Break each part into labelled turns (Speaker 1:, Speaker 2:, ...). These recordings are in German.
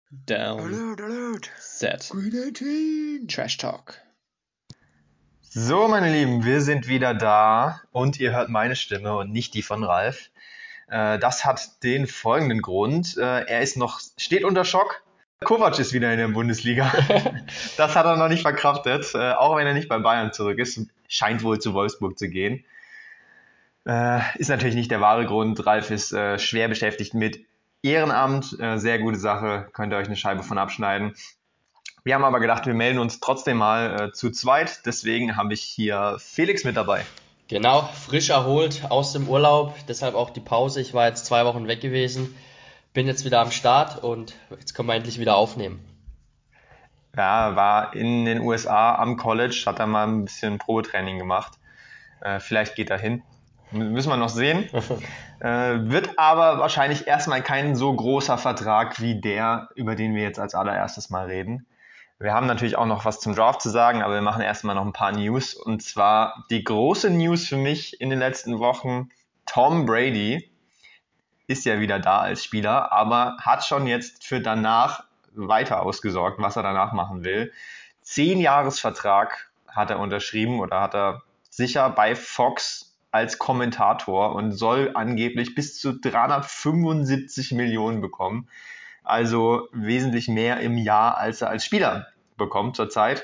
Speaker 1: Down,
Speaker 2: Alert.
Speaker 1: Set,
Speaker 2: Green 18.
Speaker 1: Trash Talk.
Speaker 3: So, meine Lieben, wir sind wieder da und ihr hört meine Stimme und nicht die von Ralf. Das hat den folgenden Grund. Er steht unter Schock. Kovac ist wieder in der Bundesliga. Das hat er noch nicht verkraftet, auch wenn er nicht bei Bayern zurück ist. Scheint wohl zu Wolfsburg zu gehen. Ist natürlich nicht der wahre Grund. Ralf ist schwer beschäftigt mit Ehrenamt. Sehr gute Sache, könnt ihr euch eine Scheibe von abschneiden. Wir haben aber gedacht, wir melden uns trotzdem mal zu zweit. Deswegen habe ich hier Felix mit dabei.
Speaker 4: Genau, frisch erholt aus dem Urlaub, deshalb auch die Pause. Ich war jetzt 2 Wochen weg gewesen, bin jetzt wieder am Start und jetzt können wir endlich wieder aufnehmen.
Speaker 3: Ja, war in den USA am College, hat da mal ein bisschen Probetraining gemacht. Vielleicht geht er hin. Müssen wir noch sehen. Wird aber wahrscheinlich erstmal kein so großer Vertrag wie der, über den wir jetzt als allererstes mal reden. Wir haben natürlich auch noch was zum Draft zu sagen, aber wir machen erstmal noch ein paar News. Und zwar die große News für mich in den letzten Wochen. Tom Brady ist ja wieder da als Spieler, aber hat schon jetzt für danach weiter ausgesorgt, was er danach machen will. 10-Jahres-Vertrag hat er unterschrieben oder hat er sicher bei Fox als Kommentator und soll angeblich bis zu 375 Millionen bekommen. Also wesentlich mehr im Jahr, als er als Spieler bekommt zurzeit.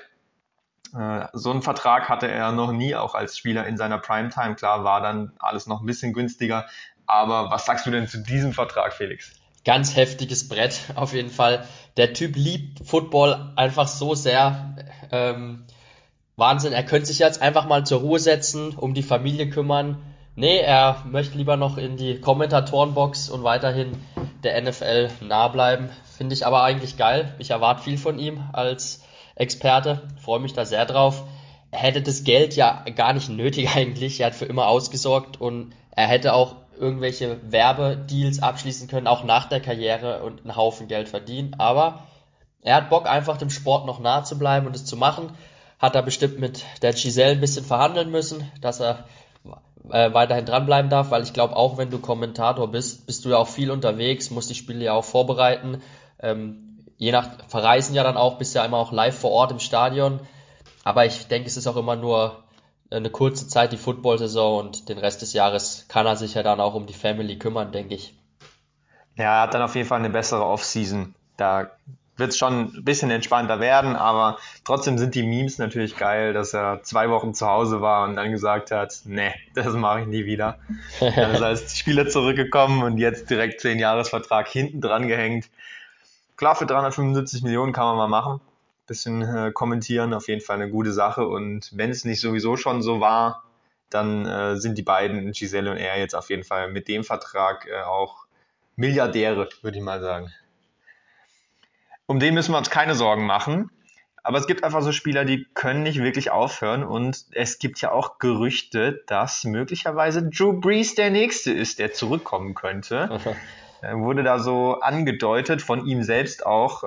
Speaker 3: So einen Vertrag hatte er noch nie, auch als Spieler in seiner Primetime. Klar, war dann alles noch ein bisschen günstiger. Aber was sagst du denn zu diesem Vertrag, Felix?
Speaker 4: Ganz heftiges Brett auf jeden Fall. Der Typ liebt Football einfach so sehr. Wahnsinn, er könnte sich jetzt einfach mal zur Ruhe setzen, um die Familie kümmern. Nee, er möchte lieber noch in die Kommentatorenbox und weiterhin der NFL nah bleiben. Finde ich aber eigentlich geil. Ich erwarte viel von ihm als Experte. Freue mich da sehr drauf. Er hätte das Geld ja gar nicht nötig eigentlich. Er hat für immer ausgesorgt und er hätte auch irgendwelche Werbedeals abschließen können, auch nach der Karriere und einen Haufen Geld verdienen. Aber er hat Bock, einfach dem Sport noch nahe zu bleiben und es zu machen. Hat er bestimmt mit der Giselle ein bisschen verhandeln müssen, dass er weiterhin dranbleiben darf, weil ich glaube, auch wenn du Kommentator bist du ja auch viel unterwegs, musst die Spiele ja auch vorbereiten. Je nach Verreisen ja dann auch, bist ja immer auch live vor Ort im Stadion. Aber ich denke, es ist auch immer nur eine kurze Zeit, die Football-Saison, und den Rest des Jahres kann er sich ja dann auch um die Family kümmern, denke ich.
Speaker 3: Ja, er hat dann auf jeden Fall eine bessere Offseason. Da wird es schon ein bisschen entspannter werden, aber trotzdem sind die Memes natürlich geil, dass er 2 Wochen zu Hause war und dann gesagt hat, nee, das mache ich nie wieder. Dann ist er als Spieler zurückgekommen und jetzt direkt 10-Jahres-Vertrag hinten dran gehängt. Klar, für 375 Millionen kann man mal machen. Bisschen kommentieren, auf jeden Fall eine gute Sache. Und wenn es nicht sowieso schon so war, dann sind die beiden, Giselle und er, jetzt auf jeden Fall mit dem Vertrag auch Milliardäre, würde ich mal sagen. Um den müssen wir uns keine Sorgen machen. Aber es gibt einfach so Spieler, die können nicht wirklich aufhören. Und es gibt ja auch Gerüchte, dass möglicherweise Drew Brees der Nächste ist, der zurückkommen könnte. Wurde da so angedeutet, von ihm selbst auch,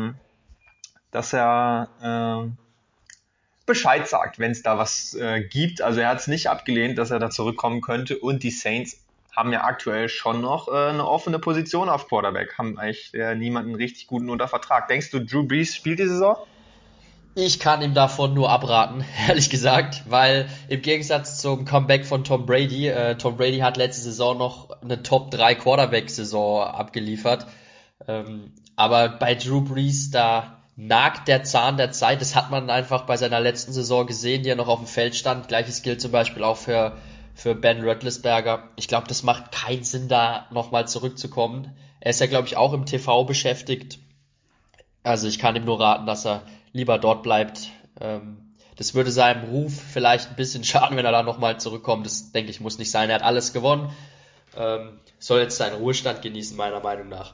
Speaker 3: dass er Bescheid sagt, wenn es da was gibt. Also er hat es nicht abgelehnt, dass er da zurückkommen könnte. Und die Saints haben ja aktuell schon noch eine offene Position auf Quarterback, haben eigentlich niemanden richtig guten unter Vertrag. Denkst du, Drew Brees spielt die Saison?
Speaker 4: Ich kann ihm davon nur abraten, ehrlich gesagt, weil im Gegensatz zum Comeback von Tom Brady hat letzte Saison noch eine Top-3 Quarterback-Saison abgeliefert. Aber bei Drew Brees, da nagt der Zahn der Zeit. Das hat man einfach bei seiner letzten Saison gesehen, die er noch auf dem Feld stand. Gleiches gilt zum Beispiel auch für Ben Roethlisberger. Ich glaube, das macht keinen Sinn, da nochmal zurückzukommen. Er ist ja, glaube ich, auch im TV beschäftigt. Also ich kann ihm nur raten, dass er lieber dort bleibt. Das würde seinem Ruf vielleicht ein bisschen schaden, wenn er da nochmal zurückkommt. Das, denke ich, muss nicht sein. Er hat alles gewonnen. Soll jetzt seinen Ruhestand genießen, meiner Meinung nach.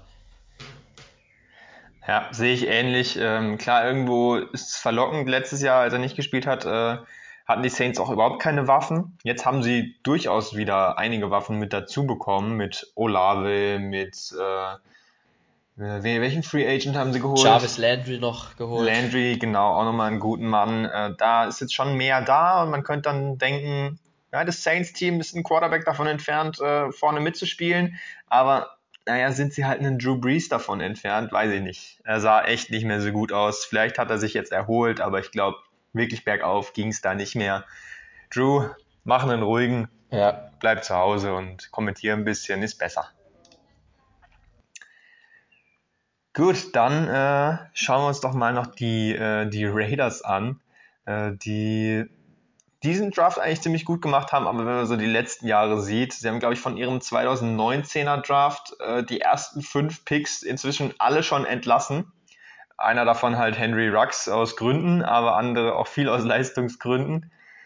Speaker 3: Ja, sehe ich ähnlich. Klar, irgendwo ist es verlockend. Letztes Jahr, als er nicht gespielt hat, hatten die Saints auch überhaupt keine Waffen. Jetzt haben sie durchaus wieder einige Waffen mit dazu bekommen, mit Olave, mit welchen Free Agent haben sie geholt?
Speaker 4: Jarvis Landry noch geholt.
Speaker 3: Landry, genau, auch nochmal einen guten Mann. Da ist jetzt schon mehr da und man könnte dann denken, ja, das Saints-Team ist ein Quarterback davon entfernt, vorne mitzuspielen. Aber naja, sind sie halt einen Drew Brees davon entfernt, weiß ich nicht. Er sah echt nicht mehr so gut aus. Vielleicht hat er sich jetzt erholt, aber ich glaube, wirklich bergauf ging es da nicht mehr. Drew, mach einen ruhigen,
Speaker 4: Ja.
Speaker 3: bleib zu Hause und kommentiere ein bisschen, ist besser. Gut, dann schauen wir uns doch mal noch die Raiders an, die diesen Draft eigentlich ziemlich gut gemacht haben, aber wenn man so die letzten Jahre sieht, sie haben, glaube ich, von ihrem 2019er Draft die ersten 5 Picks inzwischen alle schon entlassen. Einer davon halt Henry Ruggs aus Gründen, aber andere auch viel aus Leistungsgründen.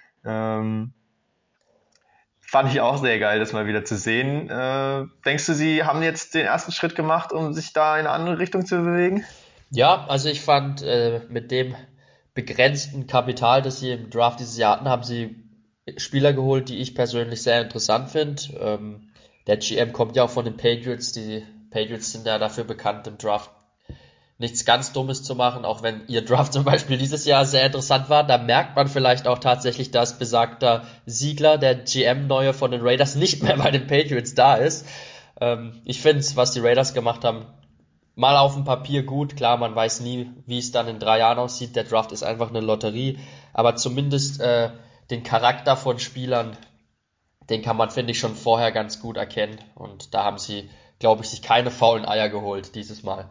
Speaker 3: Fand ich auch sehr geil, das mal wieder zu sehen. Denkst du, sie haben jetzt den ersten Schritt gemacht, um sich da in eine andere Richtung zu bewegen?
Speaker 4: Ja, also ich fand, mit dem begrenzten Kapital, das sie im Draft dieses Jahr hatten, haben sie Spieler geholt, die ich persönlich sehr interessant finde. Der GM kommt ja auch von den Patriots. Die Patriots sind ja dafür bekannt, im Draft nichts ganz Dummes zu machen, auch wenn ihr Draft zum Beispiel dieses Jahr sehr interessant war. Da merkt man vielleicht auch tatsächlich, dass besagter Ziegler, der GM-Neue von den Raiders, nicht mehr bei den Patriots da ist. Ich finde es, was die Raiders gemacht haben, mal auf dem Papier gut. Klar, man weiß nie, wie es dann in 3 Jahren aussieht. Der Draft ist einfach eine Lotterie. Aber zumindest den Charakter von Spielern, den kann man, finde ich, schon vorher ganz gut erkennen. Und da haben sie, glaube ich, sich keine faulen Eier geholt dieses Mal.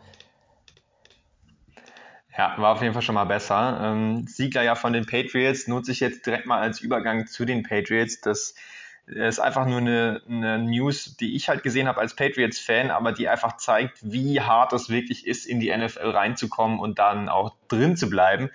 Speaker 3: Ja, war auf jeden Fall schon mal besser. Ziegler ja von den Patriots nutze ich jetzt direkt mal als Übergang zu den Patriots. Das ist einfach nur eine News, die ich halt gesehen habe als Patriots-Fan, aber die einfach zeigt, wie hart es wirklich ist, in die NFL reinzukommen und dann auch drin zu bleiben.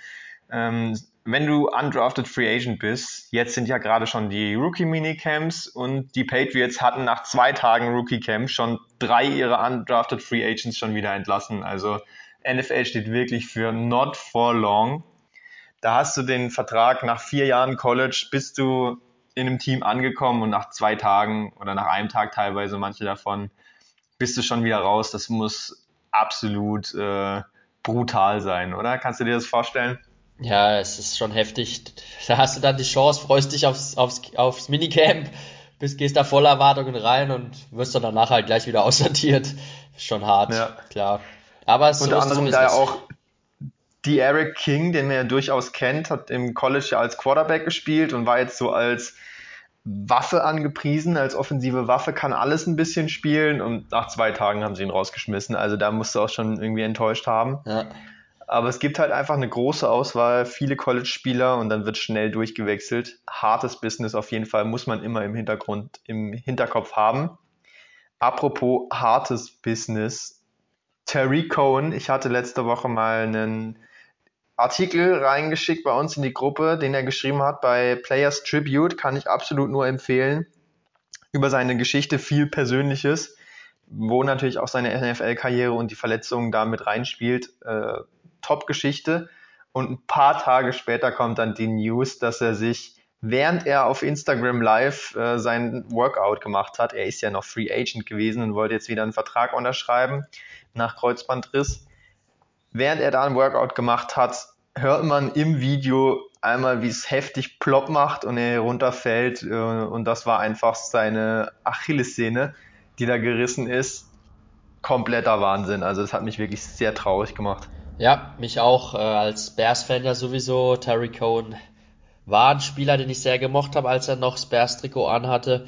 Speaker 3: Wenn du undrafted Free Agent bist, jetzt sind ja gerade schon die Rookie-Minicamps und die Patriots hatten nach 2 Tagen Rookie-Camp schon 3 ihrer undrafted Free Agents schon wieder entlassen. Also NFL steht wirklich für not for long. Da hast du den Vertrag nach 4 Jahren College, bist du in einem Team angekommen und nach 2 Tagen oder nach einem Tag teilweise, manche davon, bist du schon wieder raus. Das muss absolut brutal sein, oder? Kannst du dir das vorstellen?
Speaker 4: Ja, es ist schon heftig. Da hast du dann die Chance, freust dich aufs Minicamp, gehst da voller Erwartungen rein und wirst dann danach halt gleich wieder aussortiert. Ist schon hart,
Speaker 3: Ja.
Speaker 4: klar. Aber so
Speaker 3: Unter
Speaker 4: ist das
Speaker 3: anderem da ja
Speaker 4: Business.
Speaker 3: auch De'Aaron King, den man ja durchaus kennt, hat im College ja als Quarterback gespielt und war jetzt so als Waffe angepriesen, als offensive Waffe, kann alles ein bisschen spielen und nach 2 Tagen haben sie ihn rausgeschmissen. Also da musst du auch schon irgendwie enttäuscht haben.
Speaker 4: Ja.
Speaker 3: Aber es gibt halt einfach eine große Auswahl, viele College-Spieler und dann wird schnell durchgewechselt. Hartes Business auf jeden Fall, muss man immer im Hinterkopf haben. Apropos hartes Business, Tariq Cohen, ich hatte letzte Woche mal einen Artikel reingeschickt bei uns in die Gruppe, den er geschrieben hat bei Players Tribute, kann ich absolut nur empfehlen, über seine Geschichte, viel Persönliches, wo natürlich auch seine NFL-Karriere und die Verletzungen da mit reinspielt. Top-Geschichte. Und ein paar Tage später kommt dann die News, dass er sich, während er auf Instagram Live sein Workout gemacht hat, er ist ja noch Free Agent gewesen und wollte jetzt wieder einen Vertrag unterschreiben nach Kreuzbandriss, während er da ein Workout gemacht hat, hört man im Video einmal, wie es heftig plopp macht und er runterfällt und das war einfach seine Achillessehne, die da gerissen ist. Kompletter Wahnsinn. Also das hat mich wirklich sehr traurig gemacht.
Speaker 4: Ja, mich auch, als Bears-Fan ja sowieso. Tariq Cohen war ein Spieler, den ich sehr gemocht habe, als er noch das Bears-Trikot anhatte.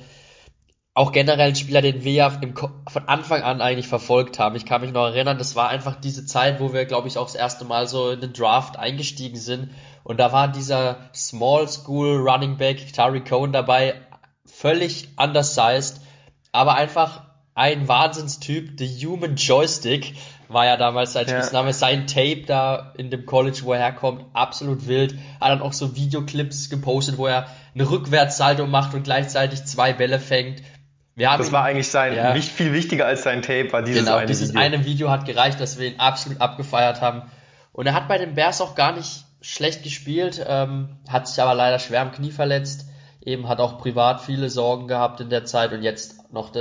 Speaker 4: Auch generell ein Spieler, den wir ja von Anfang an eigentlich verfolgt haben. Ich kann mich noch erinnern, das war einfach diese Zeit, wo wir, glaube ich, auch das erste Mal so in den Draft eingestiegen sind. Und da war dieser Small School Running Back Tariq Cohen dabei, völlig undersized, aber einfach ein Wahnsinnstyp. The Human Joystick war ja damals sein Spitzname. Sein Tape da in dem College, wo er herkommt, absolut wild. Hat dann auch so Videoclips gepostet, wo er eine Rückwärtssalto macht und gleichzeitig 2 Bälle fängt.
Speaker 3: Das war eigentlich viel wichtiger als sein Tape, war dieses
Speaker 4: genau,
Speaker 3: eine
Speaker 4: dieses
Speaker 3: Video.
Speaker 4: eine Video hat gereicht, dass wir ihn absolut abgefeiert haben. Und er hat bei den Bears auch gar nicht schlecht gespielt, hat sich aber leider schwer am Knie verletzt. Eben hat auch privat viele Sorgen gehabt in der Zeit und jetzt noch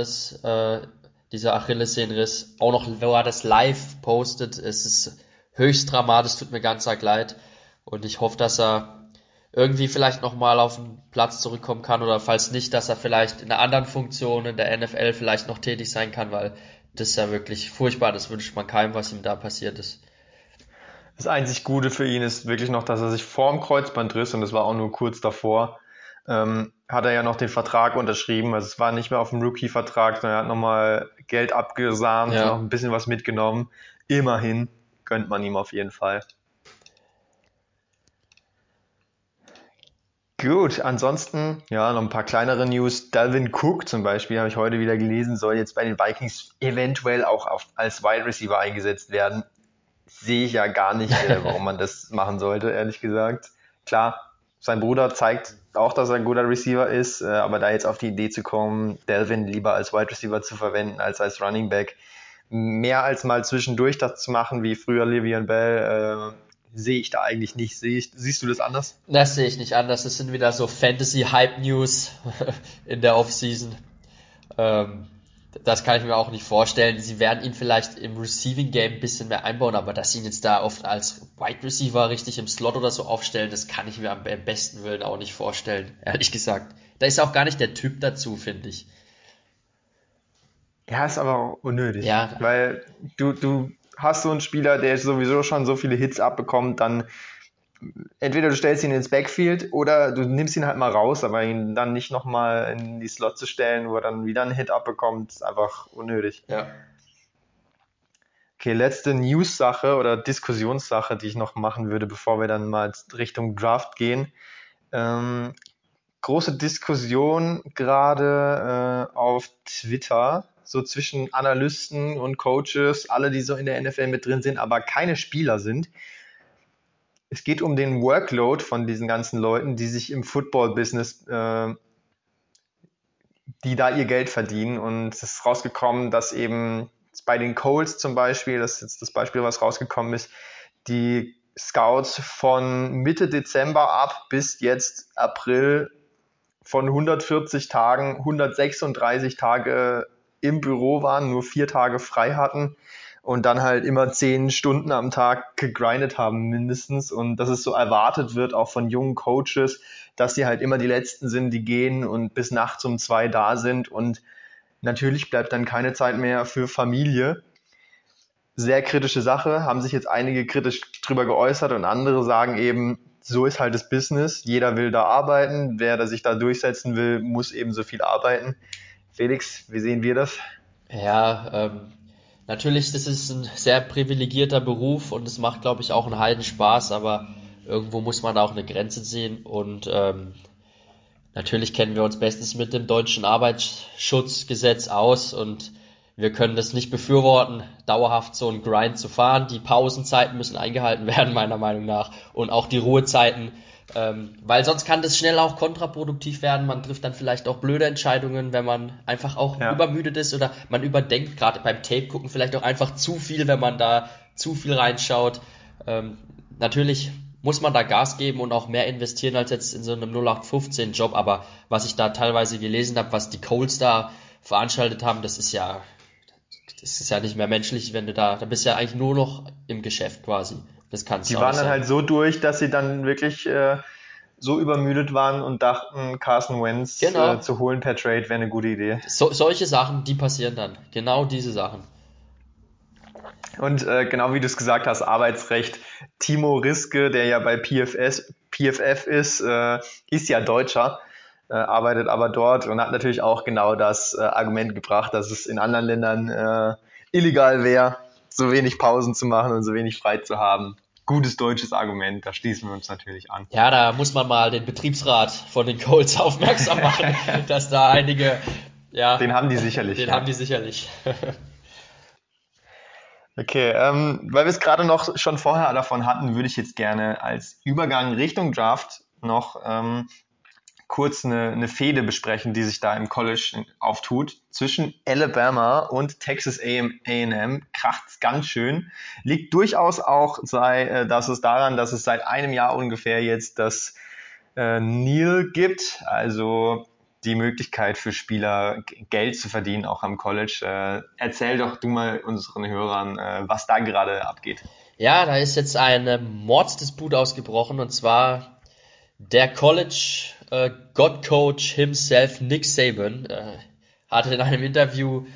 Speaker 4: dieser Achillessehnenriss, auch noch, wo er das live postet. Es ist höchst dramatisch, tut mir ganz arg leid. Und ich hoffe, dass er irgendwie vielleicht nochmal auf den Platz zurückkommen kann oder falls nicht, dass er vielleicht in einer anderen Funktion in der NFL vielleicht noch tätig sein kann, weil Das ist ja wirklich furchtbar, das wünscht man keinem, was ihm da passiert ist.
Speaker 3: Das einzig Gute für ihn ist wirklich noch, dass er sich vorm Kreuzbandriss, und das war auch nur kurz davor, hat er ja noch den Vertrag unterschrieben. Also es war nicht mehr auf dem Rookie-Vertrag, sondern er hat nochmal Geld abgesahnt,
Speaker 4: Ja.
Speaker 3: noch ein bisschen was mitgenommen. Immerhin gönnt man ihm auf jeden Fall. Gut, ansonsten, ja, noch ein paar kleinere News. Dalvin Cook zum Beispiel, habe ich heute wieder gelesen, soll jetzt bei den Vikings eventuell auch als Wide Receiver eingesetzt werden. Sehe ich ja gar nicht, warum man das machen sollte, ehrlich gesagt. Klar, sein Bruder zeigt auch, dass er ein guter Receiver ist, aber da jetzt auf die Idee zu kommen, Dalvin lieber als Wide Receiver zu verwenden als Running Back, mehr als mal zwischendurch das zu machen, wie früher Le'Veon Bell, sehe ich da eigentlich nicht. Siehst du das anders?
Speaker 4: Das sehe ich nicht anders. Das sind wieder so Fantasy-Hype-News in der Offseason. Das kann ich mir auch nicht vorstellen. Sie werden ihn vielleicht im Receiving-Game ein bisschen mehr einbauen, aber dass sie ihn jetzt da oft als Wide Receiver richtig im Slot oder so aufstellen, das kann ich mir am besten Willen auch nicht vorstellen, ehrlich gesagt. Da ist auch gar nicht der Typ dazu, finde ich.
Speaker 3: Ja, ist aber auch unnötig.
Speaker 4: Ja.
Speaker 3: Weil du hast so einen Spieler, der sowieso schon so viele Hits abbekommt, dann entweder du stellst ihn ins Backfield oder du nimmst ihn halt mal raus, aber ihn dann nicht nochmal in die Slot zu stellen, wo er dann wieder einen Hit abbekommt, ist einfach unnötig.
Speaker 4: Ja.
Speaker 3: Okay, letzte News-Sache oder Diskussionssache, die ich noch machen würde, bevor wir dann mal Richtung Draft gehen. Große Diskussion gerade auf Twitter, so zwischen Analysten und Coaches, alle, die so in der NFL mit drin sind, aber keine Spieler sind. Es geht um den Workload von diesen ganzen Leuten, die sich im Football-Business, die da ihr Geld verdienen. Und es ist rausgekommen, dass eben bei den Colts zum Beispiel, das ist jetzt das Beispiel, was rausgekommen ist, die Scouts von Mitte Dezember ab bis jetzt April von 140 Tagen 136 Tage im Büro waren, nur 4 Tage frei hatten und dann halt immer 10 Stunden am Tag gegrindet haben mindestens, und dass es so erwartet wird, auch von jungen Coaches, dass sie halt immer die Letzten sind, die gehen und bis nachts um 2 da sind, und natürlich bleibt dann keine Zeit mehr für Familie. Sehr kritische Sache, haben sich jetzt einige kritisch drüber geäußert und andere sagen eben, so ist halt das Business, jeder will da arbeiten, wer da sich da durchsetzen will, muss eben so viel arbeiten. Felix, wie sehen wir das?
Speaker 4: Ja, natürlich, das ist ein sehr privilegierter Beruf und es macht, glaube ich, auch einen Heidenspaß, aber irgendwo muss man da auch eine Grenze sehen und natürlich kennen wir uns bestens mit dem deutschen Arbeitsschutzgesetz aus und wir können das nicht befürworten, dauerhaft so einen Grind zu fahren. Die Pausenzeiten müssen eingehalten werden, meiner Meinung nach, und auch die Ruhezeiten, weil sonst kann das schnell auch kontraproduktiv werden. Man trifft dann vielleicht auch blöde Entscheidungen, wenn man einfach auch übermüdet ist oder man überdenkt, gerade beim Tape gucken, vielleicht auch einfach zu viel, wenn man da zu viel reinschaut. Natürlich muss man da Gas geben und auch mehr investieren als jetzt in so einem 0815-Job, aber was ich da teilweise gelesen habe, was die Colts da veranstaltet haben, das ist ja nicht mehr menschlich, wenn da bist du ja eigentlich nur noch im Geschäft quasi. Das kannst du
Speaker 3: Die
Speaker 4: auch
Speaker 3: waren
Speaker 4: nicht
Speaker 3: dann
Speaker 4: sein.
Speaker 3: halt so durch, dass sie dann wirklich so übermüdet waren und dachten, Carson Wentz
Speaker 4: Genau.
Speaker 3: zu holen per Trade wäre eine gute Idee.
Speaker 4: Solche Sachen, die passieren dann. Genau diese Sachen.
Speaker 3: Und genau wie du es gesagt hast, Arbeitsrecht. Timo Riske, der ja bei PFF ist ja Deutscher, arbeitet aber dort und hat natürlich auch genau das Argument gebracht, dass es in anderen Ländern illegal wäre, so wenig Pausen zu machen und so wenig frei zu haben. Gutes deutsches Argument, da schließen wir uns natürlich an.
Speaker 4: Ja, da muss man mal den Betriebsrat von den Colts aufmerksam machen, dass da einige, ja.
Speaker 3: Den haben die sicherlich.
Speaker 4: Haben die sicherlich.
Speaker 3: Okay, weil wir es gerade noch schon vorher davon hatten, würde ich jetzt gerne als Übergang Richtung Draft noch kurz eine Fehde besprechen, die sich da im College auftut. Zwischen Alabama und Texas A&M kracht's ganz schön. Liegt durchaus auch dass es daran, dass es seit einem Jahr ungefähr jetzt das NIL gibt, also die Möglichkeit für Spieler Geld zu verdienen, auch am College. Erzähl doch du mal unseren Hörern, was da gerade abgeht.
Speaker 4: Ja, da ist jetzt eine Mordsdisput ausgebrochen und zwar der College God Coach himself, Nick Saban, hatte in einem Interview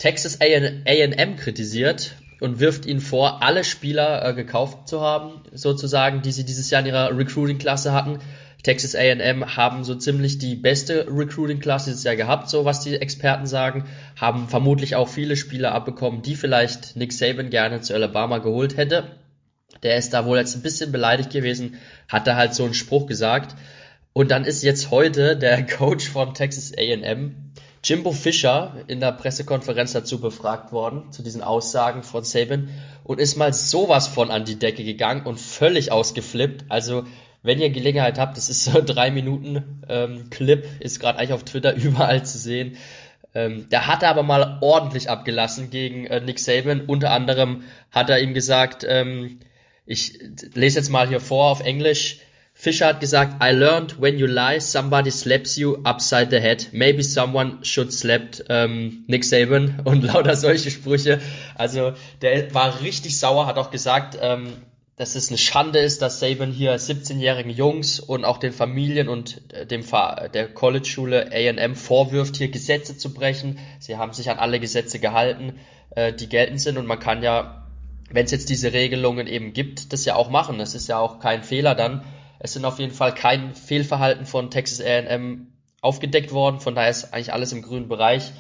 Speaker 4: Texas A&M kritisiert und wirft ihnen vor, alle Spieler gekauft zu haben, sozusagen, die sie dieses Jahr in ihrer Recruiting-Klasse hatten. Texas A&M haben so ziemlich die beste Recruiting-Klasse dieses Jahr gehabt, so was die Experten sagen, haben vermutlich auch viele Spieler abbekommen, die vielleicht Nick Saban gerne zu Alabama geholt hätte. Der ist da wohl jetzt ein bisschen beleidigt gewesen, hat da halt so einen Spruch gesagt. Und dann ist jetzt heute der Coach von Texas A&M, Jimbo Fisher, in der Pressekonferenz dazu befragt worden, zu diesen Aussagen von Saban, und ist mal sowas von an die Decke gegangen und völlig ausgeflippt. Also, wenn ihr Gelegenheit habt, das ist so ein 3 Minuten Clip, ist gerade eigentlich auf Twitter überall zu sehen. Der hat aber mal ordentlich abgelassen gegen Nick Saban. Unter anderem hat er ihm gesagt, ich lese jetzt mal hier vor auf Englisch. Fisher hat gesagt, I learned when you lie, somebody slaps you upside the head. Maybe someone should slap Nick Saban und lauter solche Sprüche. Also der war richtig sauer, hat auch gesagt, dass es eine Schande ist, dass Saban hier 17-jährigen Jungs und auch den Familien und der College-Schule A&M vorwirft, hier Gesetze zu brechen. Sie haben sich an alle Gesetze gehalten, die geltend sind, und man kann ja, wenn es jetzt diese Regelungen eben gibt, das ja auch machen. Das ist ja auch kein Fehler dann. Es sind auf jeden Fall kein Fehlverhalten von Texas A&M aufgedeckt worden, von daher ist eigentlich alles im grünen Bereich.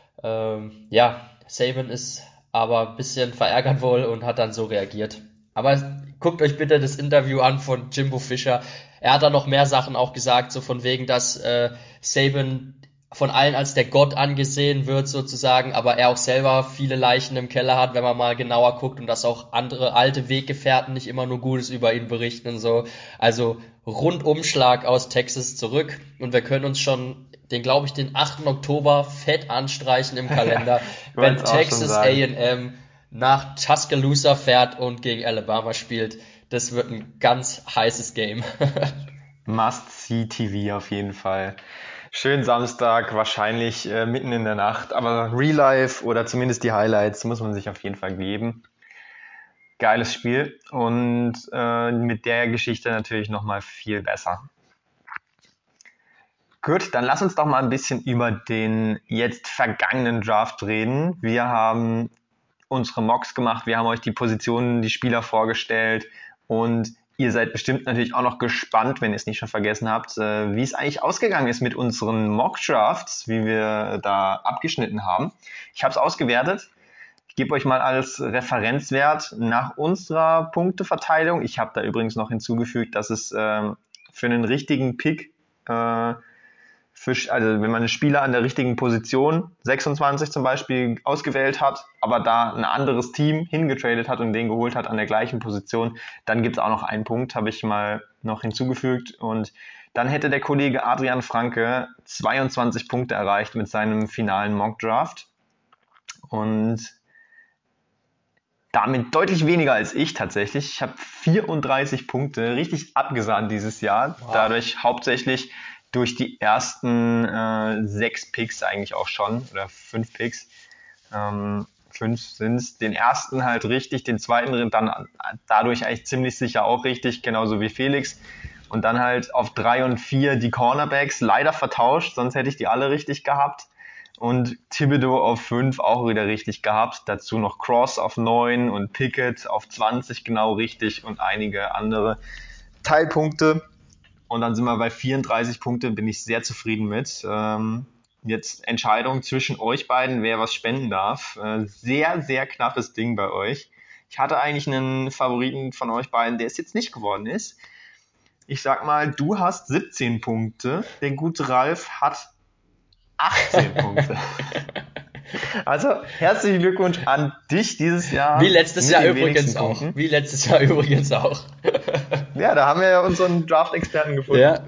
Speaker 4: Saban ist aber ein bisschen verärgert wohl und hat dann so reagiert. Aber guckt euch bitte das Interview an von Jimbo Fisher. Er hat da noch mehr Sachen auch gesagt, so von wegen, dass Saban von allen als der Gott angesehen wird sozusagen, aber er auch selber viele Leichen im Keller hat, wenn man mal genauer guckt, und dass auch andere alte Weggefährten nicht immer nur Gutes über ihn berichten und so. Also Rundumschlag aus Texas zurück, und wir können uns schon den 8. Oktober fett anstreichen im Kalender, wenn Texas A&M nach Tuscaloosa fährt und gegen Alabama spielt. Das wird ein ganz heißes Game.
Speaker 3: Must-see-TV auf jeden Fall. Schön Samstag, wahrscheinlich mitten in der Nacht, aber Real Life oder zumindest die Highlights muss man sich auf jeden Fall geben. Geiles Spiel und mit der Geschichte natürlich nochmal viel besser. Gut, dann lass uns doch mal ein bisschen über den jetzt vergangenen Draft reden. Wir haben unsere Mocks gemacht, wir haben euch die Positionen, die Spieler vorgestellt, und ihr seid bestimmt natürlich auch noch gespannt, wenn ihr es nicht schon vergessen habt, wie es eigentlich ausgegangen ist mit unseren Mock-Drafts, wie wir da abgeschnitten haben. Ich habe es ausgewertet. Ich gebe euch mal als Referenzwert nach unserer Punkteverteilung. Ich habe da übrigens noch hinzugefügt, dass es für einen richtigen Pick, also wenn man einen Spieler an der richtigen Position, 26 zum Beispiel, ausgewählt hat, aber da ein anderes Team hingetradet hat und den geholt hat an der gleichen Position, dann gibt es auch noch einen Punkt, habe ich mal noch hinzugefügt. Und dann hätte der Kollege Adrian Franke 22 Punkte erreicht mit seinem finalen Mock-Draft. Und damit deutlich weniger als ich tatsächlich. Ich habe 34 Punkte, richtig abgesahnt dieses Jahr. Wow. Dadurch hauptsächlich durch die ersten 6 Picks eigentlich auch schon, oder 5 Picks. 5 sind's. Den ersten halt richtig, den zweiten dann dadurch eigentlich ziemlich sicher auch richtig, genauso wie Felix. Und dann halt auf 3 und 4 die Cornerbacks, leider vertauscht, sonst hätte ich die alle richtig gehabt. Und Thibodeau auf 5 auch wieder richtig gehabt. Dazu noch Cross auf 9 und Pickett auf 20 genau richtig und einige andere Teilpunkte. Und dann sind wir bei 34 Punkte, bin ich sehr zufrieden mit. Jetzt Entscheidung zwischen euch beiden, wer was spenden darf. Sehr, sehr knappes Ding bei euch. Ich hatte eigentlich einen Favoriten von euch beiden, der es jetzt nicht geworden ist. Ich sag mal, du hast 17 Punkte, der gute Ralf hat 18 Punkte. Also, herzlichen Glückwunsch an dich dieses Jahr.
Speaker 4: Wie letztes Jahr übrigens auch.
Speaker 3: Ja, da haben wir ja unseren Draft-Experten gefunden. Ja.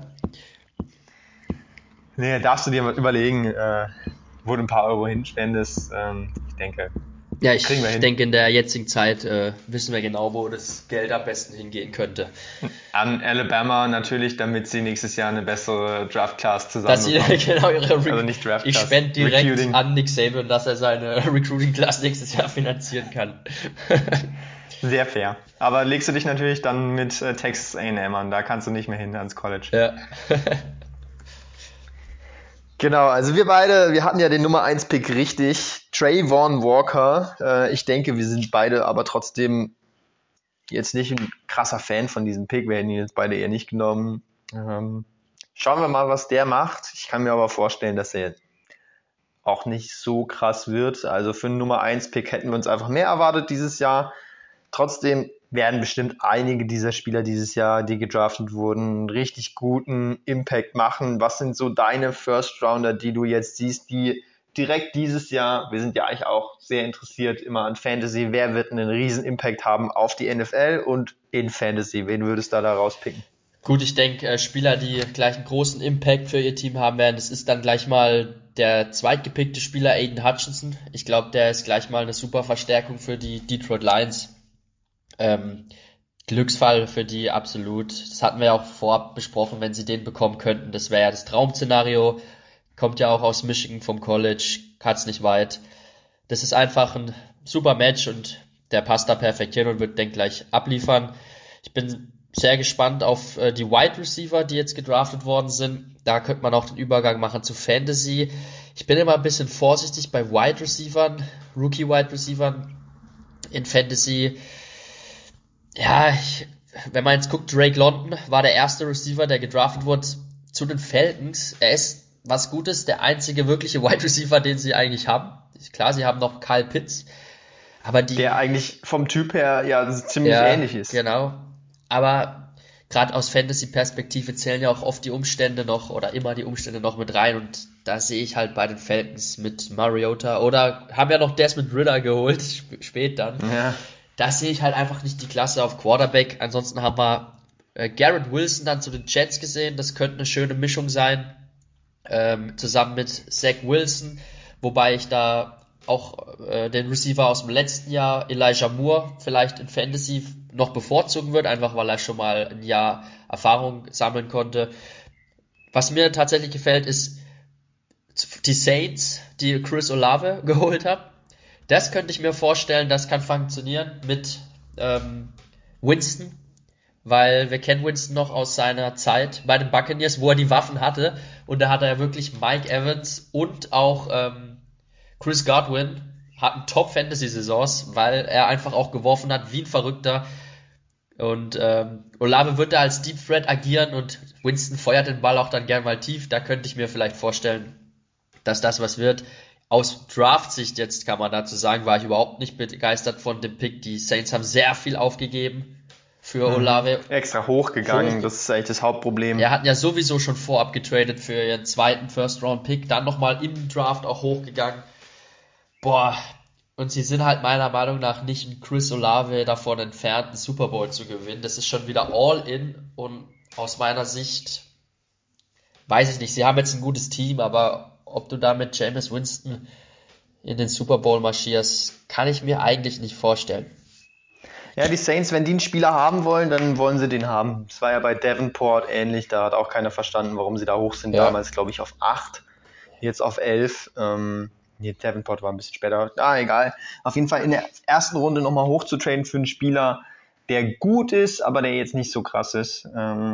Speaker 3: Nee, darfst du dir mal überlegen, wo du ein paar Euro hinspendest. Ich denke,
Speaker 4: ja, ich denke, in der jetzigen Zeit wissen wir genau, wo das Geld am besten hingehen könnte.
Speaker 3: An Alabama natürlich, damit sie nächstes Jahr eine bessere Draft-Class zusammenbekommen.
Speaker 4: Genau,
Speaker 3: also nicht Draft-Class.
Speaker 4: Ich spende direkt Recruiting an Nick Saban, dass er seine Recruiting-Class nächstes Jahr finanzieren kann.
Speaker 3: Sehr fair. Aber legst du dich natürlich dann mit Texas A&M an, da kannst du nicht mehr hin ans College.
Speaker 4: Ja.
Speaker 3: Genau, also wir hatten ja den Nummer 1 Pick richtig, Trayvon Walker. Ich denke, wir sind beide aber trotzdem jetzt nicht ein krasser Fan von diesem Pick. Wir hätten ihn jetzt beide eher nicht genommen. Schauen wir mal, was der macht. Ich kann mir aber vorstellen, dass er auch nicht so krass wird. Also für einen Nummer 1 Pick hätten wir uns einfach mehr erwartet dieses Jahr. Trotzdem werden bestimmt einige dieser Spieler dieses Jahr, die gedraftet wurden, einen richtig guten Impact machen. Was sind so deine First-Rounder, die du jetzt siehst, die direkt dieses Jahr, wir sind ja eigentlich auch sehr interessiert immer an Fantasy, wer wird einen riesen Impact haben auf die NFL und in Fantasy? Wen würdest du da rauspicken?
Speaker 4: Gut, ich denke, Spieler, die gleich einen großen Impact für ihr Team haben werden, das ist dann gleich mal der zweitgepickte Spieler Aiden Hutchinson. Ich glaube, der ist gleich mal eine super Verstärkung für die Detroit Lions. Glücksfall für die absolut. Das hatten wir ja auch vorab besprochen, wenn sie den bekommen könnten. Das wäre ja das Traum-Szenario. Kommt ja auch aus Michigan vom College, hat's nicht weit. Das ist einfach ein super Match und der passt da perfekt hin und wird, denke ich, gleich abliefern. Ich bin sehr gespannt auf die Wide Receiver, die jetzt gedraftet worden sind. Da könnte man auch den Übergang machen zu Fantasy. Ich bin immer ein bisschen vorsichtig bei Wide Receivern, Rookie Wide Receivern in Fantasy. Ja, wenn man jetzt guckt, Drake London war der erste Receiver, der gedraftet wurde zu den Falcons. Er ist was Gutes, der einzige wirkliche Wide Receiver, den sie eigentlich haben. Klar, sie haben noch Kyle Pitts, aber der
Speaker 3: eigentlich vom Typ her ja ziemlich ähnlich ist.
Speaker 4: Genau, aber gerade aus Fantasy-Perspektive zählen ja auch oft die Umstände noch oder immer die Umstände noch mit rein und da sehe ich halt bei den Falcons mit Mariota oder haben ja noch Desmond Ridder geholt, spät dann. Ja. Da sehe ich halt einfach nicht die Klasse auf Quarterback. Ansonsten haben wir Garrett Wilson dann zu den Jets gesehen. Das könnte eine schöne Mischung sein. Zusammen mit Zach Wilson. Wobei ich da auch den Receiver aus dem letzten Jahr, Elijah Moore, vielleicht in Fantasy noch bevorzugen würde. Einfach weil er schon mal ein Jahr Erfahrung sammeln konnte. Was mir tatsächlich gefällt, ist die Saints, die Chris Olave geholt haben. Das könnte ich mir vorstellen, das kann funktionieren mit Winston, weil wir kennen Winston noch aus seiner Zeit bei den Buccaneers, wo er die Waffen hatte und da hat er ja wirklich Mike Evans und auch Chris Godwin hatten Top-Fantasy-Saisons, weil er einfach auch geworfen hat wie ein Verrückter und Olave wird da als Deep Threat agieren und Winston feuert den Ball auch dann gern mal tief, da könnte ich mir vielleicht vorstellen, dass das was wird. Aus Draft-Sicht jetzt kann man dazu sagen, war ich überhaupt nicht begeistert von dem Pick. Die Saints haben sehr viel aufgegeben für Olave.
Speaker 3: Extra hochgegangen, das ist eigentlich das Hauptproblem.
Speaker 4: Wir hatten ja sowieso schon vorab getradet für ihren zweiten First-Round-Pick, dann nochmal im Draft auch hochgegangen. Und sie sind halt meiner Meinung nach nicht ein Chris Olave davon entfernt, einen Super Bowl zu gewinnen. Das ist schon wieder All-In und aus meiner Sicht weiß ich nicht, sie haben jetzt ein gutes Team, aber ob du da mit Jameis Winston in den Super Bowl marschierst, kann ich mir eigentlich nicht vorstellen.
Speaker 3: Ja, die Saints, wenn die einen Spieler haben wollen, dann wollen sie den haben. Es war ja bei Davenport ähnlich, da hat auch keiner verstanden, warum sie da hoch sind. Ja. Damals, glaube ich, auf 8, jetzt auf 11. Davenport war ein bisschen später. Egal. Auf jeden Fall in der ersten Runde nochmal hoch zu traden für einen Spieler, der gut ist, aber der jetzt nicht so krass ist.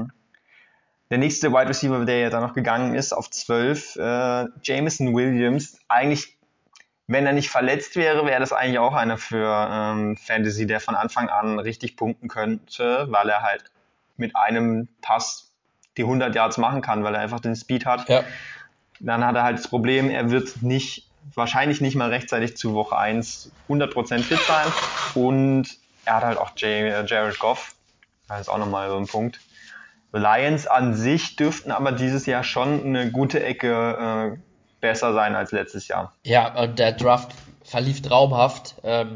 Speaker 3: Der nächste Wide Receiver, der ja da noch gegangen ist, auf 12, Jameson Williams. Eigentlich, wenn er nicht verletzt wäre, wäre das eigentlich auch einer für Fantasy, der von Anfang an richtig punkten könnte, weil er halt mit einem Pass die 100 Yards machen kann, weil er einfach den Speed hat. Ja. Dann hat er halt das Problem, er wird wahrscheinlich nicht mal rechtzeitig zu Woche 1 100% fit sein und er hat halt auch Jared Goff. Das ist auch nochmal so ein Punkt. Lions an sich dürften aber dieses Jahr schon eine gute Ecke besser sein als letztes Jahr.
Speaker 4: Ja, und der Draft verlief traumhaft.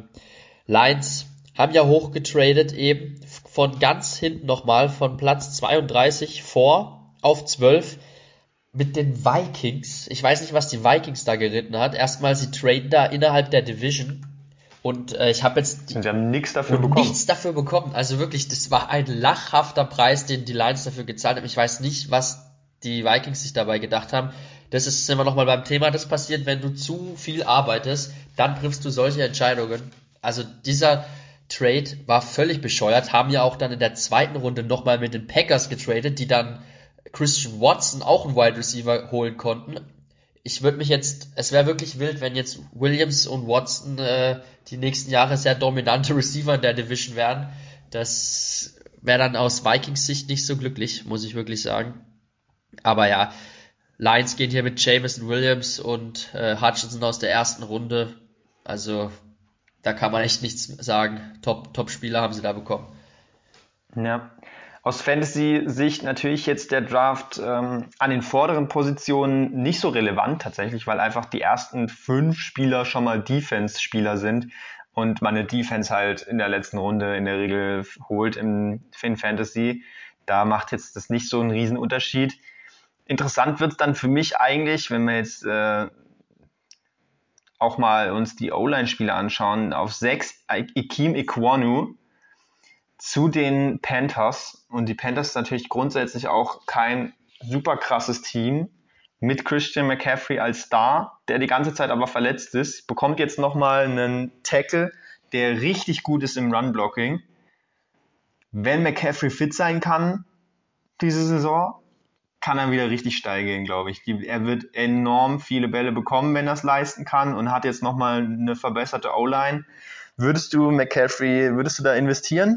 Speaker 4: Lions haben ja hochgetradet eben von ganz hinten nochmal, von Platz 32 vor auf 12 mit den Vikings. Ich weiß nicht, was die Vikings da geritten hat. Erstmal, sie traden da innerhalb der Division. Und ich habe jetzt...
Speaker 3: Sie haben nichts dafür bekommen.
Speaker 4: Also wirklich, das war ein lachhafter Preis, den die Lions dafür gezahlt haben. Ich weiß nicht, was die Vikings sich dabei gedacht haben. Sind wir nochmal beim Thema, das passiert, wenn du zu viel arbeitest, dann triffst du solche Entscheidungen. Also dieser Trade war völlig bescheuert, haben ja auch dann in der zweiten Runde nochmal mit den Packers getradet, die dann Christian Watson, auch einen Wide Receiver, holen konnten. es wäre wirklich wild, wenn jetzt Williams und Watson die nächsten Jahre sehr dominante Receiver in der Division wären. Das wäre dann aus Vikings Sicht nicht so glücklich, muss ich wirklich sagen. Aber ja, Lions gehen hier mit Jameson Williams und Hutchinson aus der ersten Runde. Also da kann man echt nichts sagen. Top-Spieler haben sie da bekommen.
Speaker 3: Ja. Aus Fantasy-Sicht natürlich jetzt der Draft an den vorderen Positionen nicht so relevant tatsächlich, weil einfach die ersten 5 Spieler schon mal Defense-Spieler sind und man eine Defense halt in der letzten Runde in der Regel holt in Fantasy. Da macht jetzt das nicht so einen riesen Unterschied. Interessant wird es dann für mich eigentlich, wenn wir jetzt auch mal uns die O-Line-Spieler anschauen. Auf 6 Ikem Ekwonu zu den Panthers. Und die Panthers natürlich grundsätzlich auch kein super krasses Team mit Christian McCaffrey als Star, der die ganze Zeit aber verletzt ist. Bekommt jetzt nochmal einen Tackle, der richtig gut ist im Run-Blocking. Wenn McCaffrey fit sein kann diese Saison, kann er wieder richtig steil gehen, glaube ich. Er wird enorm viele Bälle bekommen, wenn er es leisten kann und hat jetzt nochmal eine verbesserte O-Line. Würdest du da investieren?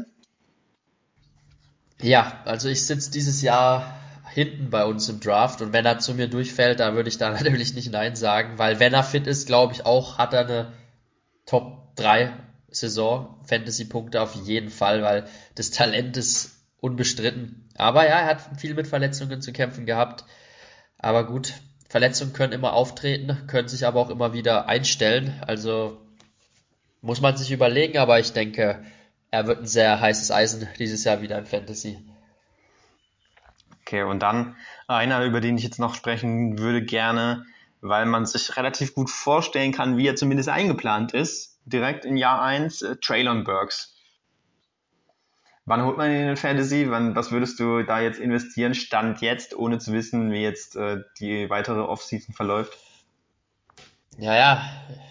Speaker 4: Ja, also ich sitze dieses Jahr hinten bei uns im Draft und wenn er zu mir durchfällt, dann würde ich da natürlich nicht Nein sagen, weil wenn er fit ist, glaube ich auch, hat er eine Top 3 Saison, Fantasy-Punkte auf jeden Fall, weil das Talent ist unbestritten. Aber ja, er hat viel mit Verletzungen zu kämpfen gehabt. Aber gut, Verletzungen können immer auftreten, können sich aber auch immer wieder einstellen. Also muss man sich überlegen, aber ich denke, er wird ein sehr heißes Eisen dieses Jahr wieder im Fantasy.
Speaker 3: Okay, und dann einer, über den ich jetzt noch sprechen würde gerne, weil man sich relativ gut vorstellen kann, wie er zumindest eingeplant ist, direkt in Jahr 1, Treylon Burks. Wann holt man ihn in den Fantasy? Was würdest du da jetzt investieren? Stand jetzt, ohne zu wissen, wie jetzt die weitere Offseason verläuft?
Speaker 4: Ja,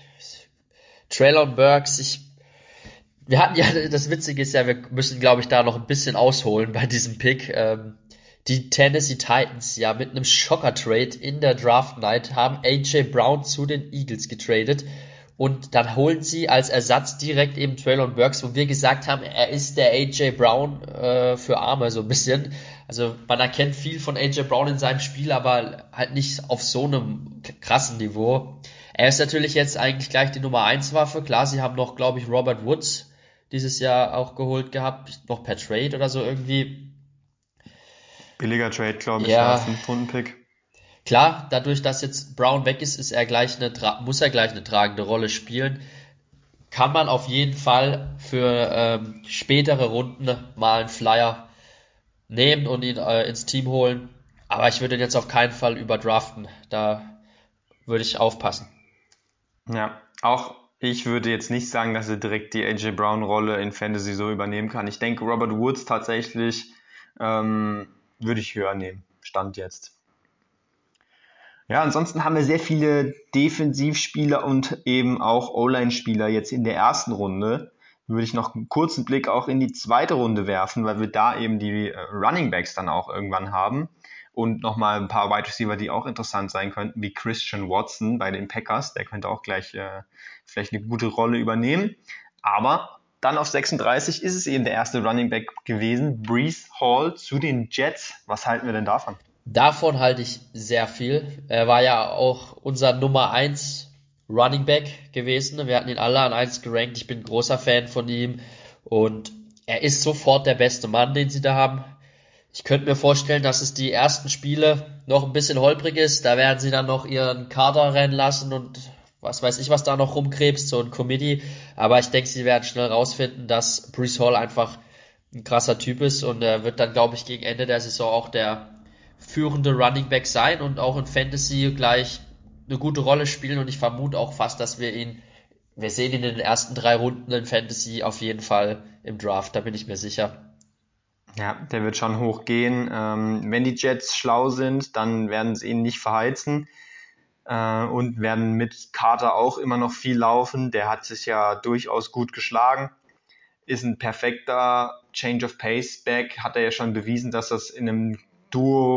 Speaker 4: Treylon Burks, wir hatten ja, das Witzige ist ja, wir müssen, glaube ich, da noch ein bisschen ausholen bei diesem Pick. Die Tennessee Titans ja mit einem Schocker-Trade in der Draft Night haben AJ Brown zu den Eagles getradet und dann holen sie als Ersatz direkt eben Treylon Burks, wo wir gesagt haben, er ist der AJ Brown für Arme so ein bisschen. Also man erkennt viel von AJ Brown in seinem Spiel, aber halt nicht auf so einem krassen Niveau. Er ist natürlich jetzt eigentlich gleich die Nummer 1 Waffe. Klar, sie haben noch, glaube ich, Robert Woods dieses Jahr auch geholt gehabt, noch per Trade oder so irgendwie.
Speaker 3: Billiger Trade, glaube ich, war
Speaker 4: Ja,
Speaker 3: 5-Runden-Pick.
Speaker 4: klar, dadurch, dass jetzt Brown weg ist, muss er gleich eine tragende Rolle spielen. Kann man auf jeden Fall für spätere Runden mal einen Flyer nehmen und ihn ins Team holen. Aber ich würde ihn jetzt auf keinen Fall überdraften. Da würde ich aufpassen.
Speaker 3: Ja, auch ich würde jetzt nicht sagen, dass er direkt die AJ Brown-Rolle in Fantasy so übernehmen kann. Ich denke, Robert Woods tatsächlich würde ich höher nehmen. Stand jetzt. Ja, ansonsten haben wir sehr viele Defensivspieler und eben auch O-Line-Spieler jetzt in der ersten Runde. Würde ich noch einen kurzen Blick auch in die zweite Runde werfen, weil wir da eben die Running Backs dann auch irgendwann haben. Und nochmal ein paar Wide Receiver, die auch interessant sein könnten, wie Christian Watson bei den Packers. Der könnte auch gleich vielleicht eine gute Rolle übernehmen. Aber dann auf 36 ist es eben der erste Running Back gewesen, Breece Hall zu den Jets. Was halten wir denn davon?
Speaker 4: Davon halte ich sehr viel. Er war ja auch unser Nummer 1 Running Back gewesen. Wir hatten ihn alle an 1 gerankt. Ich bin ein großer Fan von ihm und er ist sofort der beste Mann, den sie da haben. Ich könnte mir vorstellen, dass es die ersten Spiele noch ein bisschen holprig ist. Da werden sie dann noch ihren Kader rennen lassen und was weiß ich, was da noch rumkrebst, so ein Committee. Aber ich denke, sie werden schnell rausfinden, dass Breece Hall einfach ein krasser Typ ist und er wird dann, glaube ich, gegen Ende der Saison auch der führende Running Back sein und auch in Fantasy gleich eine gute Rolle spielen und ich vermute auch fast, dass wir sehen ihn in den ersten 3 Runden in Fantasy auf jeden Fall im Draft, da bin ich mir sicher.
Speaker 3: Ja, der wird schon hochgehen. Wenn die Jets schlau sind, dann werden sie ihn nicht verheizen und werden mit Carter auch immer noch viel laufen. Der hat sich ja durchaus gut geschlagen, ist ein perfekter Change of Pace Back, hat er ja schon bewiesen, dass das in einem Duo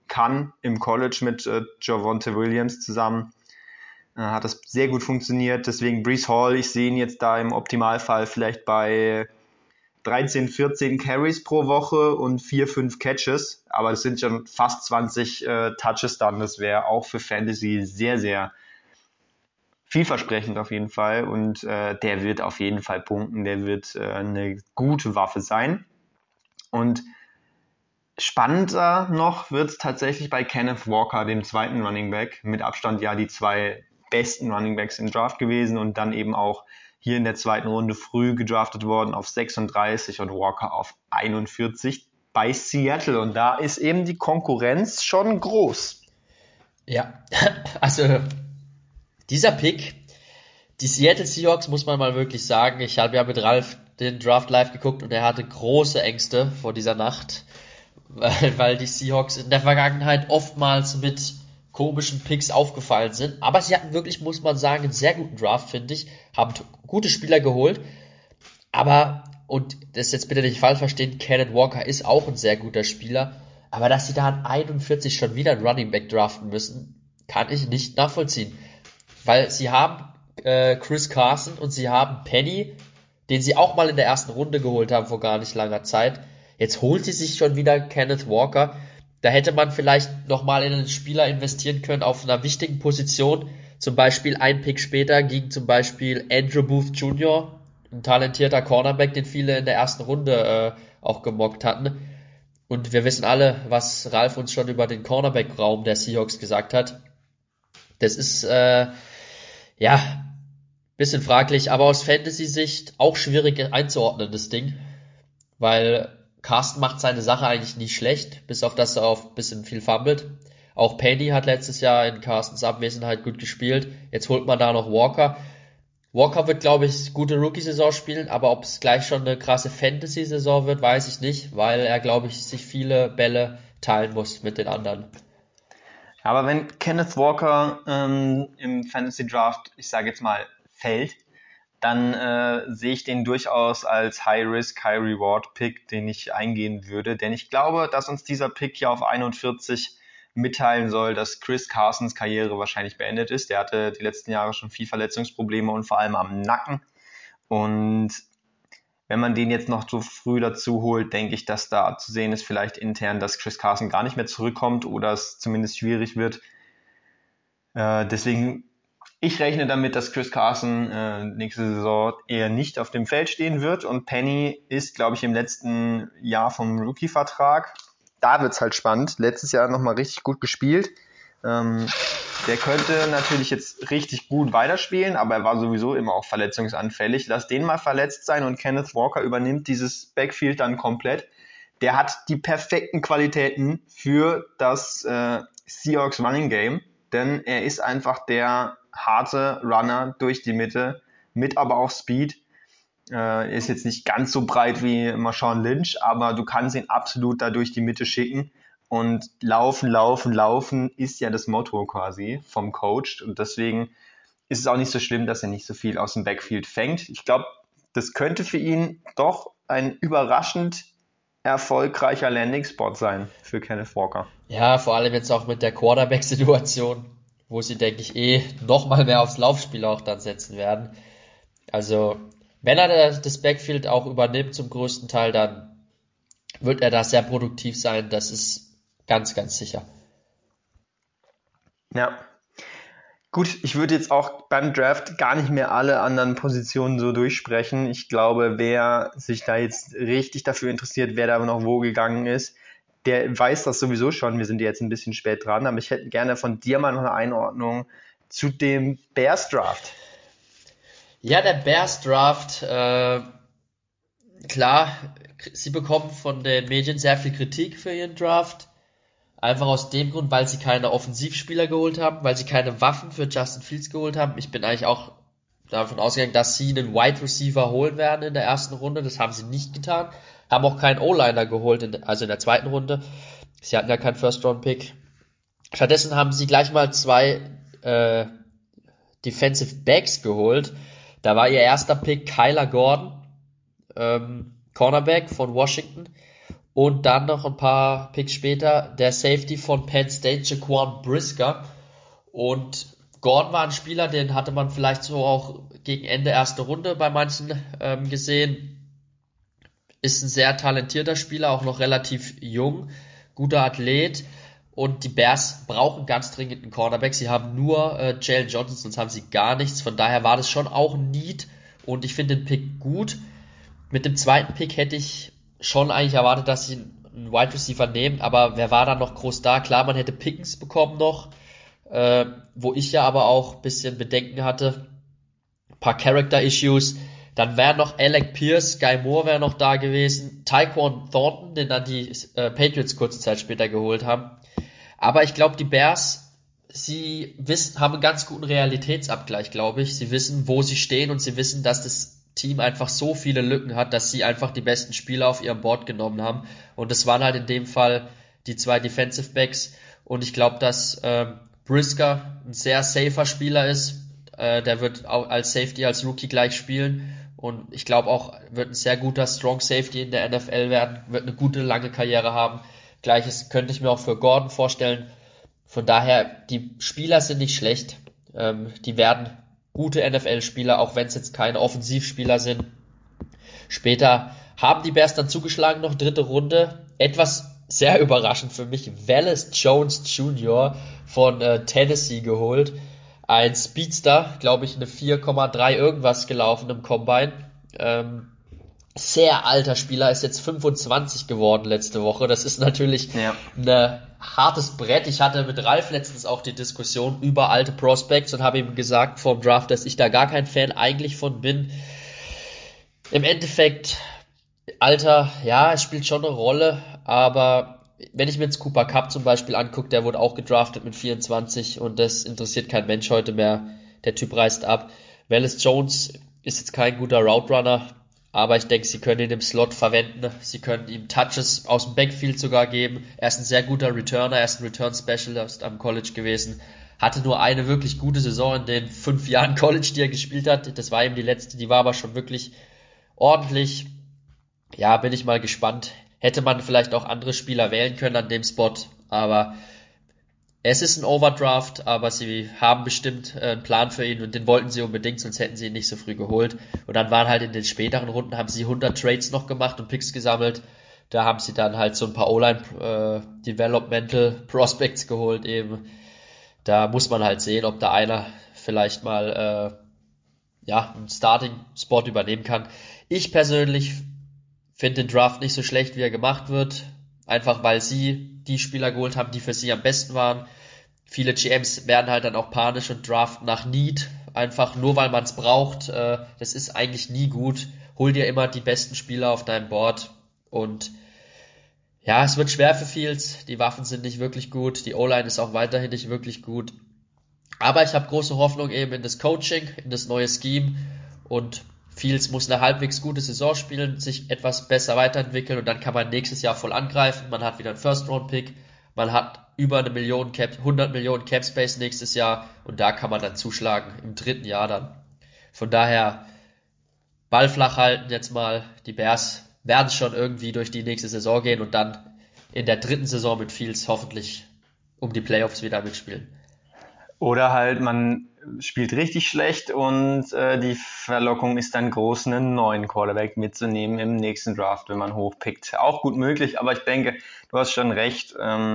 Speaker 3: kann im College mit Javonte Williams zusammen. Hat das sehr gut funktioniert. Deswegen Breece Hall, ich sehe ihn jetzt da im Optimalfall vielleicht bei 13, 14 Carries pro Woche und 4, 5 Catches. Aber das sind schon fast 20 Touches dann. Das wäre auch für Fantasy sehr, sehr vielversprechend auf jeden Fall. Und der wird auf jeden Fall punkten. Der wird eine gute Waffe sein. Und spannender noch wird es tatsächlich bei Kenneth Walker, dem zweiten Running Back. Mit Abstand ja die 2 besten Running Backs im Draft gewesen und dann eben auch hier in der zweiten Runde früh gedraftet worden auf 36 und Walker auf 41 bei Seattle. Und da ist eben die Konkurrenz schon groß.
Speaker 4: Ja, also dieser Pick, die Seattle Seahawks, muss man mal wirklich sagen, ich habe ja mit Ralf den Draft live geguckt und er hatte große Ängste vor dieser Nacht, weil die Seahawks in der Vergangenheit oftmals mit komischen Picks aufgefallen sind. Aber sie hatten wirklich, muss man sagen, einen sehr guten Draft, finde ich. Haben gute Spieler geholt. Aber, und das jetzt bitte nicht falsch verstehen, Kenneth Walker ist auch ein sehr guter Spieler. Aber dass sie da an 41 schon wieder einen Running Back draften müssen, kann ich nicht nachvollziehen. Weil sie haben Chris Carson und sie haben Penny, den sie auch mal in der ersten Runde geholt haben vor gar nicht langer Zeit. Jetzt holt sie sich schon wieder Kenneth Walker. Da hätte man vielleicht nochmal in einen Spieler investieren können auf einer wichtigen Position. Zum Beispiel ein Pick später ging zum Beispiel Andrew Booth Jr., ein talentierter Cornerback, den viele in der ersten Runde auch gemockt hatten. Und wir wissen alle, was Ralf uns schon über den Cornerback-Raum der Seahawks gesagt hat. Das ist, bisschen fraglich, aber aus Fantasy-Sicht auch schwierig einzuordnen, das Ding. Weil Carsten macht seine Sache eigentlich nie schlecht, bis auf dass er auf ein bisschen viel fummelt. Auch Penny hat letztes Jahr in Carstens Abwesenheit gut gespielt. Jetzt holt man da noch Walker. Walker wird, glaube ich, gute Rookie-Saison spielen, aber ob es gleich schon eine krasse Fantasy-Saison wird, weiß ich nicht, weil er, glaube ich, sich viele Bälle teilen muss mit den anderen.
Speaker 3: Aber wenn Kenneth Walker im Fantasy Draft, ich sage jetzt mal, fällt, dann sehe ich den durchaus als High-Risk, High-Reward-Pick, den ich eingehen würde. Denn ich glaube, dass uns dieser Pick hier auf 41 mitteilen soll, dass Chris Carsons Karriere wahrscheinlich beendet ist. Der hatte die letzten Jahre schon viel Verletzungsprobleme und vor allem am Nacken. Und wenn man den jetzt noch so früh dazu holt, denke ich, dass da zu sehen ist vielleicht intern, dass Chris Carson gar nicht mehr zurückkommt oder es zumindest schwierig wird. Deswegen, ich rechne damit, dass Chris Carson nächste Saison eher nicht auf dem Feld stehen wird. Und Penny ist, glaube ich, im letzten Jahr vom Rookie-Vertrag. Da wird's halt spannend. Letztes Jahr nochmal richtig gut gespielt. Der könnte natürlich jetzt richtig gut weiterspielen, aber er war sowieso immer auch verletzungsanfällig. Lass den mal verletzt sein und Kenneth Walker übernimmt dieses Backfield dann komplett. Der hat die perfekten Qualitäten für das Seahawks Running Game, denn er ist einfach der harte Runner durch die Mitte, mit aber auch Speed. Ist jetzt nicht ganz so breit wie Marshawn Lynch, aber du kannst ihn absolut da durch die Mitte schicken. Und laufen ist ja das Motto quasi vom Coach. Und deswegen ist es auch nicht so schlimm, dass er nicht so viel aus dem Backfield fängt. Ich glaube, das könnte für ihn doch ein überraschend erfolgreicher Landing-Spot sein für Kenneth Walker.
Speaker 4: Ja, vor allem jetzt auch mit der Quarterback-Situation, wo sie, denke ich, noch mal mehr aufs Laufspiel auch dann setzen werden. Also, wenn er das Backfield auch übernimmt zum größten Teil, dann wird er da sehr produktiv sein. Das ist ganz, ganz sicher.
Speaker 3: Ja. Gut, ich würde jetzt auch beim Draft gar nicht mehr alle anderen Positionen so durchsprechen. Ich glaube, wer sich da jetzt richtig dafür interessiert, wer da noch wo gegangen ist, der weiß das sowieso schon. Wir sind jetzt ein bisschen spät dran, aber ich hätte gerne von dir mal noch eine Einordnung zu dem Bears Draft.
Speaker 4: Ja, der Bears Draft, klar, sie bekommen von den Medien sehr viel Kritik für ihren Draft. Einfach aus dem Grund, weil sie keine Offensivspieler geholt haben, weil sie keine Waffen für Justin Fields geholt haben. Ich bin eigentlich auch davon ausgegangen, dass sie einen Wide Receiver holen werden in der ersten Runde. Das haben sie nicht getan. Haben auch keinen O-Liner geholt, also in der zweiten Runde. Sie hatten ja keinen First-Round-Pick. Stattdessen haben sie gleich mal 2 Defensive Backs geholt. Da war ihr erster Pick Kyler Gordon, Cornerback von Washington. Und dann noch ein paar Picks später der Safety von Penn State, Jaquan Brisker. Und Gordon war ein Spieler, den hatte man vielleicht so auch gegen Ende erste Runde bei manchen gesehen. Ist ein sehr talentierter Spieler, auch noch relativ jung, guter Athlet. Und die Bears brauchen ganz dringend einen Cornerback. Sie haben nur Jalen Johnson, sonst haben sie gar nichts. Von daher war das schon auch ein Need. Und ich finde den Pick gut. Mit dem zweiten Pick hätte ich schon eigentlich erwartet, dass sie einen Wide Receiver nehmen. Aber wer war da noch groß da? Klar, man hätte Pickens bekommen noch. Wo ich ja aber auch ein bisschen Bedenken hatte. Ein paar Character-Issues. Dann wäre noch Alec Pierce, Guy Moore wäre noch da gewesen. Tyquan Thornton, den dann die Patriots kurze Zeit später geholt haben. Aber ich glaube, die Bears, haben einen ganz guten Realitätsabgleich, glaube ich. Sie wissen, wo sie stehen, und sie wissen, dass das Team einfach so viele Lücken hat, dass sie einfach die besten Spieler auf ihrem Board genommen haben. Und das waren halt in dem Fall die 2 Defensive Backs. Und ich glaube, dass Brisker ein sehr safer Spieler ist. Der wird auch als Safety, als Rookie gleich spielen. Und ich glaube auch, wird ein sehr guter Strong Safety in der NFL werden. Wird eine gute, lange Karriere haben. Gleiches könnte ich mir auch für Gordon vorstellen. Von daher, die Spieler sind nicht schlecht. Die werden gute NFL-Spieler, auch wenn es jetzt keine Offensivspieler sind. Später haben die Bears dann zugeschlagen, noch 3. Runde. Etwas sehr überraschend für mich, Wallace Jones Jr. von Tennessee geholt. Ein Speedster, glaube ich, eine 4,3 irgendwas gelaufen im Combine. Sehr alter Spieler, ist jetzt 25 geworden letzte Woche. Das ist natürlich ein hartes Brett. Ich hatte mit Ralf letztens auch die Diskussion über alte Prospects und habe ihm gesagt vor dem Draft, dass ich da gar kein Fan eigentlich von bin. Im Endeffekt, Alter, ja, es spielt schon eine Rolle, aber wenn ich mir jetzt Cooper Kupp zum Beispiel angucke, der wurde auch gedraftet mit 24 und das interessiert kein Mensch heute mehr. Der Typ reißt ab. Wallace Jones ist jetzt kein guter Route Runner, aber ich denke, sie können ihn im Slot verwenden. Sie können ihm Touches aus dem Backfield sogar geben. Er ist ein sehr guter Returner, er ist ein Return Specialist am College gewesen. Hatte nur eine wirklich gute Saison in den 5 Jahren College, die er gespielt hat. Das war eben die letzte, die war aber schon wirklich ordentlich. Ja, bin ich mal gespannt. Hätte man vielleicht auch andere Spieler wählen können an dem Spot, aber es ist ein Overdraft, aber sie haben bestimmt einen Plan für ihn und den wollten sie unbedingt, sonst hätten sie ihn nicht so früh geholt. Und dann waren halt in den späteren Runden, haben sie 100 Trades noch gemacht und Picks gesammelt. Da haben sie dann halt so ein paar O-Line Developmental Prospects geholt eben. Da muss man halt sehen, ob da einer vielleicht mal einen Starting-Spot übernehmen kann. Ich persönlich finde den Draft nicht so schlecht, wie er gemacht wird. Einfach weil sie die Spieler geholt haben, die für sie am besten waren. Viele GMs werden halt dann auch panisch und draften nach Need. Einfach nur, weil man es braucht. Das ist eigentlich nie gut. Hol dir immer die besten Spieler auf deinem Board. Und ja, es wird schwer für Fields. Die Waffen sind nicht wirklich gut. Die O-Line ist auch weiterhin nicht wirklich gut. Aber ich habe große Hoffnung eben in das Coaching, in das neue Scheme. Und Fields muss eine halbwegs gute Saison spielen, sich etwas besser weiterentwickeln und dann kann man nächstes Jahr voll angreifen. Man hat wieder einen First-Round-Pick, man hat über 100 Millionen Cap-Space nächstes Jahr und da kann man dann zuschlagen, im 3. Jahr dann. Von daher, Ball flach halten jetzt mal. Die Bears werden schon irgendwie durch die nächste Saison gehen und dann in der 3. Saison mit Fields hoffentlich um die Playoffs wieder mitspielen.
Speaker 3: Oder halt, man spielt richtig schlecht und die Verlockung ist dann groß, einen neuen Quarterback mitzunehmen im nächsten Draft, wenn man hochpickt. Auch gut möglich, aber ich denke, du hast schon recht.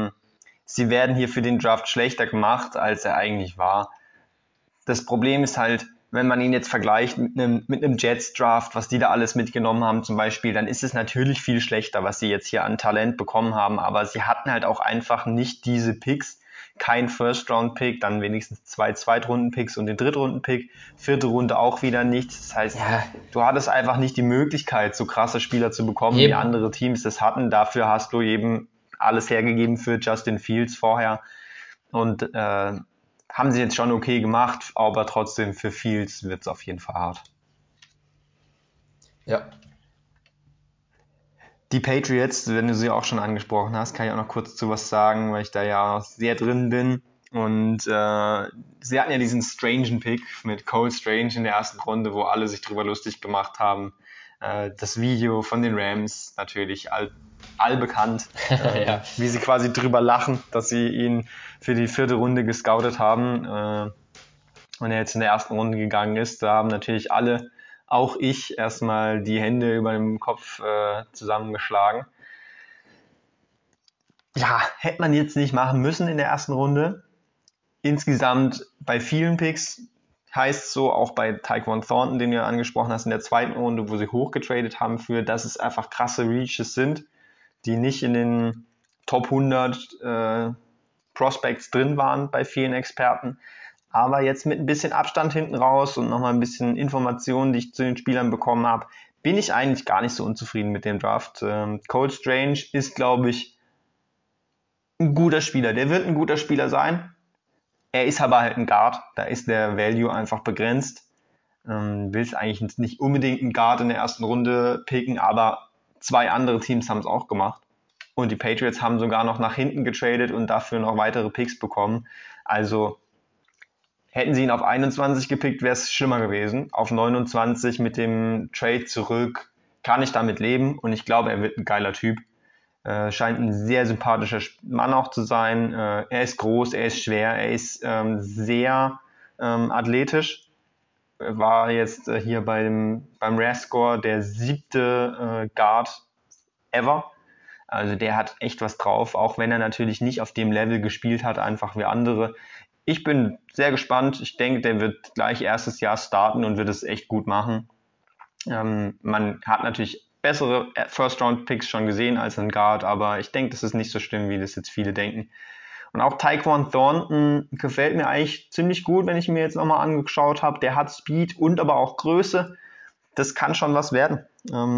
Speaker 3: Sie werden hier für den Draft schlechter gemacht, als er eigentlich war. Das Problem ist halt, wenn man ihn jetzt vergleicht mit einem Jets-Draft, was die da alles mitgenommen haben zum Beispiel, dann ist es natürlich viel schlechter, was sie jetzt hier an Talent bekommen haben. Aber sie hatten halt auch einfach nicht diese Picks. Kein First-Round-Pick, dann wenigstens 2 Zweitrunden-Picks und den Drittrunden-Pick. 4. Runde auch wieder nichts. Das heißt, du hattest einfach nicht die Möglichkeit, so krasse Spieler zu bekommen, wie andere Teams das hatten. Dafür hast du eben alles hergegeben für Justin Fields vorher. Und haben sie jetzt schon okay gemacht, aber trotzdem für Fields wird es auf jeden Fall hart.
Speaker 4: Ja.
Speaker 3: Die Patriots, wenn du sie auch schon angesprochen hast, kann ich auch noch kurz zu was sagen, weil ich da ja sehr drin bin. Und sie hatten ja diesen strangen Pick mit Cole Strange in der ersten Runde, wo alle sich drüber lustig gemacht haben. Das Video von den Rams natürlich allbekannt,
Speaker 4: Ja.
Speaker 3: wie sie quasi drüber lachen, dass sie ihn für die 4. Runde gescoutet haben und er jetzt in der ersten Runde gegangen ist. Da haben natürlich alle, auch ich, erstmal die Hände über dem Kopf zusammengeschlagen. Ja, hätte man jetzt nicht machen müssen in der ersten Runde. Insgesamt bei vielen Picks heißt es so, auch bei Tyquan Thornton, den du ja angesprochen hast, in der 2. Runde, wo sie hochgetradet haben für, dass es einfach krasse Reaches sind, die nicht in den Top 100 Prospects drin waren bei vielen Experten. Aber jetzt mit ein bisschen Abstand hinten raus und nochmal ein bisschen Informationen, die ich zu den Spielern bekommen habe, bin ich eigentlich gar nicht so unzufrieden mit dem Draft. Cole Strange ist, glaube ich, ein guter Spieler. Der wird ein guter Spieler sein. Er ist aber halt ein Guard. Da ist der Value einfach begrenzt. Willst eigentlich nicht unbedingt einen Guard in der ersten Runde picken, aber 2 andere Teams haben es auch gemacht. Und die Patriots haben sogar noch nach hinten getradet und dafür noch weitere Picks bekommen. Also hätten sie ihn auf 21 gepickt, wäre es schlimmer gewesen. Auf 29 mit dem Trade zurück kann ich damit leben und ich glaube, er wird ein geiler Typ. Scheint ein sehr sympathischer Mann auch zu sein. Er ist groß, er ist schwer, er ist sehr athletisch. War jetzt hier beim RAS-Score der 7. Guard ever. Also der hat echt was drauf, auch wenn er natürlich nicht auf dem Level gespielt hat, einfach wie andere. Ich bin sehr gespannt. Ich denke, der wird gleich erstes Jahr starten und wird es echt gut machen. Man hat natürlich bessere First-Round-Picks schon gesehen als ein Guard, aber ich denke, das ist nicht so schlimm, wie das jetzt viele denken. Und auch Tyquan Thornton gefällt mir eigentlich ziemlich gut, wenn ich mir jetzt nochmal angeschaut habe. Der hat Speed und aber auch Größe. Das kann schon was werden.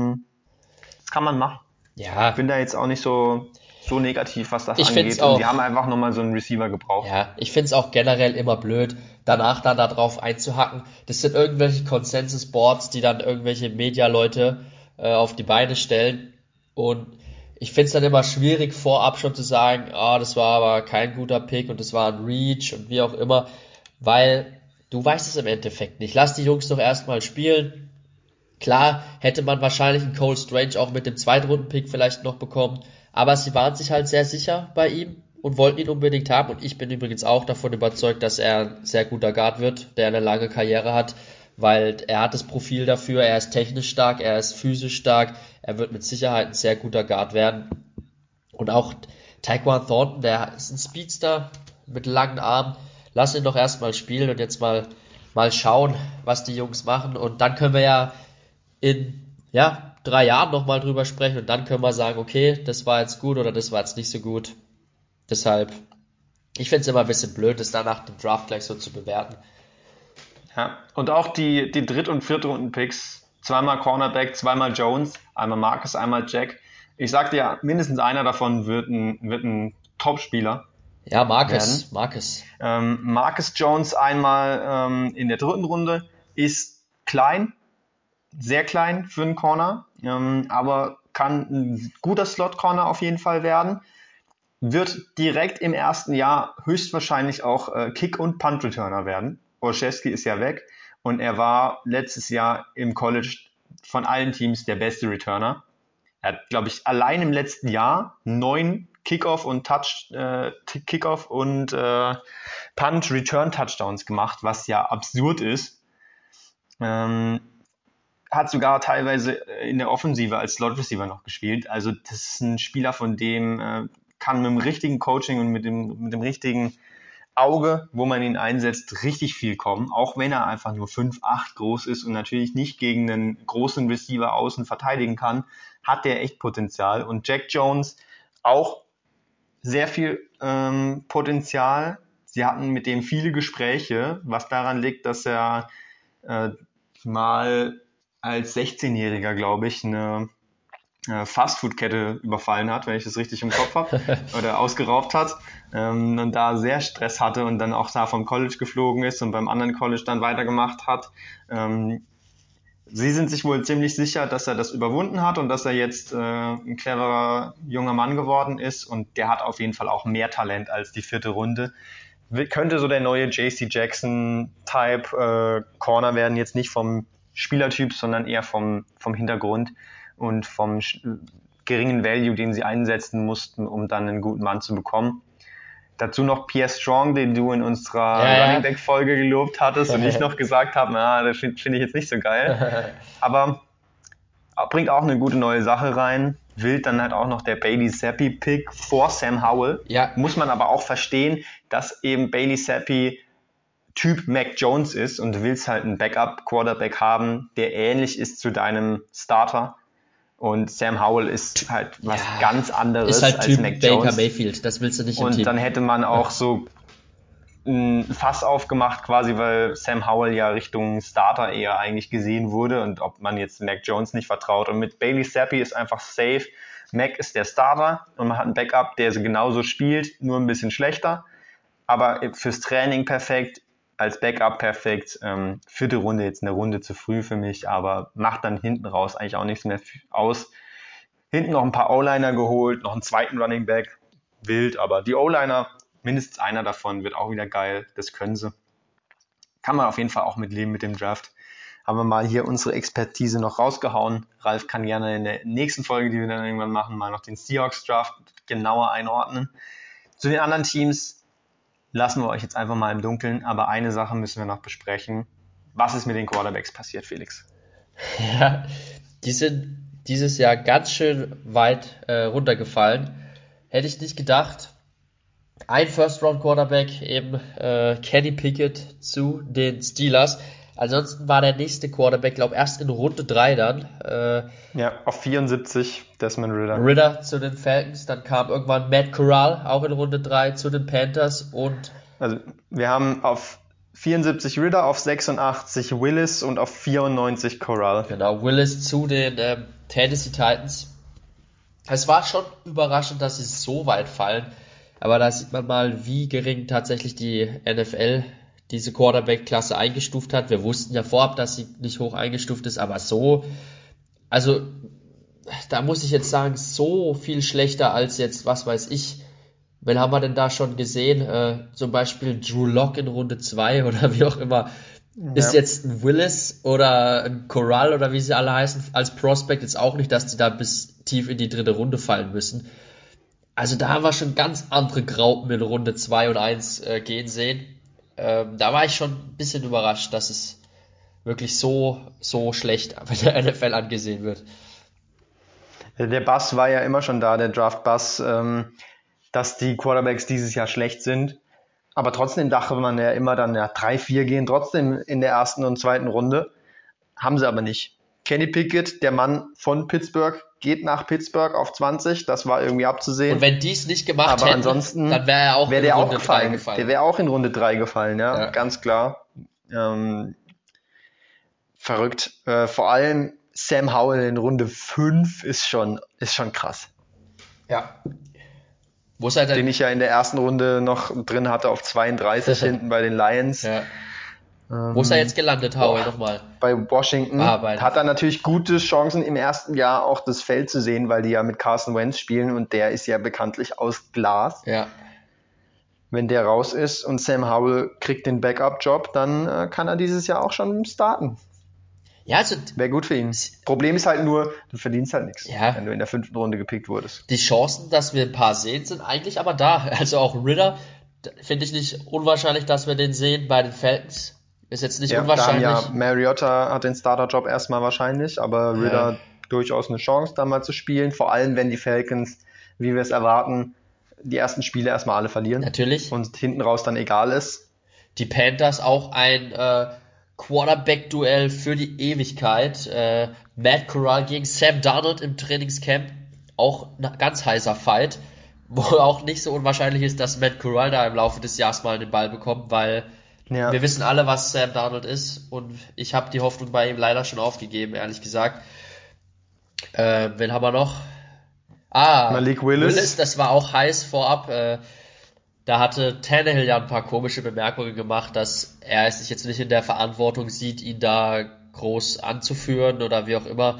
Speaker 3: Das kann man machen.
Speaker 4: Ja.
Speaker 3: Ich bin da jetzt auch nicht so negativ, was das
Speaker 4: Ich
Speaker 3: angeht.
Speaker 4: find's auch.
Speaker 3: Und die haben einfach nochmal so einen Receiver gebraucht.
Speaker 4: Ja, ich find's auch generell immer blöd, danach dann da drauf einzuhacken. Das sind irgendwelche Consensus-Boards, die dann irgendwelche Media-Leute auf die Beine stellen. Und ich find's dann immer schwierig, vorab schon zu sagen, das war aber kein guter Pick und das war ein Reach und wie auch immer, weil du weißt es im Endeffekt nicht. Lass die Jungs doch erstmal spielen. Klar, hätte man wahrscheinlich einen Cole Strange auch mit dem Zweitrunden-Pick vielleicht noch bekommen, aber sie waren sich halt sehr sicher bei ihm und wollten ihn unbedingt haben. Und ich bin übrigens auch davon überzeugt, dass er ein sehr guter Guard wird, der eine lange Karriere hat, weil er hat das Profil dafür, er ist technisch stark, er ist physisch stark, er wird mit Sicherheit ein sehr guter Guard werden. Und auch Tyquan Thornton, der ist ein Speedster mit langen Armen. Lass ihn doch erstmal spielen und jetzt mal schauen, was die Jungs machen. Und dann können wir ja in 3 Jahren nochmal drüber sprechen und dann können wir sagen, okay, das war jetzt gut oder das war jetzt nicht so gut. Deshalb, ich finde es immer ein bisschen blöd, das dann nach dem Draft gleich so zu bewerten.
Speaker 3: Ja, und auch die Dritt- und Viertrunden-Picks, 2-mal Cornerback, 2-mal Jones, einmal Marcus, einmal Jack. Ich sagte ja, mindestens einer davon wird ein Top-Spieler.
Speaker 4: Ja, Marcus.
Speaker 3: Marcus Jones einmal in der 3. Runde ist klein, sehr klein für einen Corner, aber kann ein guter Slot-Corner auf jeden Fall werden. Wird direkt im ersten Jahr höchstwahrscheinlich auch Kick- und Punt-Returner werden. Olszewski ist ja weg und er war letztes Jahr im College von allen Teams der beste Returner. Er hat, glaube ich, allein im letzten Jahr 9 Kickoff und Punt-Return-Touchdowns gemacht, was ja absurd ist. Hat sogar teilweise in der Offensive als Slot-Receiver noch gespielt. Also das ist ein Spieler, von dem kann mit dem richtigen Coaching und mit dem richtigen Auge, wo man ihn einsetzt, richtig viel kommen, auch wenn er einfach nur 5'8" groß ist und natürlich nicht gegen einen großen Receiver außen verteidigen kann, hat der echt Potenzial. Und Jack Jones auch sehr viel Potenzial. Sie hatten mit dem viele Gespräche, was daran liegt, dass er mal als 16-Jähriger, glaube ich, eine Fastfood-Kette überfallen hat, wenn ich das richtig im Kopf habe, oder ausgeraubt hat und da sehr Stress hatte und dann auch da vom College geflogen ist und beim anderen College dann weitergemacht hat. Sie sind sich wohl ziemlich sicher, dass er das überwunden hat und dass er jetzt ein cleverer junger Mann geworden ist und der hat auf jeden Fall auch mehr Talent als die 4. Runde. Könnte so der neue JC Jackson-Type Corner werden, jetzt nicht vom Spielertyp, sondern eher vom Hintergrund und vom geringen Value, den sie einsetzen mussten, um dann einen guten Mann zu bekommen. Dazu noch Pierre Strong, den du in unserer Running Back Folge gelobt hattest und ich noch gesagt habe, das finde ich jetzt nicht so geil. Aber bringt auch eine gute neue Sache rein. Wild dann halt auch noch der Bailey Zappi Pick vor Sam Howell.
Speaker 4: Ja.
Speaker 3: Muss man aber auch verstehen, dass eben Bailey Zappi Typ Mac Jones ist und du willst halt einen Backup-Quarterback haben, der ähnlich ist zu deinem Starter. Und Sam Howell ist halt was ganz anderes
Speaker 4: ist halt
Speaker 3: als
Speaker 4: Typ
Speaker 3: Mac Jones.
Speaker 4: Baker Mayfield, das willst du nicht im Team.
Speaker 3: Und dann hätte man auch so ein Fass aufgemacht, quasi, weil Sam Howell ja Richtung Starter eher eigentlich gesehen wurde und ob man jetzt Mac Jones nicht vertraut. Und mit Bailey Zappi ist einfach safe. Mac ist der Starter und man hat einen Backup, der so genauso spielt, nur ein bisschen schlechter. Aber fürs Training perfekt, als Backup perfekt. 4. Runde, jetzt eine Runde zu früh für mich, aber macht dann hinten raus eigentlich auch nichts mehr aus. Hinten noch ein paar O-Liner geholt, noch einen zweiten Running Back. Wild, aber die O-Liner, mindestens einer davon wird auch wieder geil, das können sie. Kann man auf jeden Fall auch mitleben mit dem Draft. Haben wir mal hier unsere Expertise noch rausgehauen. Ralf kann gerne in der nächsten Folge, die wir dann irgendwann machen, mal noch den Seahawks-Draft genauer einordnen. Zu den anderen Teams lassen wir euch jetzt einfach mal im Dunkeln, aber eine Sache müssen wir noch besprechen. Was ist mit den Quarterbacks passiert, Felix?
Speaker 4: Ja, die sind dieses Jahr ganz schön weit runtergefallen. Hätte ich nicht gedacht. Ein First-Round-Quarterback, eben Kenny Pickett zu den Steelers. Ansonsten war der nächste Quarterback, glaube ich, erst in Runde 3 dann.
Speaker 3: Auf 74 Desmond Ridder.
Speaker 4: Ridder zu den Falcons, dann kam irgendwann Matt Corral, auch in Runde 3 zu den Panthers und...
Speaker 3: Also wir haben auf 74 Ridder, auf 86 Willis und auf 94 Corral.
Speaker 4: Genau, Willis zu den Tennessee Titans. Es war schon überraschend, dass sie so weit fallen, aber da sieht man mal, wie gering tatsächlich die NFL diese Quarterback-Klasse eingestuft hat. Wir wussten ja vorab, dass sie nicht hoch eingestuft ist, aber so, also da muss ich jetzt sagen, so viel schlechter als jetzt, was weiß ich, wen haben wir denn da schon gesehen? Zum Beispiel Drew Lock in Runde 2 oder wie auch immer. Ja. Ist jetzt ein Willis oder ein Corral oder wie sie alle heißen, als Prospect jetzt auch nicht, dass die da bis tief in die 3. Runde fallen müssen. Also da haben wir schon ganz andere Graupen in Runde 2 und 1 gehen sehen. Da war ich schon ein bisschen überrascht, dass es wirklich so schlecht bei der NFL angesehen wird.
Speaker 3: Der Bass war ja immer schon da, der Draft-Bass, dass die Quarterbacks dieses Jahr schlecht sind. Aber trotzdem dachte man ja immer dann, 3-4 gehen trotzdem in der 1. und 2. Runde. Haben sie aber nicht. Kenny Pickett, der Mann von Pittsburgh, geht nach Pittsburgh auf 20. Das war irgendwie abzusehen.
Speaker 4: Und wenn die es nicht gemacht
Speaker 3: aber
Speaker 4: hätten,
Speaker 3: ansonsten
Speaker 4: dann wäre er auch
Speaker 3: in
Speaker 4: Runde 3 gefallen.
Speaker 3: Der wäre auch in Runde 3 gefallen, ja. Ganz klar. Verrückt. Vor allem Sam Howell in Runde 5 ist schon krass.
Speaker 4: Ja. Wo ist er denn?
Speaker 3: Den ich ja in der ersten Runde noch drin hatte auf 32 hinten bei den Lions.
Speaker 4: Ja. Wo ist er jetzt gelandet, Howell, nochmal?
Speaker 3: Bei Washington. Hat er natürlich gute Chancen im ersten Jahr auch das Feld zu sehen, weil die ja mit Carson Wentz spielen und der ist ja bekanntlich aus Glas.
Speaker 4: Ja.
Speaker 3: Wenn der raus ist und Sam Howell kriegt den Backup-Job, dann kann er dieses Jahr auch schon starten.
Speaker 4: Ja, also
Speaker 3: wäre gut für ihn. Problem ist halt nur, du verdienst halt nichts,
Speaker 4: ja,
Speaker 3: wenn du in der 5. Runde gepickt wurdest.
Speaker 4: Die Chancen, dass wir ein paar sehen, sind eigentlich aber da. Also auch Ridder, finde ich nicht unwahrscheinlich, dass wir den sehen bei den Falcons. Ist jetzt nicht unwahrscheinlich.
Speaker 3: Ja, Mariota hat den Starter-Job erstmal wahrscheinlich, aber Ridder durchaus eine Chance, da mal zu spielen. Vor allem, wenn die Falcons, wie wir es erwarten, die ersten Spiele erstmal alle verlieren.
Speaker 4: Natürlich.
Speaker 3: Und hinten raus dann egal ist.
Speaker 4: Die Panthers auch ein Quarterback-Duell für die Ewigkeit. Matt Corral gegen Sam Darnold im Trainingscamp. Auch ein ganz heißer Fight. Wo auch nicht so unwahrscheinlich ist, dass Matt Corral da im Laufe des Jahres mal den Ball bekommt, weil wir wissen alle, was Sam Darnold ist. Und ich habe die Hoffnung bei ihm leider schon aufgegeben, ehrlich gesagt. Wen haben wir noch?
Speaker 3: Malik Willis.
Speaker 4: Das war auch heiß vorab. Da hatte Tannehill ja ein paar komische Bemerkungen gemacht, dass er sich jetzt nicht in der Verantwortung sieht, ihn da groß anzuführen oder wie auch immer.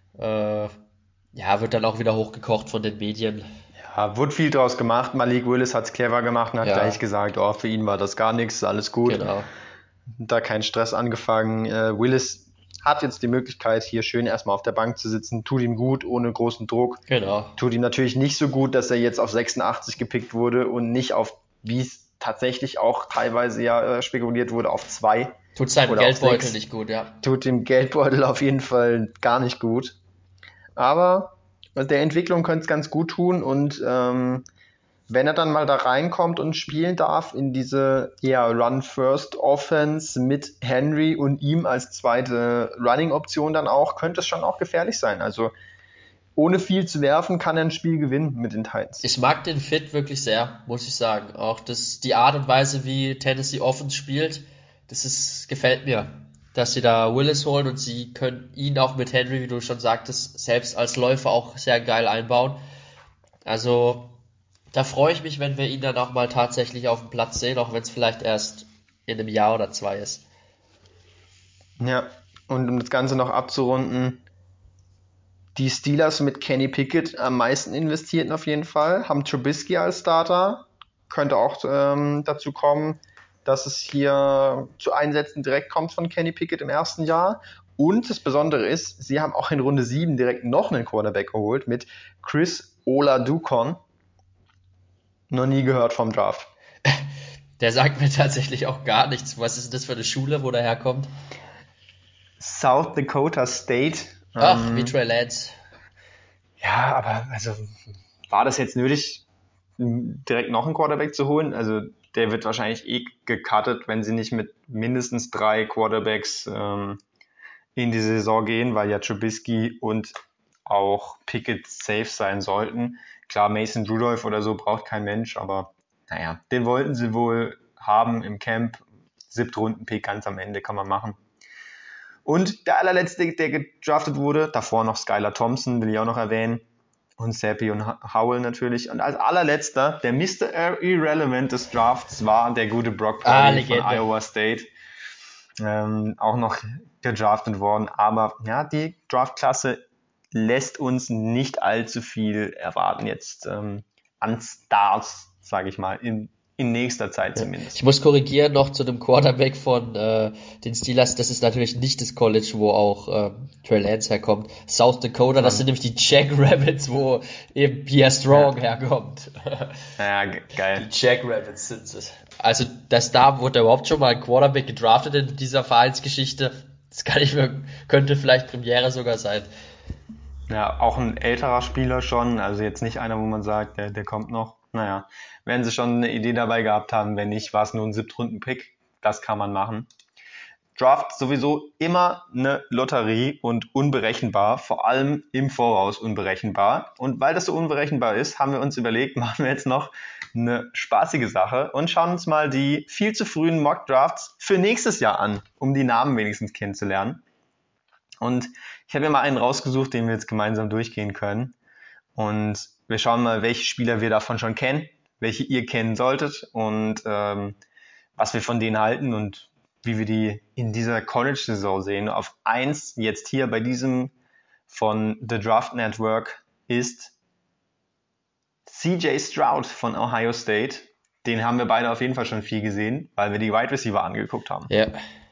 Speaker 4: Wird dann auch wieder hochgekocht von den Medien.
Speaker 3: Ja, wurde viel draus gemacht. Malik Willis hat es clever gemacht und hat gleich gesagt, für ihn war das gar nichts, alles gut.
Speaker 4: Genau.
Speaker 3: Da kein Stress angefangen. Willis hat jetzt die Möglichkeit, hier schön erstmal auf der Bank zu sitzen, tut ihm gut, ohne großen Druck.
Speaker 4: Genau.
Speaker 3: Tut ihm natürlich nicht so gut, dass er jetzt auf 86 gepickt wurde und nicht auf, wie es tatsächlich auch teilweise ja spekuliert wurde, auf 2.
Speaker 4: Tut seinem
Speaker 3: Oder auf
Speaker 4: Geldbeutel
Speaker 3: 6.
Speaker 4: nicht gut, ja.
Speaker 3: Tut dem Geldbeutel auf jeden Fall gar nicht gut. Aber der Entwicklung könnte es ganz gut tun und wenn er dann mal da reinkommt und spielen darf in diese Run-First-Offense mit Henry und ihm als zweite Running-Option dann auch, könnte es schon auch gefährlich sein. Also ohne viel zu werfen kann er ein Spiel gewinnen mit den Titans.
Speaker 4: Ich mag den Fit wirklich sehr, muss ich sagen. Auch die Art und Weise, wie Tennessee Offense spielt, gefällt mir. Dass sie da Willis holen und sie können ihn auch mit Henry, wie du schon sagtest, selbst als Läufer auch sehr geil einbauen. Also da freue ich mich, wenn wir ihn dann auch mal tatsächlich auf dem Platz sehen, auch wenn es vielleicht erst in einem Jahr oder 2 ist.
Speaker 3: Ja, und um das Ganze noch abzurunden, die Steelers mit Kenny Pickett am meisten investierten auf jeden Fall, haben Trubisky als Starter, könnte auch dazu kommen, dass es hier zu Einsätzen direkt kommt von Kenny Pickett im ersten Jahr. Und das Besondere ist, sie haben auch in Runde 7 direkt noch einen Quarterback geholt mit Chris Oladokun. Noch nie gehört vom Draft.
Speaker 4: Der sagt mir tatsächlich auch gar nichts. Was ist das für eine Schule, wo der herkommt?
Speaker 3: South Dakota State.
Speaker 4: Ach, wie Trey Lance.
Speaker 3: Ja, aber also war das jetzt nötig, direkt noch einen Quarterback zu holen? Also der wird wahrscheinlich gecuttet, wenn sie nicht mit mindestens 3 Quarterbacks in die Saison gehen, weil ja Trubisky und auch Pickett safe sein sollten. Klar, Mason Rudolph oder so braucht kein Mensch, aber naja, den wollten sie wohl haben im Camp. 7. Runden-Pick ganz am Ende kann man machen. Und der allerletzte, der gedraftet wurde, davor noch Skylar Thompson, will ich auch noch erwähnen. Und Seppi und Howell natürlich. Und als allerletzter, der Mr. Irrelevant des Drafts war der gute Brock Purdy von Iowa State. Auch noch gedraftet worden. Aber ja, die Draftklasse lässt uns nicht allzu viel erwarten jetzt an Stars, sage ich mal, in nächster Zeit zumindest.
Speaker 4: Ich muss korrigieren noch zu dem Quarterback von den Steelers. Das ist natürlich nicht das College, wo auch Trey Lance herkommt. South Dakota, das sind nämlich die Jackrabbits, wo eben Pierre Strong herkommt.
Speaker 3: Ja, geil.
Speaker 4: Die Jackrabbits sind es. Also, dass da wurde überhaupt schon mal ein Quarterback gedraftet in dieser Vereinsgeschichte, das könnte vielleicht Premiere sogar sein.
Speaker 3: Ja, auch ein älterer Spieler schon, also jetzt nicht einer, wo man sagt, der kommt noch. Naja, werden sie schon eine Idee dabei gehabt haben, wenn nicht, war es nur ein 7. Runden-Pick. Das kann man machen. Draft sowieso immer eine Lotterie und unberechenbar, vor allem im Voraus unberechenbar. Und weil das so unberechenbar ist, haben wir uns überlegt, machen wir jetzt noch eine spaßige Sache und schauen uns mal die viel zu frühen Mock-Drafts für nächstes Jahr an, um die Namen wenigstens kennenzulernen. Und ich habe mir mal einen rausgesucht, den wir jetzt gemeinsam durchgehen können. Und wir schauen mal, welche Spieler wir davon schon kennen, welche ihr kennen solltet und was wir von denen halten und wie wir die in dieser College-Saison sehen. Auf 1 jetzt hier bei diesem von The Draft Network ist CJ Stroud von Ohio State. Den haben wir beide auf jeden Fall schon viel gesehen, weil wir die Wide Receiver angeguckt haben.
Speaker 4: Ja.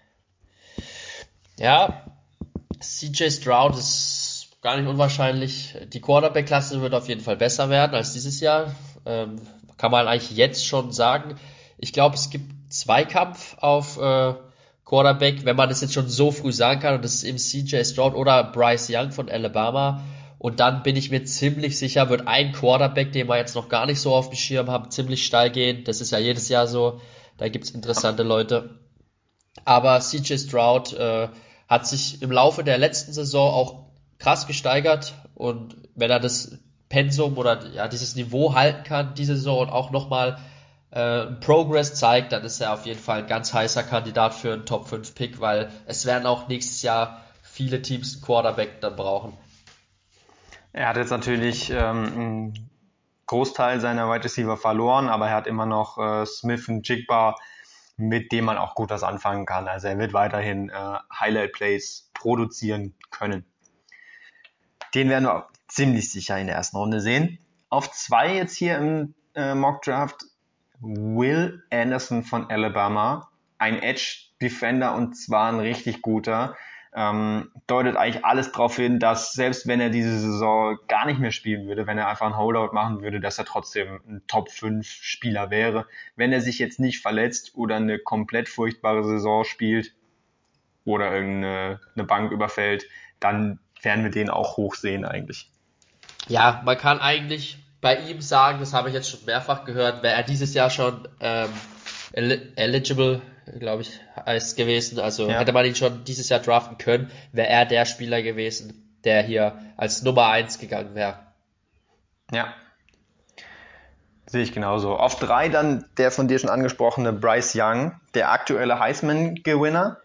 Speaker 4: Ja, CJ Stroud ist gar nicht unwahrscheinlich. Die Quarterback-Klasse wird auf jeden Fall besser werden als dieses Jahr. Kann man eigentlich jetzt schon sagen. Ich glaube, es gibt Zweikampf auf Quarterback, wenn man das jetzt schon so früh sagen kann. Und das ist eben CJ Stroud oder Bryce Young von Alabama. Und dann bin ich mir ziemlich sicher, wird ein Quarterback, den wir jetzt noch gar nicht so auf dem Schirm haben, ziemlich steil gehen. Das ist ja jedes Jahr so. Da gibt's interessante Leute. Aber CJ Stroud hat sich im Laufe der letzten Saison auch krass gesteigert. Und wenn er das Pensum oder ja dieses Niveau halten kann, diese Saison und auch nochmal Progress zeigt, dann ist er auf jeden Fall ein ganz heißer Kandidat für einen Top 5 Pick, weil es werden auch nächstes Jahr viele Teams einen Quarterback dann brauchen.
Speaker 3: Er hat jetzt natürlich einen Großteil seiner Wide Receiver verloren, aber er hat immer noch Smith und Jigba, mit dem man auch gut was anfangen kann. Also er wird weiterhin Highlight Plays produzieren können. Den werden wir ziemlich sicher in der ersten Runde sehen. Auf 2 jetzt hier im Mock Draft Will Anderson von Alabama, ein Edge Defender und zwar ein richtig guter. deutet eigentlich alles darauf hin, dass selbst wenn er diese Saison gar nicht mehr spielen würde, wenn er einfach ein Holdout machen würde, dass er trotzdem ein Top-5-Spieler wäre. Wenn er sich jetzt nicht verletzt oder eine komplett furchtbare Saison spielt oder irgendeine Bank überfällt, dann werden wir den auch hoch sehen eigentlich.
Speaker 4: Ja, man kann eigentlich bei ihm sagen, das habe ich jetzt schon mehrfach gehört, wäre er dieses Jahr schon eligible, glaube ich, heißt gewesen. Also hätte man ihn schon dieses Jahr draften können, wäre er der Spieler gewesen, der hier als Nummer 1 gegangen wäre.
Speaker 3: Ja, sehe ich genauso. Auf 3 dann der von dir schon angesprochene Bryce Young, der aktuelle Heisman-Gewinner.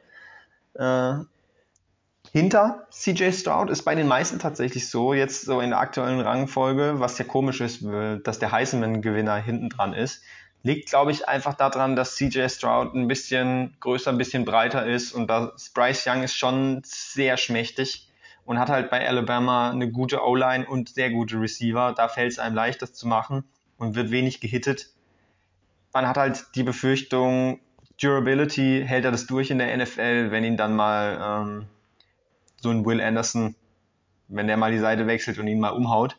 Speaker 3: Hinter CJ Stroud ist bei den meisten tatsächlich so, jetzt so in der aktuellen Rangfolge, was ja komisch ist, dass der Heisman-Gewinner hinten dran ist. Liegt, glaube ich, einfach daran, dass CJ Stroud ein bisschen größer, ein bisschen breiter ist und dass Bryce Young ist schon sehr schmächtig und hat halt bei Alabama eine gute O-Line und sehr gute Receiver. Da fällt es einem leicht, das zu machen und wird wenig gehittet. Man hat halt die Befürchtung, Durability, hält er das durch in der NFL, wenn ihn dann mal so ein Will Anderson, wenn der mal die Seite wechselt und ihn mal umhaut.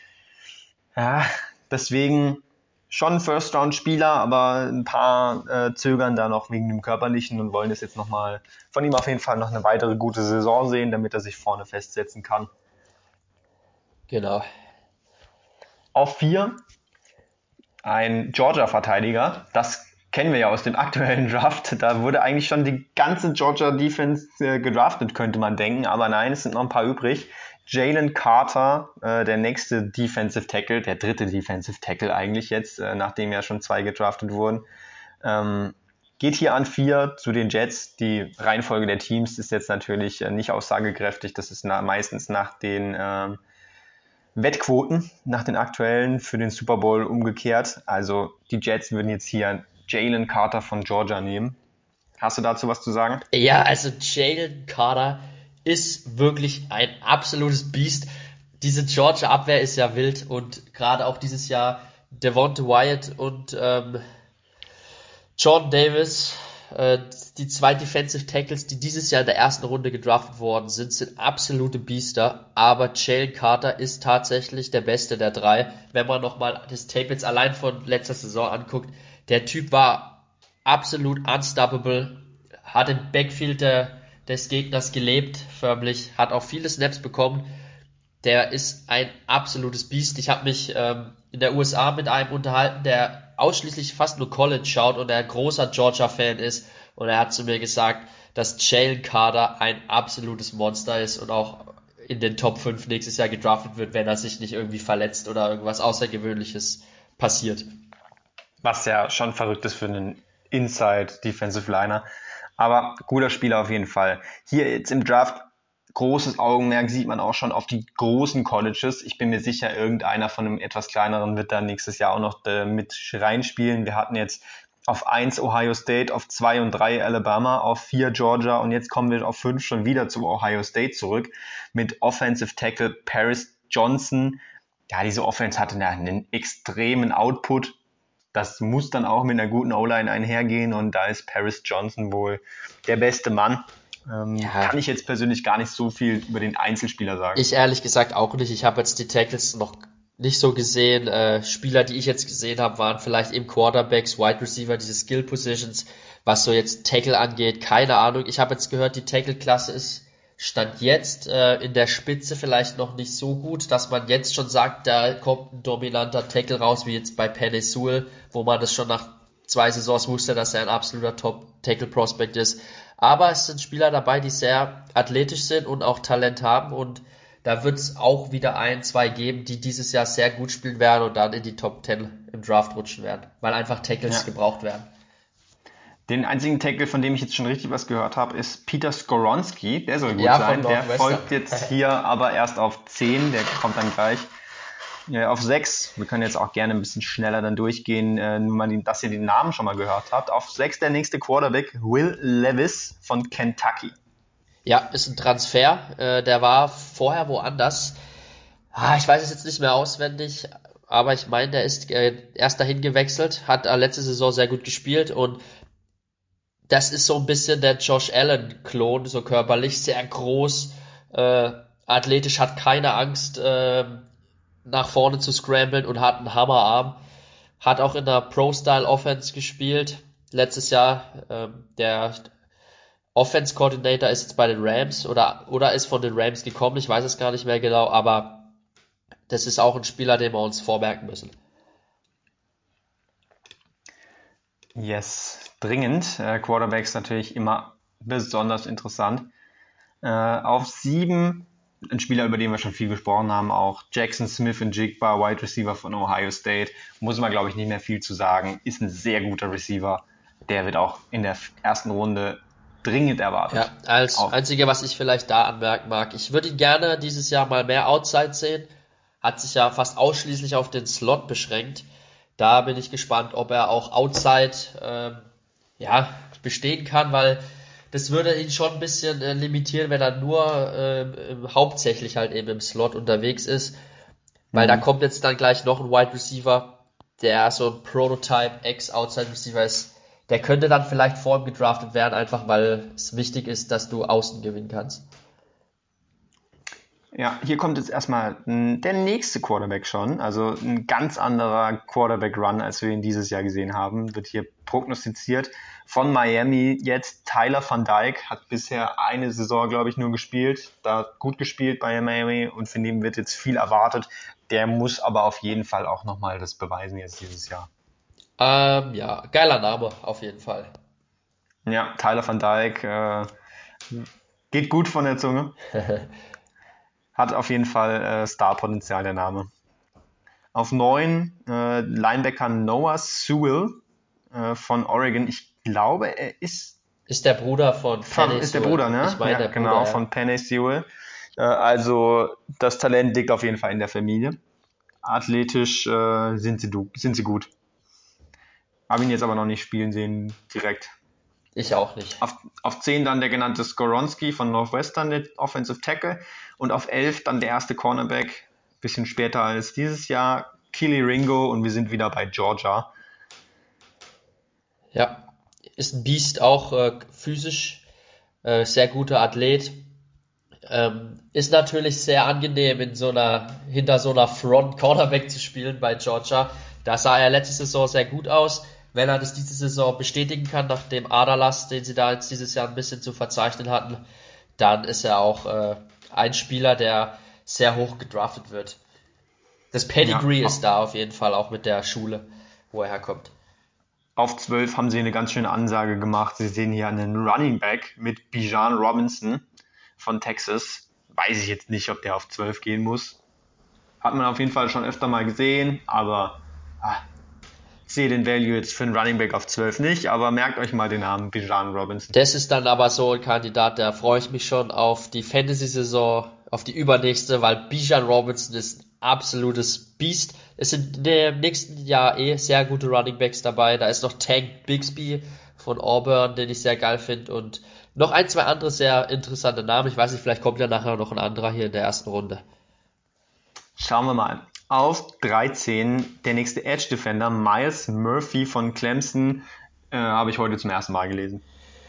Speaker 3: Ja, deswegen schon ein First-Round-Spieler, aber ein paar zögern da noch wegen dem Körperlichen und wollen es jetzt nochmal von ihm auf jeden Fall noch eine weitere gute Saison sehen, damit er sich vorne festsetzen kann.
Speaker 4: Genau.
Speaker 3: Auf 4 ein Georgia-Verteidiger, das kennen wir ja aus dem aktuellen Draft, da wurde eigentlich schon die ganze Georgia Defense gedraftet, könnte man denken, aber nein, es sind noch ein paar übrig. Jalen Carter, der nächste Defensive Tackle, der dritte Defensive Tackle eigentlich jetzt, nachdem ja schon 2 gedraftet wurden, geht hier an 4 zu den Jets. Die Reihenfolge der Teams ist jetzt natürlich nicht aussagekräftig, das ist meistens nach den Wettquoten, nach den aktuellen für den Super Bowl umgekehrt. Also die Jets würden jetzt hier Jalen Carter von Georgia nehmen. Hast du dazu was zu sagen?
Speaker 4: Ja, also Jalen Carter ist wirklich ein absolutes Biest. Diese Georgia Abwehr ist ja wild und gerade auch dieses Jahr Devonta Wyatt und Jordan Davis, die 2 Defensive Tackles, die dieses Jahr in der ersten Runde gedraftet worden sind absolute Biester, aber Jalen Carter ist tatsächlich der Beste der 3. Wenn man nochmal das Tape jetzt allein von letzter Saison anguckt, der Typ war absolut unstoppable, hat im Backfield des Gegners gelebt, förmlich, hat auch viele Snaps bekommen. Der ist ein absolutes Biest. Ich habe mich in der USA mit einem unterhalten, der ausschließlich fast nur College schaut und der ein großer Georgia-Fan ist. Und er hat zu mir gesagt, dass Jalen Carter ein absolutes Monster ist und auch in den Top 5 nächstes Jahr gedraftet wird, wenn er sich nicht irgendwie verletzt oder irgendwas Außergewöhnliches passiert.
Speaker 3: Was ja schon verrückt ist für einen Inside-Defensive-Liner. Aber guter Spieler auf jeden Fall. Hier jetzt im Draft großes Augenmerk sieht man auch schon auf die großen Colleges. Ich bin mir sicher, irgendeiner von einem etwas kleineren wird da nächstes Jahr auch noch mit reinspielen. Wir hatten jetzt auf 1 Ohio State, auf 2 und 3 Alabama, auf 4 Georgia und jetzt kommen wir auf 5 schon wieder zu Ohio State zurück mit Offensive Tackle Paris Johnson. Ja, diese Offense hatte einen extremen Output. Das muss dann auch mit einer guten O-Line einhergehen und da ist Paris Johnson wohl der beste Mann. Kann ich jetzt persönlich gar nicht so viel über den Einzelspieler sagen.
Speaker 4: Ich ehrlich gesagt auch nicht. Ich habe jetzt die Tackles noch nicht so gesehen. Spieler, die ich jetzt gesehen habe, waren vielleicht eben Quarterbacks, Wide Receiver, diese Skill Positions. Was so jetzt Tackle angeht, keine Ahnung. Ich habe jetzt gehört, die Tackle-Klasse ist Stand jetzt in der Spitze vielleicht noch nicht so gut, dass man jetzt schon sagt, da kommt ein dominanter Tackle raus, wie jetzt bei Penei Sewell, wo man das schon nach 2 Saisons wusste, dass er ein absoluter Top-Tackle-Prospect ist. Aber es sind Spieler dabei, die sehr athletisch sind und auch Talent haben und da wird es auch wieder 1, 2 geben, die dieses Jahr sehr gut spielen werden und dann in die Top 10 im Draft rutschen werden, weil einfach Tackles gebraucht werden.
Speaker 3: Den einzigen Tackle, von dem ich jetzt schon richtig was gehört habe, ist Peter Skoronski. Der soll gut sein. Der folgt jetzt hier aber erst auf 10. Der kommt dann gleich auf 6. Wir können jetzt auch gerne ein bisschen schneller dann durchgehen, nur mal, dass ihr den Namen schon mal gehört habt. Auf 6 der nächste Quarterback, Will Levis von Kentucky.
Speaker 4: Ja, ist ein Transfer. Der war vorher woanders. Ich weiß es jetzt nicht mehr auswendig, aber ich meine, der ist erst dahin gewechselt, hat letzte Saison sehr gut gespielt und das ist so ein bisschen der Josh Allen-Klon, so körperlich, sehr groß, athletisch, hat keine Angst, nach vorne zu scramblen und hat einen Hammerarm. Hat auch in der Pro-Style-Offense gespielt. Letztes Jahr, der Offense-Coordinator ist jetzt bei den Rams oder ist von den Rams gekommen, ich weiß es gar nicht mehr genau, aber das ist auch ein Spieler, den wir uns vormerken müssen.
Speaker 3: Yes, dringend. Quarterbacks natürlich immer besonders interessant. Auf 7, ein Spieler, über den wir schon viel gesprochen haben, auch Jackson Smith-Njigba, Wide Receiver von Ohio State. Muss man, glaube ich, nicht mehr viel zu sagen. Ist ein sehr guter Receiver. Der wird auch in der ersten Runde dringend erwartet.
Speaker 4: Ja, als Einzige, was ich vielleicht da anmerken mag, ich würde ihn gerne dieses Jahr mal mehr Outside sehen. Hat sich ja fast ausschließlich auf den Slot beschränkt. Da bin ich gespannt, ob er auch Outside bestehen kann, weil das würde ihn schon ein bisschen limitieren, wenn er nur hauptsächlich halt eben im Slot unterwegs ist. Weil da kommt jetzt dann gleich noch ein Wide Receiver, der so ein Prototype Ex-Outside Receiver ist. Der könnte dann vielleicht vor ihm gedraftet werden, einfach weil es wichtig ist, dass du außen gewinnen kannst.
Speaker 3: Ja, hier kommt jetzt erstmal der nächste Quarterback schon. Also ein ganz anderer Quarterback-Run, als wir ihn dieses Jahr gesehen haben, wird hier prognostiziert. Von Miami jetzt Tyler Van Dyke, hat bisher eine Saison, glaube ich, nur gespielt. Da gut gespielt bei Miami und von dem wird jetzt viel erwartet. Der muss aber auf jeden Fall auch nochmal das beweisen jetzt dieses Jahr.
Speaker 4: Geiler Name, auf jeden Fall.
Speaker 3: Ja, Tyler Van Dyke geht gut von der Zunge. Hat auf jeden Fall Starpotenzial, der Name. Auf 9 Linebacker Noah Sewell von Oregon. Ich glaube, er ist
Speaker 4: der Bruder von Penei Sewell.
Speaker 3: Ist der Bruder, ne?
Speaker 4: Ich meine,
Speaker 3: ja,
Speaker 4: der
Speaker 3: genau,
Speaker 4: Bruder,
Speaker 3: von Penei Sewell. Also das Talent liegt auf jeden Fall in der Familie. Athletisch sind sie gut. Habe ihn jetzt aber noch nicht spielen sehen direkt.
Speaker 4: Ich auch nicht.
Speaker 3: Auf 10 dann der genannte Skoronski von Northwestern, der Offensive Tackle. Und auf 11 dann der erste Cornerback, bisschen später als dieses Jahr, Kelee Ringo. Und wir sind wieder bei Georgia.
Speaker 4: Ja, ist ein Biest, auch physisch, sehr guter Athlet. Ist natürlich sehr angenehm, hinter so einer Front Cornerback zu spielen bei Georgia. Da sah er letzte Saison sehr gut aus. Wenn er das diese Saison bestätigen kann, nach dem Aderlass, den sie da jetzt dieses Jahr ein bisschen zu verzeichnen hatten, dann ist er auch ein Spieler, der sehr hoch gedraftet wird. Das Pedigree ist da auf jeden Fall, auch mit der Schule, wo er herkommt.
Speaker 3: Auf 12 haben sie eine ganz schöne Ansage gemacht. Sie sehen hier einen Running Back mit Bijan Robinson von Texas. Weiß ich jetzt nicht, ob der auf 12 gehen muss. Hat man auf jeden Fall schon öfter mal gesehen, aber ich sehe den Value jetzt für einen Running Back auf 12 nicht, aber merkt euch mal den Namen Bijan Robinson.
Speaker 4: Das ist dann aber so ein Kandidat, da freue ich mich schon auf die Fantasy-Saison, auf die übernächste, weil Bijan Robinson ist ein absolutes Biest. Es sind im nächsten Jahr sehr gute Running Backs dabei. Da ist noch Tank Bigsby von Auburn, den ich sehr geil finde, und noch ein, zwei andere sehr interessante Namen. Ich weiß nicht, vielleicht kommt ja nachher noch ein anderer hier in der ersten Runde.
Speaker 3: Schauen wir mal. Auf 13 der nächste Edge Defender, Myles Murphy von Clemson, habe ich heute zum ersten Mal gelesen.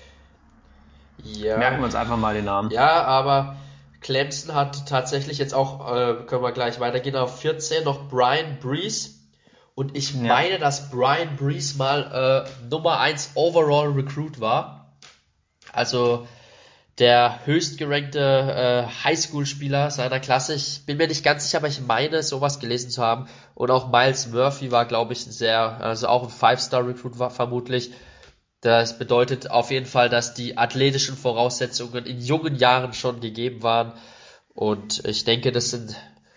Speaker 4: Ja.
Speaker 3: Merken wir uns einfach mal den Namen.
Speaker 4: Ja, aber Clemson hat tatsächlich jetzt auch, können wir gleich weitergehen, auf 14 noch Brian Breeze. Und ich meine, dass Brian Breeze mal Nummer 1 Overall Recruit war. Also der höchstgerankte Highschool-Spieler seiner Klasse. Ich bin mir nicht ganz sicher, aber ich meine, sowas gelesen zu haben. Und auch Myles Murphy war, glaube ich, auch ein 5-Star-Recruit war vermutlich. Das bedeutet auf jeden Fall, dass die athletischen Voraussetzungen in jungen Jahren schon gegeben waren. Und ich denke, das sind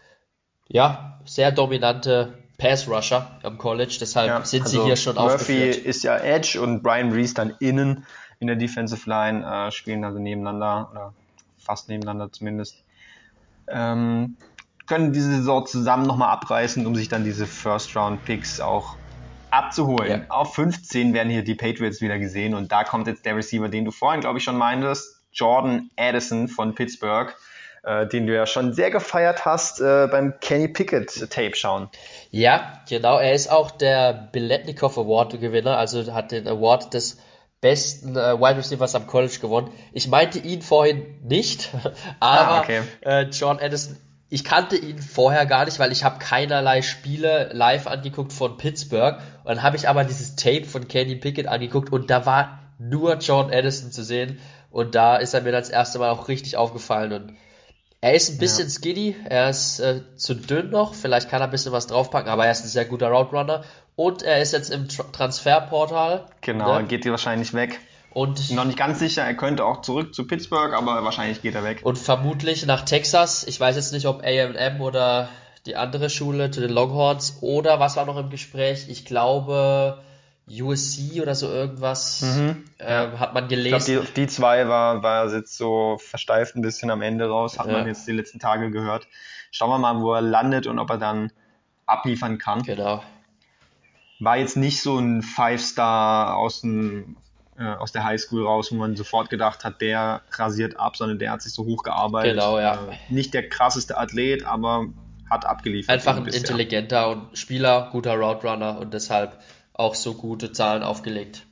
Speaker 4: sehr dominante Pass-Rusher am College. Deshalb sind sie hier schon aufgeführt.
Speaker 3: Murphy ist ja Edge und Brian Breeze dann innen in der Defensive Line, spielen also nebeneinander oder fast nebeneinander zumindest. Können diese Saison zusammen nochmal abreißen, um sich dann diese First-Round-Picks auch abzuholen. Ja. Auf 15 werden hier die Patriots wieder gesehen und da kommt jetzt der Receiver, den du vorhin, glaube ich, schon meintest, Jordan Addison von Pittsburgh, den du ja schon sehr gefeiert hast beim Kenny Pickett Tape schauen.
Speaker 4: Ja, genau. Er ist auch der Biletnikoff Award Gewinner, also hat den Award des besten Wide Receivers am College gewonnen. Ich meinte ihn vorhin nicht, aber
Speaker 3: okay.
Speaker 4: John Addison, ich kannte ihn vorher gar nicht, weil ich habe keinerlei Spiele live angeguckt von Pittsburgh. Und dann habe ich aber dieses Tape von Kenny Pickett angeguckt und da war nur John Addison zu sehen. Und da ist er mir das erste Mal auch richtig aufgefallen. Und er ist ein bisschen skinny, er ist zu dünn noch, vielleicht kann er ein bisschen was draufpacken, aber er ist ein sehr guter Route Runner. Und er ist jetzt im Transferportal.
Speaker 3: Genau,
Speaker 4: ne?
Speaker 3: geht wahrscheinlich weg.
Speaker 4: Und
Speaker 3: Noch nicht ganz sicher, er könnte auch zurück zu Pittsburgh, aber wahrscheinlich geht er weg.
Speaker 4: Und vermutlich nach Texas. Ich weiß jetzt nicht, ob A&M oder die andere Schule zu den Longhorns oder was war noch im Gespräch? Ich glaube USC oder so irgendwas hat man
Speaker 3: Ich
Speaker 4: gelesen.
Speaker 3: glaube, die zwei war jetzt so versteift ein bisschen am Ende raus, hat man jetzt die letzten Tage gehört. Schauen wir mal, wo er landet und ob er dann abliefern kann.
Speaker 4: Genau.
Speaker 3: War jetzt nicht so ein Five-Star aus der Highschool raus, wo man sofort gedacht hat, der rasiert ab, sondern der hat sich so hochgearbeitet.
Speaker 4: Genau, ja.
Speaker 3: Nicht der krasseste Athlet, aber hat abgeliefert.
Speaker 4: Einfach ein intelligenter und Spieler, guter Route Runner und deshalb auch so gute Zahlen aufgelegt.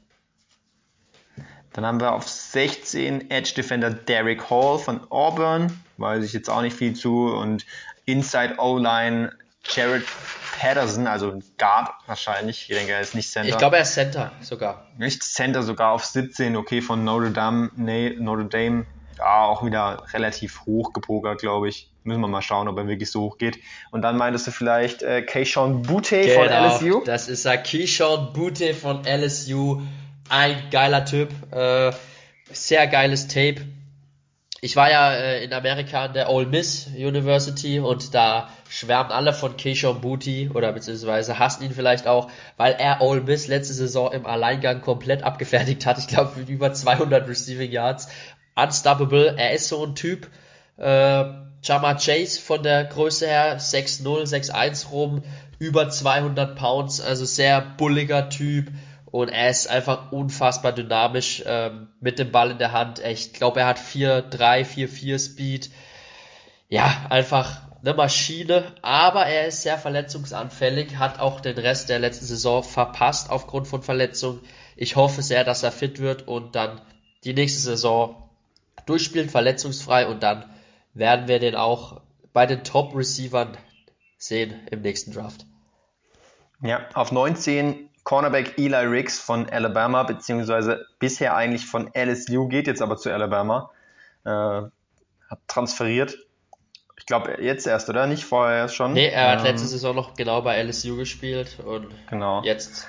Speaker 3: Dann haben wir auf 16 Edge Defender Derek Hall von Auburn, weiß ich jetzt auch nicht viel zu, und Inside O-Line Jared Patterson, also Guard wahrscheinlich, ich denke, er ist nicht Center.
Speaker 4: Ich glaube, er ist Center sogar.
Speaker 3: Nicht Center, sogar auf 17, okay, von Notre Dame, ja, auch wieder relativ hoch gepokert, glaube ich. Müssen wir mal schauen, ob er wirklich so hoch geht. Und dann meintest du vielleicht Keyshawn Butte von LSU?
Speaker 4: Das ist er, Keyshawn Butte von LSU. Ein geiler Typ, sehr geiles Tape. Ich war ja in Amerika an der Ole Miss University und da schwärmen alle von Keyshawn Butte oder beziehungsweise hassen ihn vielleicht auch, weil er Ole Miss letzte Saison im Alleingang komplett abgefertigt hat. Ich glaube, mit über 200 Receiving Yards. Unstoppable. Er ist so ein Typ. Ja'Marr Chase von der Größe her 6'0, 6'1 rum, über 200 Pounds, also sehr bulliger Typ. Und er ist einfach unfassbar dynamisch mit dem Ball in der Hand. Ich glaube, er hat 4'3, 4'4 Speed. Ja, einfach eine Maschine. Aber er ist sehr verletzungsanfällig, hat auch den Rest der letzten Saison verpasst aufgrund von Verletzungen. Ich hoffe sehr, dass er fit wird und dann die nächste Saison durchspielt, verletzungsfrei. Und dann werden wir den auch bei den Top-Receivern sehen im nächsten Draft.
Speaker 3: Ja, auf 19 Cornerback Eli Ricks von Alabama, beziehungsweise bisher eigentlich von LSU, geht jetzt aber zu Alabama. Hat transferiert. Ich glaube jetzt erst, oder? Nicht vorher schon?
Speaker 4: Nee, er hat letzte Saison noch genau bei LSU gespielt und jetzt.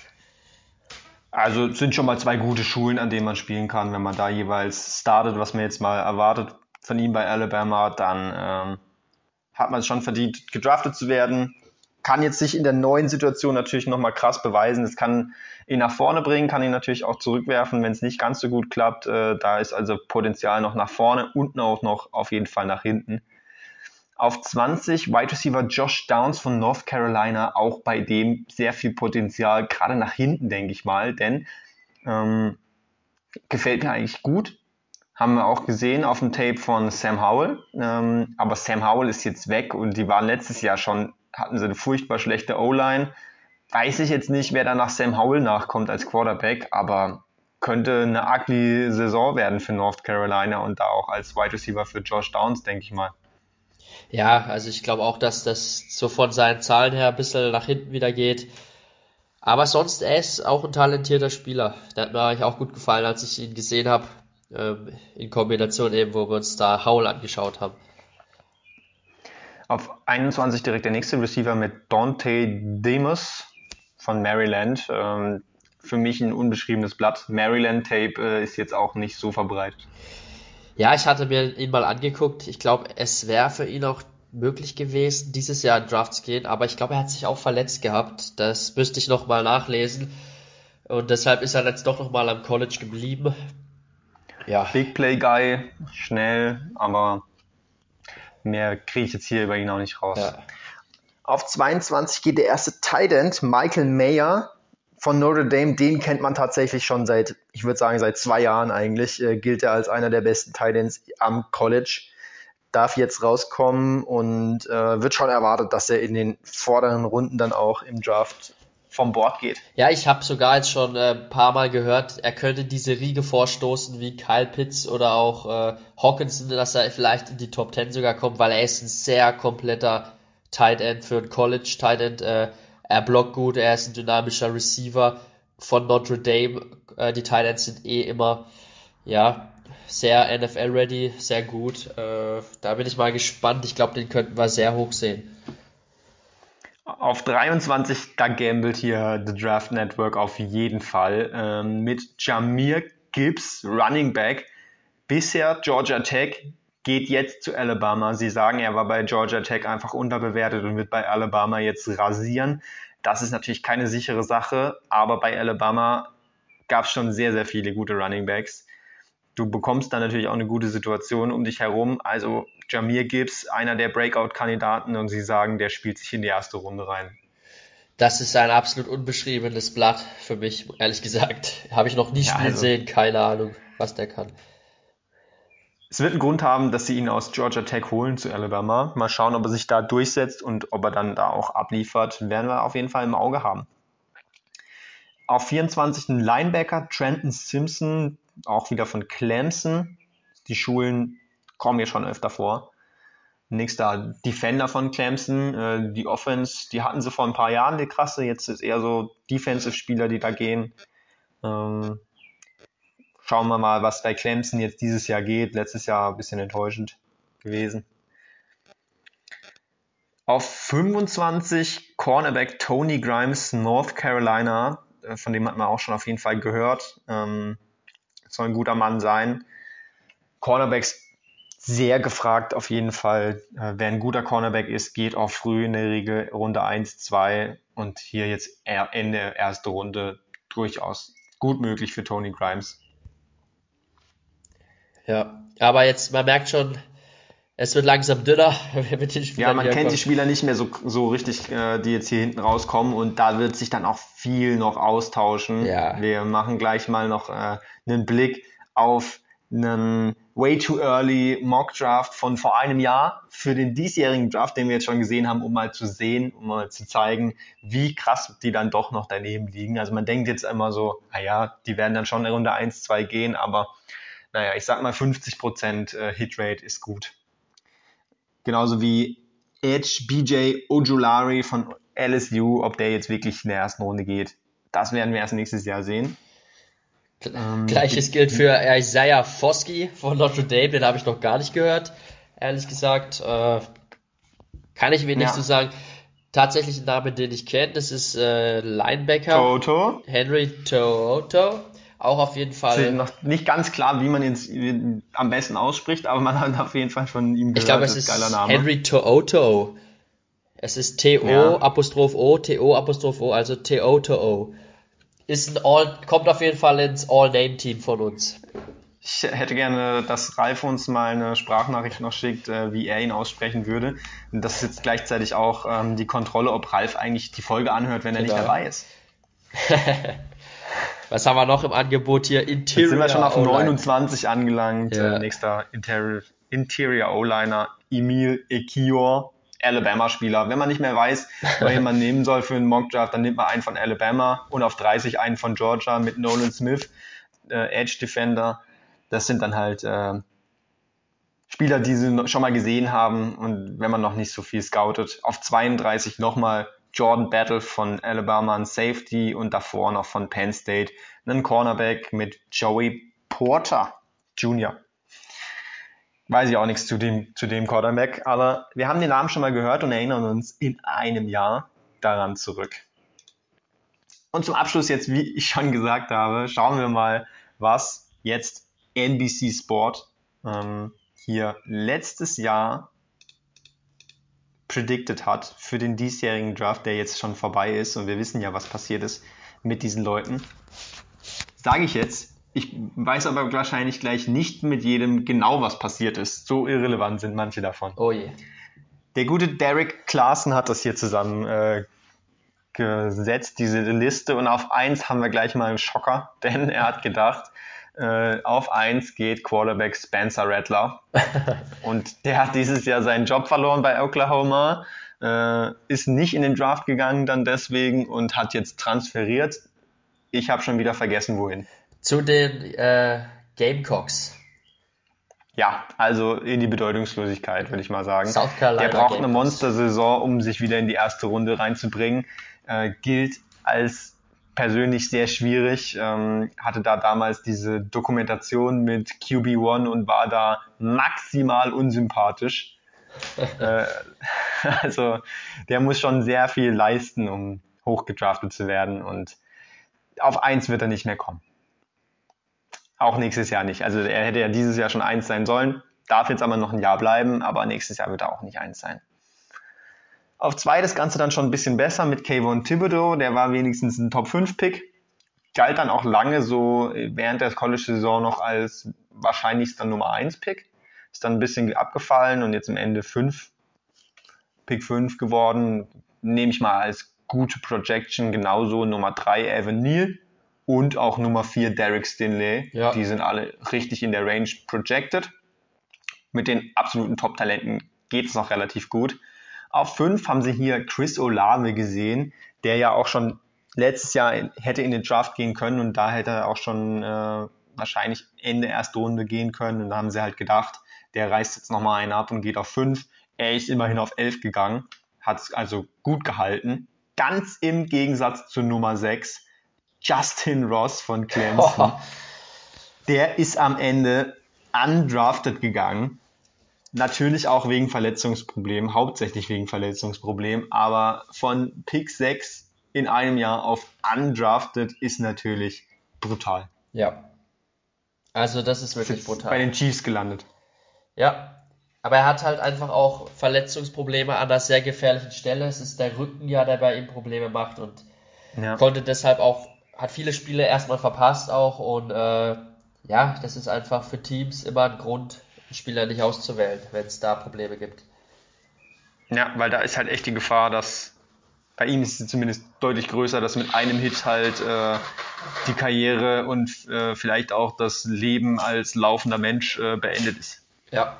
Speaker 3: Also es sind schon mal zwei gute Schulen, an denen man spielen kann. Wenn man da jeweils startet, was man jetzt mal erwartet von ihm bei Alabama, dann hat man es schon verdient, gedraftet zu werden. Kann jetzt sich in der neuen Situation natürlich nochmal krass beweisen. Es kann ihn nach vorne bringen, kann ihn natürlich auch zurückwerfen, wenn es nicht ganz so gut klappt. Da ist also Potenzial noch nach vorne und auch noch auf jeden Fall nach hinten. Auf 20 Wide Receiver Josh Downs von North Carolina, auch bei dem sehr viel Potenzial, gerade nach hinten, denke ich mal, denn gefällt mir eigentlich gut. Haben wir auch gesehen auf dem Tape von Sam Howell. Aber Sam Howell ist jetzt weg und die waren letztes Jahr schon, hatten sie eine furchtbar schlechte O-Line. Weiß ich jetzt nicht, wer da nach Sam Howell nachkommt als Quarterback, aber könnte eine ugly Saison werden für North Carolina und da auch als Wide Receiver für Josh Downs, denke ich mal.
Speaker 4: Ja, also ich glaube auch, dass das so von seinen Zahlen her ein bisschen nach hinten wieder geht. Aber sonst, er ist auch ein talentierter Spieler. Der hat mir eigentlich auch gut gefallen, als ich ihn gesehen habe. In Kombination eben, wo wir uns da Howell angeschaut haben.
Speaker 3: Auf 21 direkt der nächste Receiver mit Dante Demus von Maryland. Für mich ein unbeschriebenes Blatt. Maryland-Tape ist jetzt auch nicht so verbreitet.
Speaker 4: Ja, ich hatte mir ihn mal angeguckt. Ich glaube, es wäre für ihn auch möglich gewesen, dieses Jahr in Drafts zu gehen. Aber ich glaube, er hat sich auch verletzt gehabt. Das müsste ich nochmal nachlesen. Und deshalb ist er jetzt doch nochmal am College geblieben. Ja.
Speaker 3: Big Play Guy, schnell, aber mehr kriege ich jetzt hier über ihn auch nicht raus. Ja. Auf 22 geht der erste Tight End, Michael Mayer von Notre Dame. Den kennt man tatsächlich schon seit 2 Jahren eigentlich. Gilt er als einer der besten Tight Ends am College. Darf jetzt rauskommen und wird schon erwartet, dass er in den vorderen Runden dann auch im Draft vom Board geht.
Speaker 4: Ja, ich habe sogar jetzt schon ein paar Mal gehört, er könnte diese Riege vorstoßen wie Kyle Pitts oder auch Hawkinson, dass er vielleicht in die Top 10 sogar kommt, weil er ist ein sehr kompletter Tight End für ein College Tight End. Er blockt gut, er ist ein dynamischer Receiver von Notre Dame. Die Tight Ends sind immer sehr NFL-ready, sehr gut. Da bin ich mal gespannt. Ich glaube, den könnten wir sehr hoch sehen.
Speaker 3: Auf 23, da gambelt hier The Draft Network auf jeden Fall. Mit Jahmyr Gibbs, Running Back. Bisher Georgia Tech, geht jetzt zu Alabama. Sie sagen, er war bei Georgia Tech einfach unterbewertet und wird bei Alabama jetzt rasieren. Das ist natürlich keine sichere Sache, aber bei Alabama gab es schon sehr, sehr viele gute Running Backs. Du bekommst dann natürlich auch eine gute Situation um dich herum. Also Jahmyr Gibbs, einer der Breakout-Kandidaten, und sie sagen, der spielt sich in die erste Runde rein.
Speaker 4: Das ist ein absolut unbeschriebenes Blatt für mich, ehrlich gesagt. Habe ich noch nie spielen sehen, keine Ahnung, was der kann.
Speaker 3: Es wird einen Grund haben, dass sie ihn aus Georgia Tech holen zu Alabama. Mal schauen, ob er sich da durchsetzt und ob er dann da auch abliefert. Werden wir auf jeden Fall im Auge haben. Auf 24 ein Linebacker, Trenton Simpson, auch wieder von Clemson. Die Schulen kommen hier schon öfter vor. Nächster Defender von Clemson. Die Offense, die hatten sie vor ein paar Jahren, die krasse. Jetzt ist eher so Defensive-Spieler, die da gehen. Schauen wir mal, was bei Clemson jetzt dieses Jahr geht. Letztes Jahr ein bisschen enttäuschend gewesen. Auf 25 Cornerback Tony Grimes, North Carolina. Von dem hat man auch schon auf jeden Fall gehört. Soll ein guter Mann sein. Cornerbacks sehr gefragt auf jeden Fall. Wer ein guter Cornerback ist, geht auch früh in der Regel Runde 1, 2 und hier jetzt Ende erste Runde durchaus gut möglich für Tony Grimes.
Speaker 4: Ja, aber jetzt, man merkt schon, es wird langsam dünner mit den Spielern.
Speaker 3: Ja, man kennt die Spieler nicht mehr so richtig, die jetzt hier hinten rauskommen, und da wird sich dann auch viel noch austauschen.
Speaker 4: Ja.
Speaker 3: Wir machen gleich mal noch einen Blick auf einen Way Too Early Mock Draft von vor einem Jahr für den diesjährigen Draft, den wir jetzt schon gesehen haben, um mal zu sehen, um mal zu zeigen, wie krass die dann doch noch daneben liegen. Also man denkt jetzt immer so, naja, die werden dann schon in Runde 1, 2 gehen, aber naja, ich sag mal 50% Hitrate ist gut. Genauso wie Edge BJ Ojulari von LSU, ob der jetzt wirklich in der ersten Runde geht. Das werden wir erst nächstes Jahr sehen.
Speaker 4: Gleiches gilt für Isaiah Foskey von Notre Dame, den habe ich noch gar nicht gehört, ehrlich gesagt. Kann ich mir nicht so sagen. Tatsächlich ein Name, den ich kenne, das ist Linebacker.
Speaker 3: Toto.
Speaker 4: Henry Toto. Auch auf jeden Fall.
Speaker 3: Es ist noch nicht ganz klar, wie man ihn am besten ausspricht, aber man hat auf jeden Fall von ihm gehört.
Speaker 4: Ich glaube, es ist Henry Toto. Es ist T-O-O, T-O-O, also T-O-T-O. Kommt auf jeden Fall ins All-Name-Team von uns.
Speaker 3: Ich hätte gerne, dass Ralf uns mal eine Sprachnachricht noch schickt, wie er ihn aussprechen würde. Und das ist jetzt gleichzeitig auch die Kontrolle, ob Ralf eigentlich die Folge anhört, wenn er nicht dabei ist.
Speaker 4: Was haben wir noch im Angebot hier?
Speaker 3: Jetzt sind wir schon auf 29 angelangt. Ja. Nächster Interior O-Liner, Emil Ekiyor, Alabama-Spieler. Wenn man nicht mehr weiß, wen man nehmen soll für einen Mock-Draft, dann nimmt man einen von Alabama und auf 30 einen von Georgia mit Nolan Smith, Edge-Defender. Das sind dann halt Spieler, die sie schon mal gesehen haben, und wenn man noch nicht so viel scoutet. Auf 32 nochmal Jordan Battle von Alabama, ein Safety, und davor noch von Penn State einen Cornerback mit Joey Porter Jr. Weiß ich auch nichts zu dem Cornerback, aber wir haben den Namen schon mal gehört und erinnern uns in einem Jahr daran zurück. Und zum Abschluss jetzt, wie ich schon gesagt habe, schauen wir mal, was jetzt NBC Sport hier letztes Jahr predicted hat für den diesjährigen Draft, der jetzt schon vorbei ist, und wir wissen ja, was passiert ist mit diesen Leuten. Sage ich jetzt, ich weiß aber wahrscheinlich gleich nicht mit jedem genau, was passiert ist. So irrelevant sind manche davon.
Speaker 4: Oh je.
Speaker 3: Der gute Derek Claassen hat das hier zusammen gesetzt, diese Liste, und auf 1 haben wir gleich mal einen Schocker, denn er hat gedacht, auf 1 geht Quarterback Spencer Rattler und der hat dieses Jahr seinen Job verloren bei Oklahoma, ist nicht in den Draft gegangen dann deswegen und hat jetzt transferiert. Ich habe schon wieder vergessen, wohin.
Speaker 4: Zu den Gamecocks.
Speaker 3: Ja, also in die Bedeutungslosigkeit, würde ich mal sagen.
Speaker 4: South Carolina
Speaker 3: Der braucht eine
Speaker 4: Gamecocks.
Speaker 3: Monstersaison, um sich wieder in die erste Runde reinzubringen. Gilt als persönlich sehr schwierig. Hatte da damals diese Dokumentation mit QB1 und war da maximal unsympathisch. Also der muss schon sehr viel leisten, um hochgedraftet zu werden. Und auf 1 wird er nicht mehr kommen. Auch nächstes Jahr nicht. Also er hätte ja dieses Jahr schon 1 sein sollen, darf jetzt aber noch ein Jahr bleiben, aber nächstes Jahr wird er auch nicht 1 sein. Auf 2 das Ganze dann schon ein bisschen besser mit Kayvon Thibodeau, der war wenigstens ein Top-5-Pick. Galt dann auch lange so während der College-Saison noch als wahrscheinlichster Nummer 1-Pick. Ist dann ein bisschen abgefallen und jetzt am Ende Pick 5 geworden. Nehme ich mal als gute Projection. Genauso Nummer 3 Evan Neal und auch Nummer 4 Derek Stingley.
Speaker 4: Ja.
Speaker 3: Die sind alle richtig in der Range projected. Mit den absoluten Top-Talenten geht es noch relativ gut. Auf 5 haben sie hier Chris Olave gesehen, der ja auch schon letztes Jahr hätte in den Draft gehen können und da hätte er auch schon wahrscheinlich Ende erste Runde gehen können. Und da haben sie halt gedacht, der reißt jetzt nochmal einen ab und geht auf 5. Er ist immerhin auf 11 gegangen, hat es also gut gehalten. Ganz im Gegensatz zu Nummer 6, Justin Ross von Clemson. Der ist am Ende undrafted gegangen. Natürlich auch wegen Verletzungsproblemen, hauptsächlich wegen Verletzungsproblemen, aber von Pick 6 in einem Jahr auf undrafted ist natürlich brutal.
Speaker 4: Ja. Also das ist wirklich brutal.
Speaker 3: Bei den Chiefs gelandet.
Speaker 4: Ja, aber er hat halt einfach auch Verletzungsprobleme an einer sehr gefährlichen Stelle. Es ist der Rücken ja, der bei ihm Probleme macht und konnte deshalb auch, hat viele Spiele erstmal verpasst auch und ja, das ist einfach für Teams immer ein Grund, einen Spieler nicht auszuwählen, wenn es da Probleme gibt.
Speaker 3: Ja, weil da ist halt echt die Gefahr, dass bei ihm ist sie zumindest deutlich größer, dass mit einem Hit halt die Karriere und vielleicht auch das Leben als laufender Mensch beendet ist.
Speaker 4: Ja.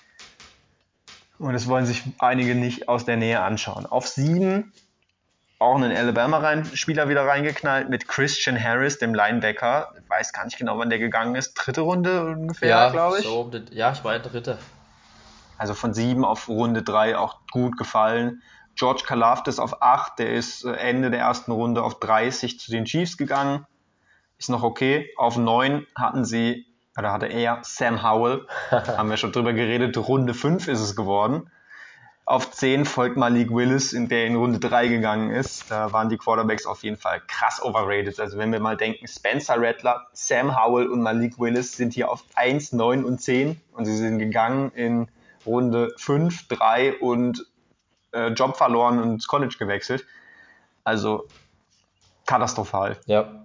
Speaker 3: Und das wollen sich einige nicht aus der Nähe anschauen. Auf 7 auch einen Alabama-Spieler wieder reingeknallt mit Christian Harris, dem Linebacker. Ich weiß gar nicht genau, wann der gegangen ist. 3. Runde ungefähr, glaube ich.
Speaker 4: So ja, ich meine 3.
Speaker 3: Also von 7 auf Runde 3 auch gut gefallen. George Karlaftis auf 8, der ist Ende der ersten Runde auf 30 zu den Chiefs gegangen. Ist noch okay. Auf 9 hatte er Sam Howell. Haben wir schon drüber geredet. Runde 5 ist es geworden. Auf 10 folgt Malik Willis, der in Runde 3 gegangen ist. Da waren die Quarterbacks auf jeden Fall krass overrated. Also wenn wir mal denken, Spencer Rattler, Sam Howell und Malik Willis sind hier auf 1, 9 und 10. Und sie sind gegangen in Runde 5, 3 und Job verloren und ins College gewechselt. Also katastrophal.
Speaker 4: Ja.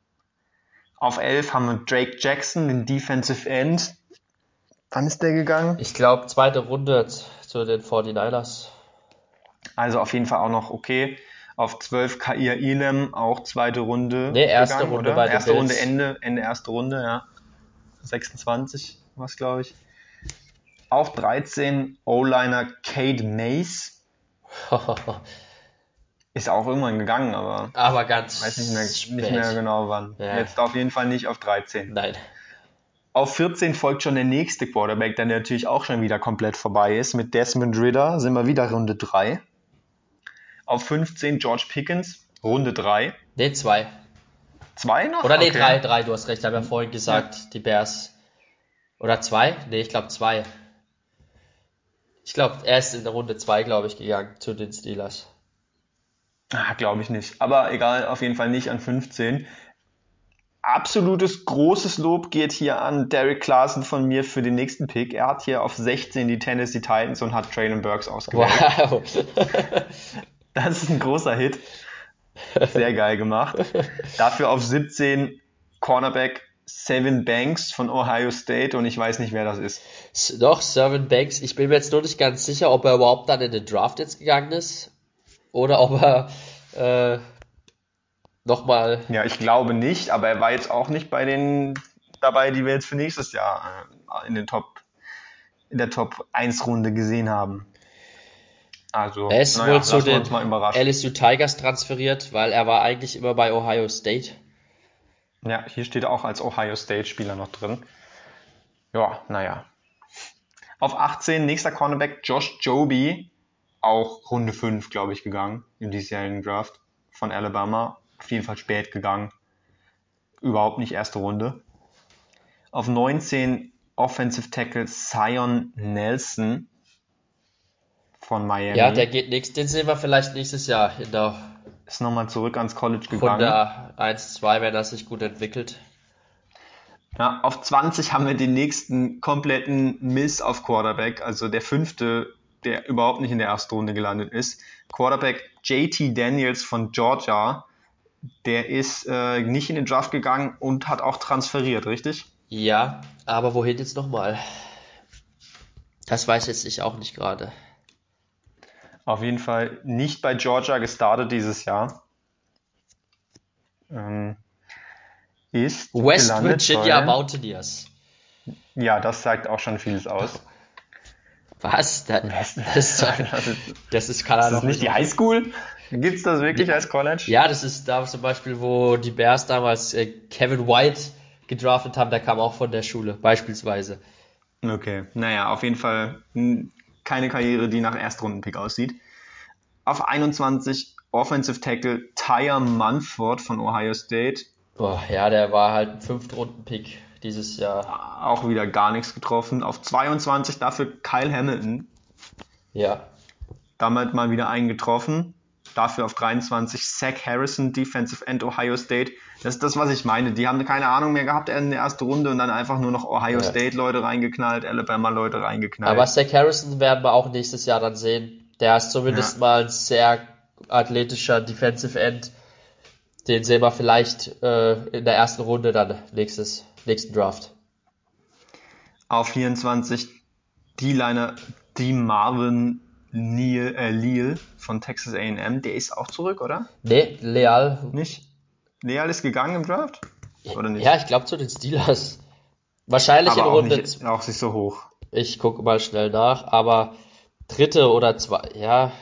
Speaker 3: Auf 11 haben wir Drake Jackson, den Defensive End. Wann ist der gegangen?
Speaker 4: Ich glaube, 2. Runde zu den 49ers.
Speaker 3: Also auf jeden Fall auch noch okay. Auf 12 Kair Elam, auch 2. Runde.
Speaker 4: Nee, erste
Speaker 3: gegangen,
Speaker 4: Runde
Speaker 3: oder?
Speaker 4: bei den
Speaker 3: Erste Runde,
Speaker 4: Bills.
Speaker 3: Ende erste Runde, ja. 26 war es, glaube ich. Auf 13 O-Liner Cade Mays. Ist auch irgendwann gegangen, aber
Speaker 4: ganz
Speaker 3: weiß nicht
Speaker 4: spät.
Speaker 3: mehr genau wann.
Speaker 4: Ja.
Speaker 3: Jetzt auf jeden Fall nicht auf 13.
Speaker 4: Nein.
Speaker 3: Auf 14 folgt schon der nächste Quarterback, der natürlich auch schon wieder komplett vorbei ist. Mit Desmond Ridder sind wir wieder Runde 3. Auf 15 George Pickens, Runde 3.
Speaker 4: Nee, 2.
Speaker 3: 2 noch?
Speaker 4: Oder nee,
Speaker 3: Okay.
Speaker 4: 3, du hast recht, haben ja vorhin gesagt, die Bears. Oder 2? Nee, ich glaube 2. Ich glaube, er ist in der Runde 2, glaube ich, gegangen zu den Steelers.
Speaker 3: Glaube ich nicht. Aber egal, auf jeden Fall nicht an 15. Absolutes großes Lob geht hier an Derek Clarkson von mir für den nächsten Pick. Er hat hier auf 16 die Tennessee Titans und hat Traylon Burks ausgewählt.
Speaker 4: Wow.
Speaker 3: Das ist ein großer Hit. Sehr geil gemacht. Dafür auf 17 Cornerback Sevyn Banks von Ohio State und ich weiß nicht, wer das ist.
Speaker 4: Doch, Sevyn Banks. Ich bin mir jetzt nur nicht ganz sicher, ob er überhaupt dann in den Draft jetzt gegangen ist oder ob er nochmal.
Speaker 3: Ja, ich glaube nicht, aber er war jetzt auch nicht bei den dabei, die wir jetzt für nächstes Jahr in der Top 1 Runde gesehen haben. Also,
Speaker 4: Er ist wohl zu
Speaker 3: lassen wir
Speaker 4: den
Speaker 3: uns mal überraschen.
Speaker 4: LSU Tigers transferiert, weil er war eigentlich immer bei Ohio State.
Speaker 3: Ja, hier steht auch als Ohio State-Spieler noch drin. Ja, naja. Auf 18, nächster Cornerback, Josh Joby. Auch Runde 5, glaube ich, gegangen im diesjährigen Draft von Alabama. Auf jeden Fall spät gegangen. Überhaupt nicht erste Runde. Auf 19, Offensive Tackle Zion Nelson von Miami.
Speaker 4: Ja, der geht nichts. Den sehen wir vielleicht nächstes Jahr in der
Speaker 3: Ist nochmal zurück ans College gegangen.
Speaker 4: Runde 1, 2, wenn er sich gut entwickelt.
Speaker 3: Ja, auf 20 haben wir den nächsten kompletten Miss auf Quarterback, also der 5., der überhaupt nicht in der ersten Runde gelandet ist. Quarterback JT Daniels von Georgia, der ist nicht in den Draft gegangen und hat auch transferiert, richtig?
Speaker 4: Ja, aber wohin jetzt nochmal? Das weiß jetzt ich auch nicht gerade.
Speaker 3: Auf jeden Fall nicht bei Georgia gestartet dieses Jahr. Ist
Speaker 4: West
Speaker 3: gelandet
Speaker 4: Virginia
Speaker 3: bei,
Speaker 4: Mountaineers.
Speaker 3: ja, das sagt auch schon vieles aus.
Speaker 4: Was? Das ist
Speaker 3: Ist
Speaker 4: keine
Speaker 3: das
Speaker 4: Ahnung.
Speaker 3: nicht die Highschool? Gibt's das wirklich als College?
Speaker 4: Ja, das ist da zum Beispiel, wo die Bears damals Kevin White gedraftet haben, der kam auch von der Schule, beispielsweise.
Speaker 3: Okay, naja, auf jeden Fall keine Karriere, die nach Erstrunden-Pick aussieht. Auf 21 Offensive Tackle Tyre Munford von Ohio State.
Speaker 4: Boah, ja, der war halt ein Fünftrunden-Pick dieses Jahr.
Speaker 3: Auch wieder gar nichts getroffen. Auf 22 dafür Kyle Hamilton.
Speaker 4: Ja.
Speaker 3: Damit mal wieder einen getroffen. Dafür auf 23 Zach Harrison, Defensive End Ohio State. Das ist das, was ich meine. Die haben keine Ahnung mehr gehabt in der ersten Runde und dann einfach nur noch Ohio State Leute reingeknallt, Alabama Leute reingeknallt.
Speaker 4: Aber Zach Harrison werden wir auch nächstes Jahr dann sehen. Der ist zumindest mal ein sehr athletischer Defensive End. Den sehen wir vielleicht in der ersten Runde dann nächsten Draft.
Speaker 3: Auf 24 D-Liner Marvin Leal von Texas A&M. Der ist auch zurück, oder?
Speaker 4: Nee, Leal.
Speaker 3: Nicht? Leal ist gegangen im Draft? Oder nicht?
Speaker 4: Ja, ich glaube zu den Steelers. Wahrscheinlich
Speaker 3: aber
Speaker 4: in
Speaker 3: auch
Speaker 4: Runde.
Speaker 3: nicht, auch nicht so hoch.
Speaker 4: Ich gucke mal schnell nach, aber dritte oder zwei, ja.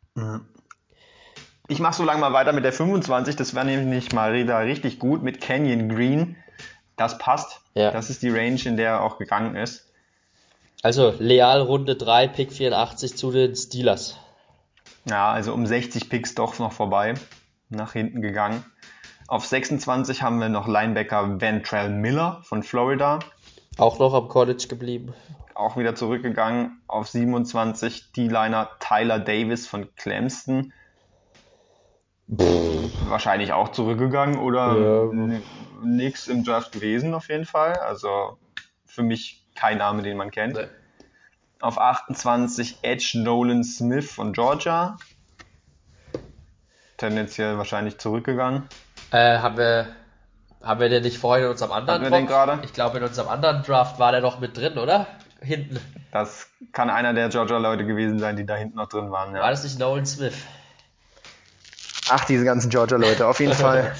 Speaker 3: Ich mache so lange mal weiter mit der 25. Das wäre nämlich mal wieder richtig gut mit Kenyon Green. Das passt.
Speaker 4: Ja.
Speaker 3: Das ist die Range, in der er auch gegangen ist.
Speaker 4: Also Leal Runde 3, Pick 84 zu den Steelers.
Speaker 3: Ja, also um 60 Picks doch noch vorbei. Nach hinten gegangen. Auf 26 haben wir noch Linebacker Ventrell Miller von Florida.
Speaker 4: Auch noch am College geblieben.
Speaker 3: Auch wieder zurückgegangen. Auf 27 D-Liner Tyler Davis von Clemson. Wahrscheinlich auch zurückgegangen oder nix im Draft gewesen auf jeden Fall. Also für mich kein Name, den man kennt.
Speaker 4: Nee.
Speaker 3: Auf 28 Edge Nolan Smith von Georgia. Tendenziell wahrscheinlich zurückgegangen.
Speaker 4: Haben wir den nicht vorhin in unserem anderen
Speaker 3: Hatten wir den gerade?
Speaker 4: Ich glaube, in unserem anderen Draft war der noch mit drin, oder? Hinten.
Speaker 3: Das kann einer der Georgia-Leute gewesen sein, die da hinten noch drin waren. Ja.
Speaker 4: War das nicht Nolan Smith?
Speaker 3: Ach, diese ganzen Georgia-Leute, auf jeden Fall.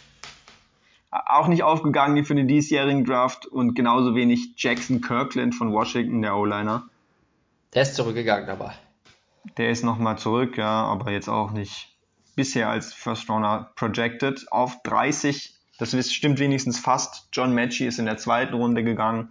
Speaker 3: Auch nicht aufgegangen für den diesjährigen Draft und genauso wenig Jackson Kirkland von Washington, der O-Liner.
Speaker 4: Der ist zurückgegangen, aber.
Speaker 3: Der ist nochmal zurück, ja, aber jetzt auch nicht bisher als First Runner projected. Auf 30, das stimmt wenigstens fast, John Mechie ist in der zweiten Runde gegangen.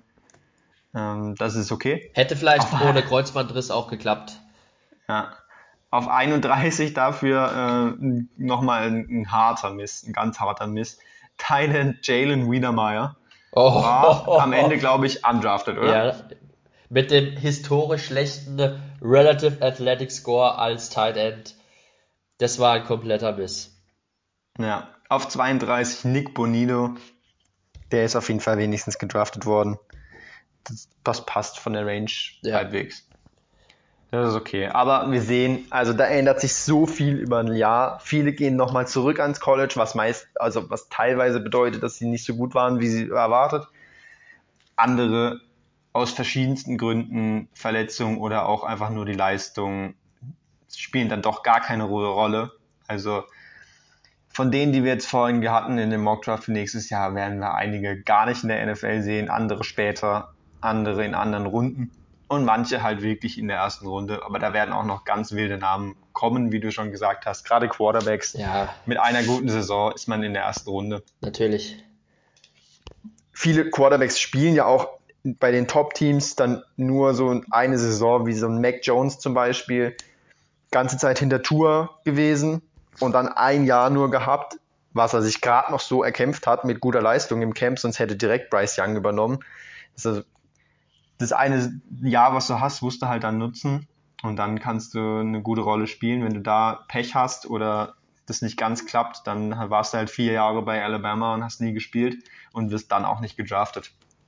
Speaker 3: Das ist okay.
Speaker 4: Hätte vielleicht ohne Kreuzbandriss auch geklappt.
Speaker 3: Ja. Auf 31 dafür nochmal ein harter Miss, ein ganz harter Miss. Thailand Jalen Wiedermeyer war am Ende, glaube ich, undrafted, oder?
Speaker 4: Ja, mit dem historisch schlechten Relative Athletic Score als Tight End. Das war ein kompletter Miss.
Speaker 3: Ja, auf 32 Nick Bonito. Der ist auf jeden Fall wenigstens gedraftet worden. Das passt von der Range halbwegs. Das ist okay. Aber wir sehen, also da ändert sich so viel über ein Jahr. Viele gehen nochmal zurück ans College, was teilweise bedeutet, dass sie nicht so gut waren, wie sie erwartet. Andere aus verschiedensten Gründen, Verletzungen oder auch einfach nur die Leistung, spielen dann doch gar keine Rolle. Also von denen, die wir jetzt vorhin hatten in dem Mockdraft für nächstes Jahr, werden wir einige gar nicht in der NFL sehen, andere später, andere in anderen Runden. und manche halt wirklich in der ersten Runde. Aber da werden auch noch ganz wilde Namen kommen, wie du schon gesagt hast. Gerade Quarterbacks.
Speaker 4: Ja,
Speaker 3: Mit einer guten Saison ist man in der ersten Runde.
Speaker 4: natürlich.
Speaker 3: Viele Quarterbacks spielen ja auch bei den Top-Teams dann nur so eine Saison, wie so ein Mac Jones zum Beispiel. Ganze Zeit hinter Tour gewesen und dann ein Jahr nur gehabt, was er sich gerade noch so erkämpft hat mit guter Leistung im Camp, sonst hätte direkt Bryce Young übernommen. Also das eine Jahr, was du hast, musst du halt dann nutzen und dann kannst du eine gute Rolle spielen. Wenn du da Pech hast oder das nicht ganz klappt, dann warst du halt 4 Jahre bei Alabama und hast nie gespielt und wirst dann auch nicht gedraftet.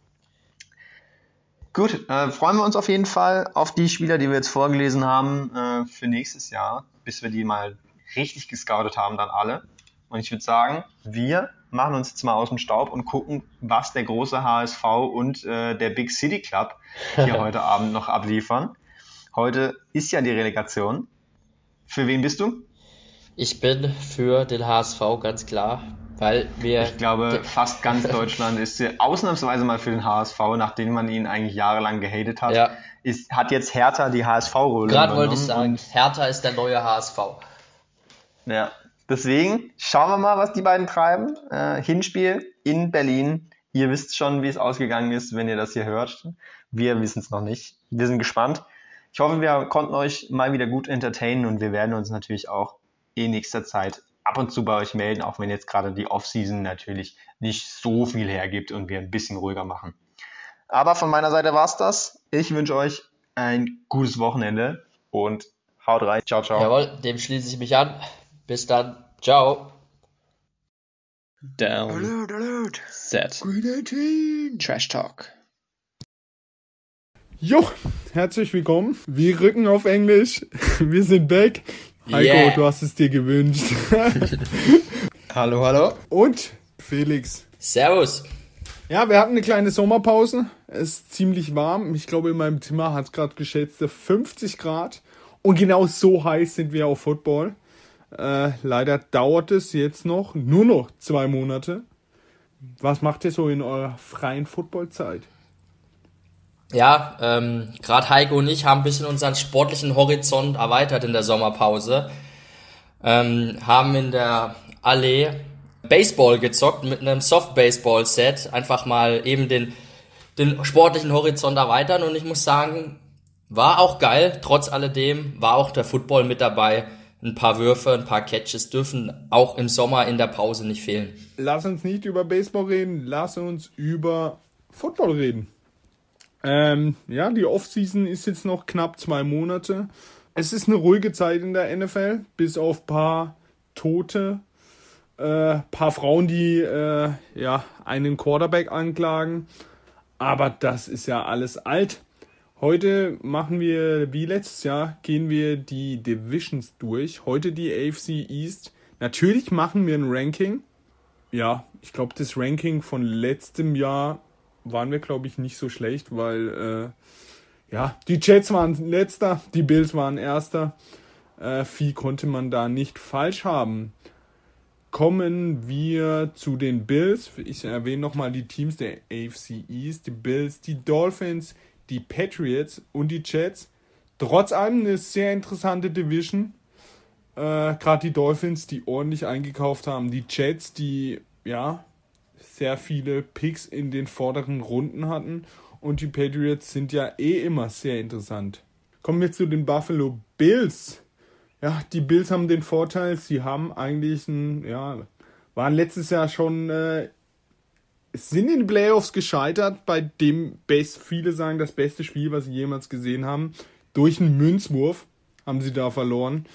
Speaker 3: Gut, freuen wir uns auf jeden Fall auf die Spieler, die wir jetzt vorgelesen haben, für nächstes Jahr, bis wir die mal richtig gescoutet haben, dann alle. Und ich würde sagen, wir machen uns jetzt mal aus dem Staub und gucken, was der große HSV und der Big City Club hier heute Abend noch abliefern. Heute ist ja die Relegation. Für wen bist du?
Speaker 4: Ich bin für den HSV, ganz klar, weil wir...
Speaker 3: Ich glaube, fast ganz Deutschland ist ausnahmsweise mal für den HSV, nachdem man ihn eigentlich jahrelang gehatet hat.
Speaker 4: Ja.
Speaker 3: Hat jetzt Hertha die HSV-Rolle
Speaker 4: Gerade wollte ich sagen, Hertha ist der neue HSV.
Speaker 3: Ja, deswegen schauen wir mal, was die beiden treiben. Hinspiel in Berlin. Ihr wisst schon, wie es ausgegangen ist, wenn ihr das hier hört. Wir wissen es noch nicht. Wir sind gespannt. Ich hoffe, wir konnten euch mal wieder gut entertainen und wir werden uns natürlich auch in nächster Zeit ab und zu bei euch melden, auch wenn jetzt gerade die Offseason natürlich nicht so viel hergibt und wir ein bisschen ruhiger machen. Aber von meiner Seite war's das. Ich wünsche euch ein gutes Wochenende und haut rein. Ciao, ciao.
Speaker 4: Jawohl, dem schließe ich mich an. Bis dann. Ciao.
Speaker 1: Down.
Speaker 3: Alert.
Speaker 1: Set. Trash Talk.
Speaker 2: Jo, herzlich willkommen. Wir rücken auf Englisch. Wir sind back. Heiko,
Speaker 4: Yeah.
Speaker 2: du hast es dir gewünscht.
Speaker 1: Hallo.
Speaker 2: Und Felix.
Speaker 4: Servus.
Speaker 2: Ja, wir hatten eine kleine Sommerpause. Es ist ziemlich warm. Ich glaube, in meinem Zimmer hat es gerade geschätzte 50 Grad. Und genau so heiß sind wir auf Football. Leider dauert es jetzt nur noch 2 Monate. Was macht ihr so in eurer freien Footballzeit?
Speaker 4: Ja, gerade Heiko und ich haben ein bisschen unseren sportlichen Horizont erweitert in der Sommerpause. Haben in der Allee Baseball gezockt mit einem Soft-Baseball-Set. Einfach mal eben den sportlichen Horizont erweitern. Und ich muss sagen, war auch geil. Trotz alledem war auch der Football mit dabei. Ein paar Würfe, ein paar Catches dürfen auch im Sommer in der Pause nicht fehlen.
Speaker 2: Lass uns nicht über Baseball reden, lass uns über Football reden. Ja, die Offseason ist jetzt noch knapp 2 Monate. Es ist eine ruhige Zeit in der NFL, bis auf ein paar Tote, paar Frauen, die einen Quarterback anklagen. Aber das ist ja alles alt. Heute machen wir, wie letztes Jahr, gehen wir die Divisions durch. Heute die AFC East. Natürlich machen wir ein Ranking. Ja, ich glaube, das Ranking von letztem Jahr waren wir, glaube ich, nicht so schlecht, weil die Jets waren letzter, die Bills waren erster. Viel konnte man da nicht falsch haben. Kommen wir zu den Bills. Ich erwähne nochmal die Teams der AFC East. Die Bills, die Dolphins, die Patriots und die Jets. Trotz allem eine sehr interessante Division. Gerade die Dolphins, die ordentlich eingekauft haben. Die Jets, die sehr viele Picks in den vorderen Runden hatten. Und die Patriots sind ja immer sehr interessant. Kommen wir zu den Buffalo Bills. Ja, die Bills haben den Vorteil, sie haben eigentlich waren letztes Jahr schon, sind in den Playoffs gescheitert, bei dem viele sagen, das beste Spiel, was sie jemals gesehen haben. Durch einen Münzwurf haben sie da verloren.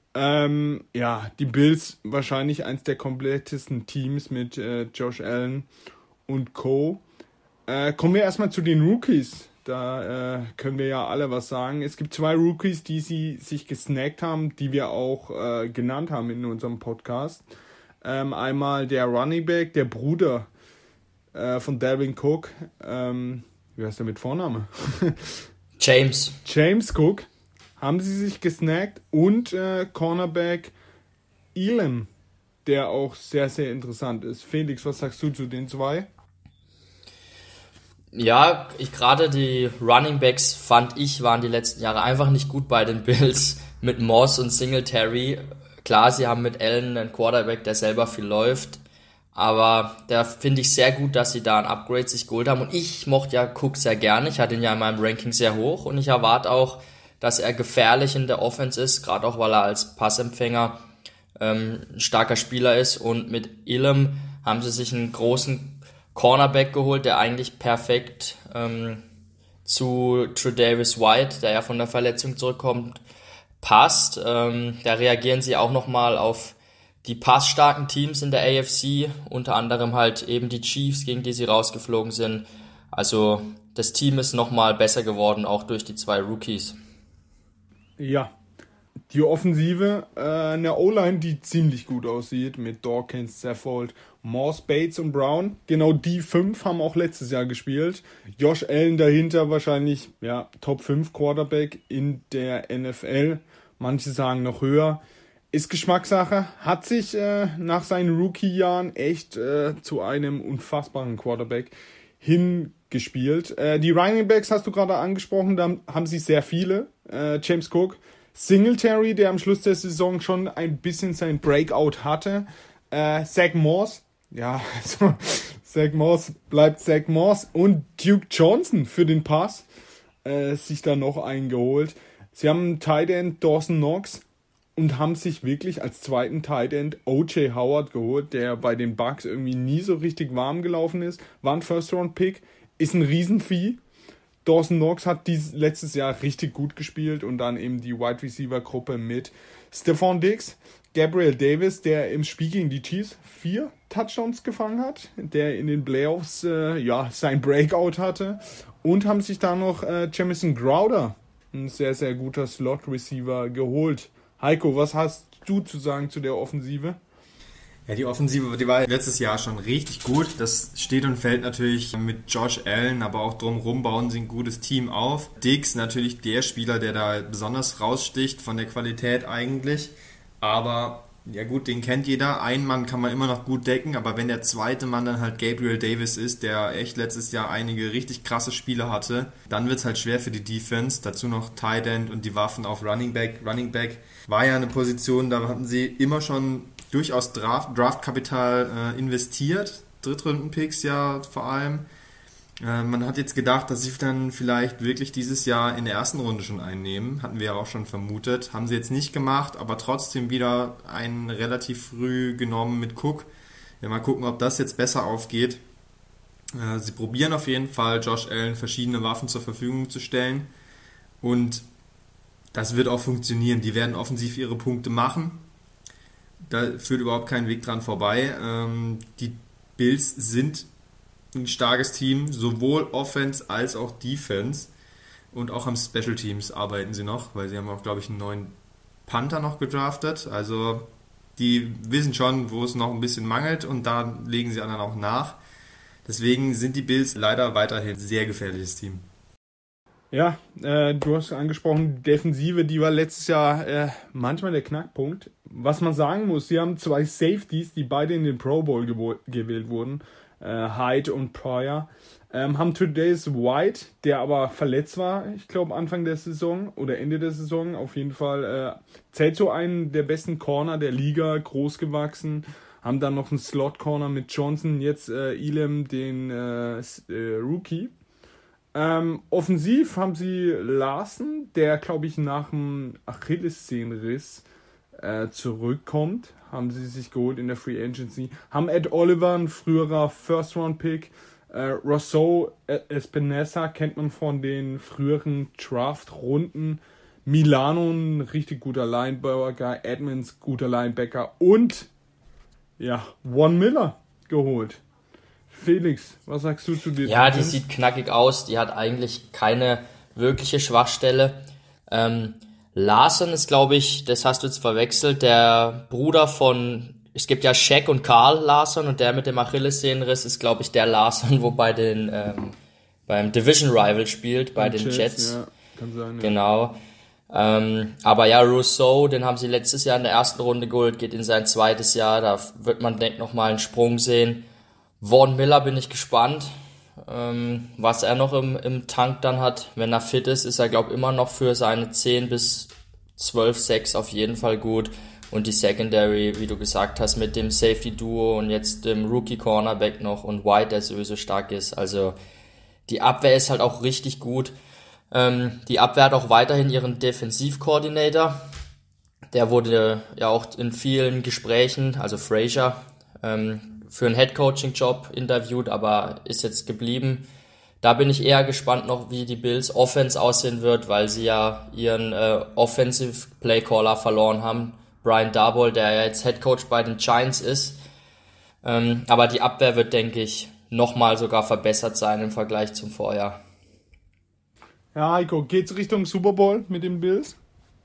Speaker 2: Die Bills wahrscheinlich eins der komplettesten Teams mit Josh Allen und Co. Kommen wir erstmal zu den Rookies. Da können wir ja alle was sagen. Es gibt 2 Rookies, die sie sich gesnackt haben, die wir auch genannt haben in unserem Podcast. Einmal der Running Back, der Bruder von Dalvin Cook. Wie heißt der mit Vorname? James Cook. Haben sie sich gesnackt. Und Cornerback Elam, der auch sehr, sehr interessant ist. Felix, was sagst du zu den 2?
Speaker 4: Ja, gerade die Running Backs waren die letzten Jahre einfach nicht gut bei den Bills mit Moss und Singletary. Klar, sie haben mit Allen einen Quarterback, der selber viel läuft, aber da finde ich sehr gut, dass sie da ein Upgrade sich geholt haben und ich mochte ja Cook sehr gerne. Ich hatte ihn ja in meinem Ranking sehr hoch und ich erwarte auch, dass er gefährlich in der Offense ist, gerade auch, weil er als Passempfänger ein starker Spieler ist und mit Elam haben sie sich einen großen Cornerback geholt, der eigentlich perfekt zu Tre'Davious White, der ja von der Verletzung zurückkommt, passt. Da reagieren sie auch nochmal auf die passstarken Teams in der AFC, unter anderem halt eben die Chiefs, gegen die sie rausgeflogen sind. Also das Team ist nochmal besser geworden, auch durch die 2 Rookies.
Speaker 2: Ja, die Offensive, eine O-Line, die ziemlich gut aussieht, mit Dawkins, Saffold, Morse, Bates und Brown. Genau die 5 haben auch letztes Jahr gespielt. Josh Allen dahinter wahrscheinlich, ja, Top 5 Quarterback in der NFL. Manche sagen noch höher. Ist Geschmackssache. Hat sich nach seinen Rookie-Jahren echt zu einem unfassbaren Quarterback hingespielt. Die Running Backs hast du gerade angesprochen, da haben sie sehr viele. James Cook, Singletary, der am Schluss der Saison schon ein bisschen sein Breakout hatte. Zach Moss, ja, also Zach Moss bleibt Zach Moss und Duke Johnson für den Pass sich da noch eingeholt. Sie haben einen Tight End Dawson Knox und haben sich wirklich als zweiten Tight End O.J. Howard geholt, der bei den Bucks irgendwie nie so richtig warm gelaufen ist. War ein First-Round-Pick, ist ein Riesenvieh. Dawson Knox hat letztes Jahr richtig gut gespielt und dann eben die Wide Receiver Gruppe mit Stephon Diggs, Gabriel Davis, der im Spiel gegen die Chiefs 4 Touchdowns gefangen hat, der in den Playoffs sein Breakout hatte und haben sich da noch Jamison Crowder, ein sehr, sehr guter Slot Receiver, geholt. Heiko, was hast du zu sagen zu der Offensive?
Speaker 3: Ja, die Offensive, die war letztes Jahr schon richtig gut. Das steht und fällt natürlich mit Josh Allen, aber auch drumherum bauen sie ein gutes Team auf. Diggs natürlich der Spieler, der da besonders raussticht von der Qualität eigentlich. Aber ja gut, den kennt jeder. Einen Mann kann man immer noch gut decken, aber wenn der zweite Mann dann halt Gabriel Davis ist, der echt letztes Jahr einige richtig krasse Spiele hatte, dann wird's halt schwer für die Defense. Dazu noch Tight End und die Waffen auf Running Back. Running Back war ja eine Position, da hatten sie immer schon durchaus Draftkapital investiert, Drittrunden-Picks ja vor allem. Man hat jetzt gedacht, dass sie dann vielleicht wirklich dieses Jahr in der ersten Runde schon einnehmen. Hatten wir ja auch schon vermutet. Haben sie jetzt nicht gemacht, aber trotzdem wieder einen relativ früh genommen mit Cook. Ja, mal gucken, ob das jetzt besser aufgeht. Sie probieren auf jeden Fall, Josh Allen verschiedene Waffen zur Verfügung zu stellen. Und das wird auch funktionieren. Die werden offensiv ihre Punkte machen. Da führt überhaupt kein Weg dran vorbei. Die Bills sind ein starkes Team, sowohl Offense als auch Defense. Und auch am Special Teams arbeiten sie noch, weil sie haben auch, glaube ich, einen neuen Panther noch gedraftet. Also die wissen schon, wo es noch ein bisschen mangelt und da legen sie anderen auch nach. Deswegen sind die Bills leider weiterhin ein sehr gefährliches Team.
Speaker 2: Ja, du hast angesprochen, Defensive, die war letztes Jahr manchmal der Knackpunkt. Was man sagen muss, sie haben 2 Safeties, die beide in den Pro Bowl gewählt wurden, Hyde und Pryor, haben Tre'Davious White, der aber verletzt war, ich glaube Anfang der Saison oder Ende der Saison, auf jeden Fall zählt so einen der besten Corner der Liga, groß gewachsen, haben dann noch einen Slot-Corner mit Johnson, jetzt Elam, den Rookie. Offensiv haben sie Larsen, der glaube ich nach dem Achillessehnenriss zurückkommt, haben sie sich geholt in der Free Agency, haben Ed Oliver, ein früherer First-Round-Pick, Rousseau Espinosa kennt man von den früheren Draft-Runden, Milano, ein richtig guter Linebacker, Edmonds, guter Linebacker und ja, Von Miller geholt. Felix, was sagst du zu dir?
Speaker 4: Ja, die sieht knackig aus, die hat eigentlich keine wirkliche Schwachstelle. Larson ist, glaube ich, das hast du jetzt verwechselt, der Bruder von, es gibt ja Shaq und Carl Larson und der mit dem Achillessehnenriss ist, glaube ich, der Larson, wo bei den beim Division Rival spielt, bei den Jets.
Speaker 2: Ja, kann sein, ja.
Speaker 4: Genau. Aber ja, Rousseau, den haben sie letztes Jahr in der ersten Runde geholt, geht in sein zweites Jahr, da wird man, denke ich, nochmal einen Sprung sehen. Von Miller bin ich gespannt. Was er noch im Tank dann hat, wenn er fit ist er, glaube ich, immer noch für seine 10 bis 12 Sacks auf jeden Fall gut. Und die Secondary, wie du gesagt hast, mit dem Safety-Duo und jetzt dem Rookie-Cornerback noch und White, der so stark ist. Also die Abwehr ist halt auch richtig gut. Die Abwehr hat auch weiterhin ihren Defensiv-Coordinator. Der wurde ja auch in vielen Gesprächen, also Frazier, für einen Head-Coaching-Job interviewt, aber ist jetzt geblieben. Da bin ich eher gespannt noch, wie die Bills Offense aussehen wird, weil sie ja ihren Offensive Play-Caller verloren haben. Brian Daboll, der ja jetzt Head-Coach bei den Giants ist. Aber die Abwehr wird, denke ich, nochmal sogar verbessert sein im Vergleich zum Vorjahr.
Speaker 2: Ja, Heiko, geht's Richtung Super Bowl mit den Bills?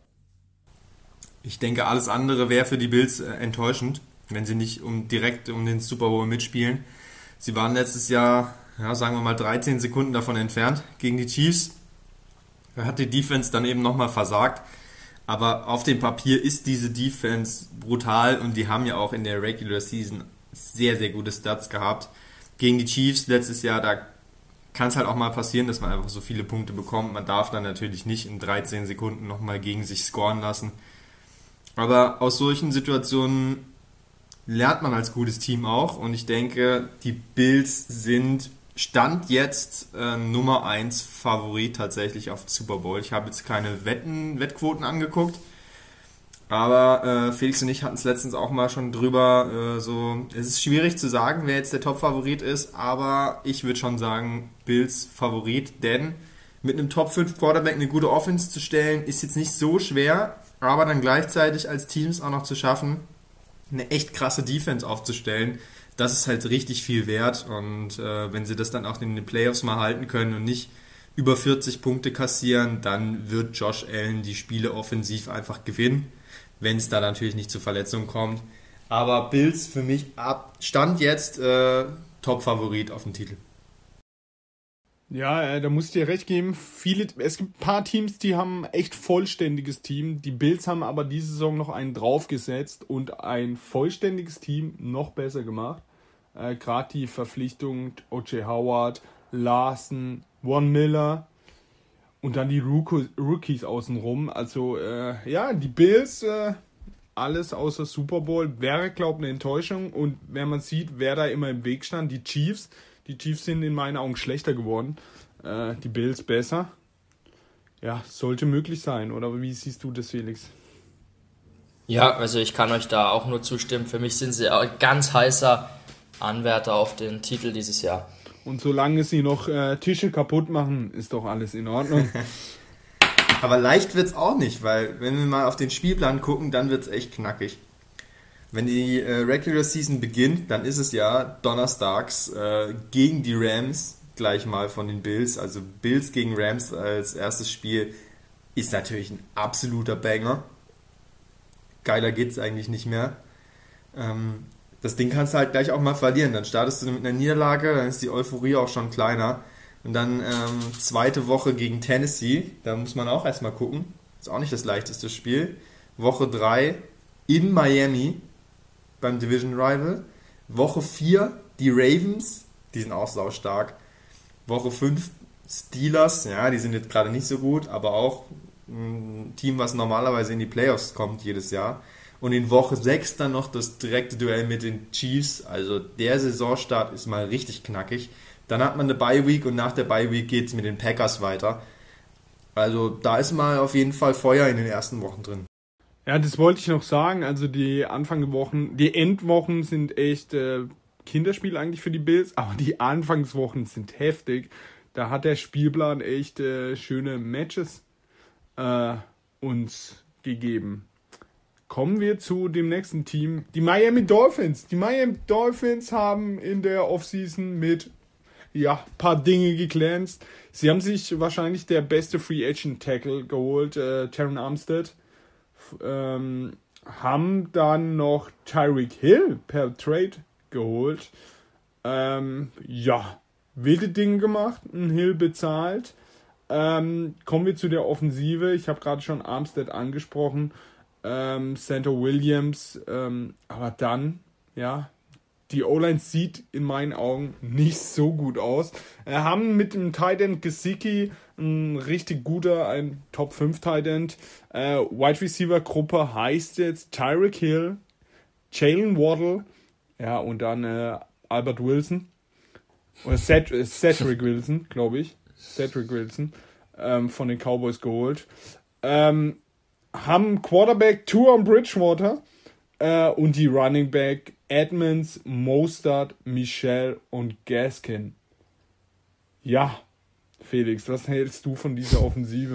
Speaker 3: Ich denke, alles andere wäre für die Bills enttäuschend, wenn sie nicht direkt um den Super Bowl mitspielen. Sie waren letztes Jahr, ja, sagen wir mal 13 Sekunden davon entfernt gegen die Chiefs. Da hat die Defense dann eben nochmal versagt. Aber auf dem Papier ist diese Defense brutal und die haben ja auch in der Regular Season sehr, sehr gute Stats gehabt. Gegen die Chiefs letztes Jahr, da kann es halt auch mal passieren, dass man einfach so viele Punkte bekommt. Man darf dann natürlich nicht in 13 Sekunden nochmal gegen sich scoren lassen. Aber aus solchen Situationen lernt man als gutes Team auch und ich denke, die Bills sind Stand jetzt Nummer 1 Favorit tatsächlich auf Super Bowl. Ich habe jetzt keine Wettquoten angeguckt, aber Felix und ich hatten es letztens auch mal schon drüber, es ist schwierig zu sagen, wer jetzt der Top-Favorit ist, aber ich würde schon sagen, Bills Favorit, denn mit einem Top 5 Quarterback eine gute Offense zu stellen, ist jetzt nicht so schwer, aber dann gleichzeitig als Teams auch noch zu schaffen, eine echt krasse Defense aufzustellen, das ist halt richtig viel wert und wenn sie das dann auch in den Playoffs mal halten können und nicht über 40 Punkte kassieren, dann wird Josh Allen die Spiele offensiv einfach gewinnen, wenn es da natürlich nicht zu Verletzungen kommt. Aber Bills für mich Stand jetzt Top-Favorit auf den Titel.
Speaker 2: Ja, da muss ich dir recht geben. Es gibt ein paar Teams, die haben ein echt vollständiges Team. Die Bills haben aber diese Saison noch einen draufgesetzt und ein vollständiges Team noch besser gemacht. Gerade die Verpflichtung O.J. Howard, Larson, Von Miller und dann die Rookies außenrum. Also die Bills, alles außer Super Bowl, wäre, glaube ich, eine Enttäuschung. Und wenn man sieht, wer da immer im Weg stand, die Chiefs sind in meinen Augen schlechter geworden. Die Bills besser. Ja, sollte möglich sein. Oder wie siehst du das, Felix?
Speaker 4: Ja, also ich kann euch da auch nur zustimmen. Für mich sind sie ein ganz heißer Anwärter auf den Titel dieses Jahr.
Speaker 2: Und solange sie noch Tische kaputt machen, ist doch alles in Ordnung.
Speaker 3: Aber leicht wird's auch nicht, weil wenn wir mal auf den Spielplan gucken, dann wird's echt knackig. Wenn die Regular Season beginnt, dann ist es ja donnerstags gegen die Rams, gleich mal von den Bills. Also Bills gegen Rams als erstes Spiel ist natürlich ein absoluter Banger. Geiler geht's eigentlich nicht mehr. Das Ding kannst du halt gleich auch mal verlieren. Dann startest du mit einer Niederlage, dann ist die Euphorie auch schon kleiner. Und dann zweite Woche gegen Tennessee, da muss man auch erstmal gucken. Ist auch nicht das leichteste Spiel. Woche 3 in Miami beim Division Rival. Woche 4 die Ravens, die sind auch saustark. Woche 5 Steelers, ja, die sind jetzt gerade nicht so gut, aber auch ein Team, was normalerweise in die Playoffs kommt jedes Jahr. Und in Woche 6 dann noch das direkte Duell mit den Chiefs. Also der Saisonstart ist mal richtig knackig. Dann hat man eine Bye-Week und nach der Bye-Week geht es mit den Packers weiter. Also da ist mal auf jeden Fall Feuer in den ersten Wochen drin.
Speaker 2: Ja, das wollte ich noch sagen. Also die Anfangswochen, die Endwochen sind echt Kinderspiel eigentlich für die Bills, aber die Anfangswochen sind heftig. Da hat der Spielplan echt schöne Matches uns gegeben. Kommen wir zu dem nächsten Team, die Miami Dolphins. Die Miami Dolphins haben in der Offseason mit paar Dinge geglänzt. Sie haben sich wahrscheinlich der beste Free Agent Tackle geholt, Terron Armstead. Haben dann noch Tyreek Hill per Trade geholt. Wilde Dinge gemacht, einen Hill bezahlt. Kommen wir zu der Offensive. Ich habe gerade schon Armstead angesprochen. Center Williams. Aber dann, die O-Line sieht in meinen Augen nicht so gut aus. Haben mit dem Tight End Gesicki ein richtig guter, ein Top 5 Tight End. Wide Receiver Gruppe heißt jetzt Tyreek Hill, Jalen Waddle, ja, und dann Albert Wilson. Oder Cedric Wilson, glaube ich. Cedric Wilson von den Cowboys geholt. Haben Quarterback Tua und Bridgewater und die Running Back Edmonds, Mostert, Michel und Gaskin. Ja, Felix, was hältst du von dieser Offensive?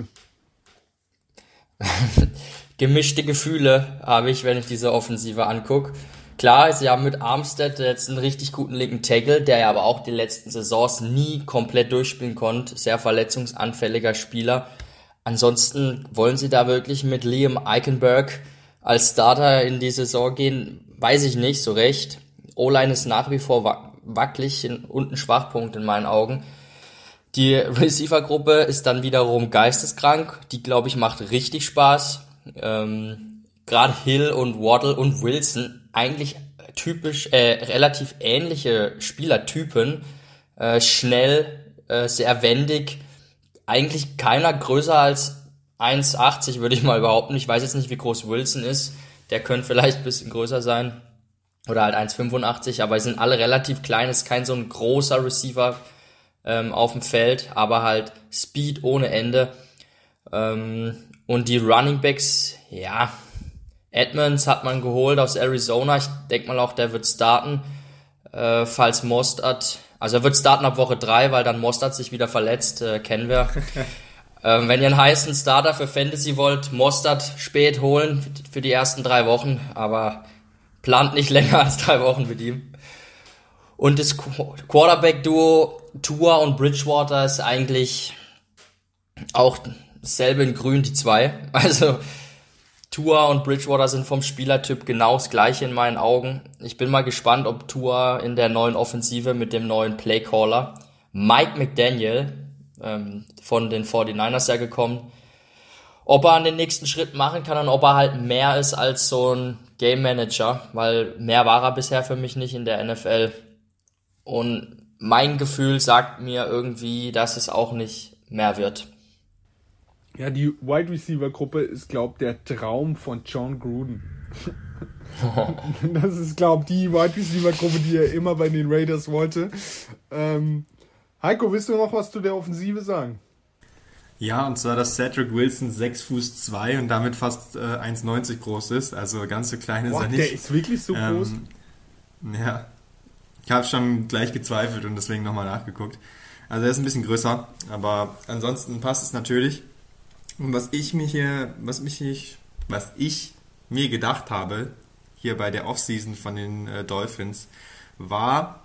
Speaker 4: Gemischte Gefühle habe ich, wenn ich diese Offensive angucke. Klar, sie haben mit Armstead jetzt einen richtig guten linken Tackle, der ja aber auch die letzten Saisons nie komplett durchspielen konnte. Sehr verletzungsanfälliger Spieler. Ansonsten wollen sie da wirklich mit Liam Eichenberg als Starter in die Saison gehen, weiß ich nicht so recht. O-Line ist nach wie vor wackelig und ein Schwachpunkt in meinen Augen. Die Receiver-Gruppe ist dann wiederum geisteskrank. Die, glaube ich, macht richtig Spaß. Gerade Hill und Waddle und Wilson, eigentlich typisch, relativ ähnliche Spielertypen. Schnell, sehr wendig. Eigentlich keiner größer als 1,80 würde ich mal behaupten. Ich weiß jetzt nicht, wie groß Wilson ist. Der könnte vielleicht ein bisschen größer sein. Oder halt 1,85. Aber sie sind alle relativ klein. Ist kein so ein großer Receiver auf dem Feld. Aber halt Speed ohne Ende. Und die Running Backs, ja, Edmonds hat man geholt aus Arizona. Ich denke mal auch, der wird starten. Falls Mostert, also er wird starten ab Woche 3, weil dann Mostert sich wieder verletzt, kennen wir. Wenn ihr einen heißen Starter für Fantasy wollt, Mostert spät holen für die ersten 3 Wochen, aber plant nicht länger als 3 Wochen mit ihm. Und das Quarterback-Duo Tua und Bridgewater ist eigentlich auch dasselbe in grün, die 2. Also Tua und Bridgewater sind vom Spielertyp genau das gleiche in meinen Augen. Ich bin mal gespannt, ob Tua in der neuen Offensive mit dem neuen Playcaller Mike McDaniel von den 49ers ja gekommen, ob er an den nächsten Schritt machen kann und ob er halt mehr ist als so ein Game Manager, weil mehr war er bisher für mich nicht in der NFL. Und mein Gefühl sagt mir irgendwie, dass es auch nicht mehr wird.
Speaker 2: Ja, die Wide Receiver Gruppe ist, glaub, der Traum von John Gruden. Das ist, glaub, die Wide Receiver Gruppe, die er immer bei den Raiders wollte. Heiko, willst du noch was zu der Offensive sagen?
Speaker 3: Ja, und zwar, dass Cedric Wilson 6 Fuß 2 und damit fast 1,90 groß ist. Also ganz so klein ist er nicht.
Speaker 2: Der ist wirklich so groß?
Speaker 3: Ja, ich habe schon gleich gezweifelt und deswegen nochmal nachgeguckt. Also er ist ein bisschen größer, aber ansonsten passt es natürlich. Und was ich mir gedacht habe, hier bei der Offseason von den Dolphins, war,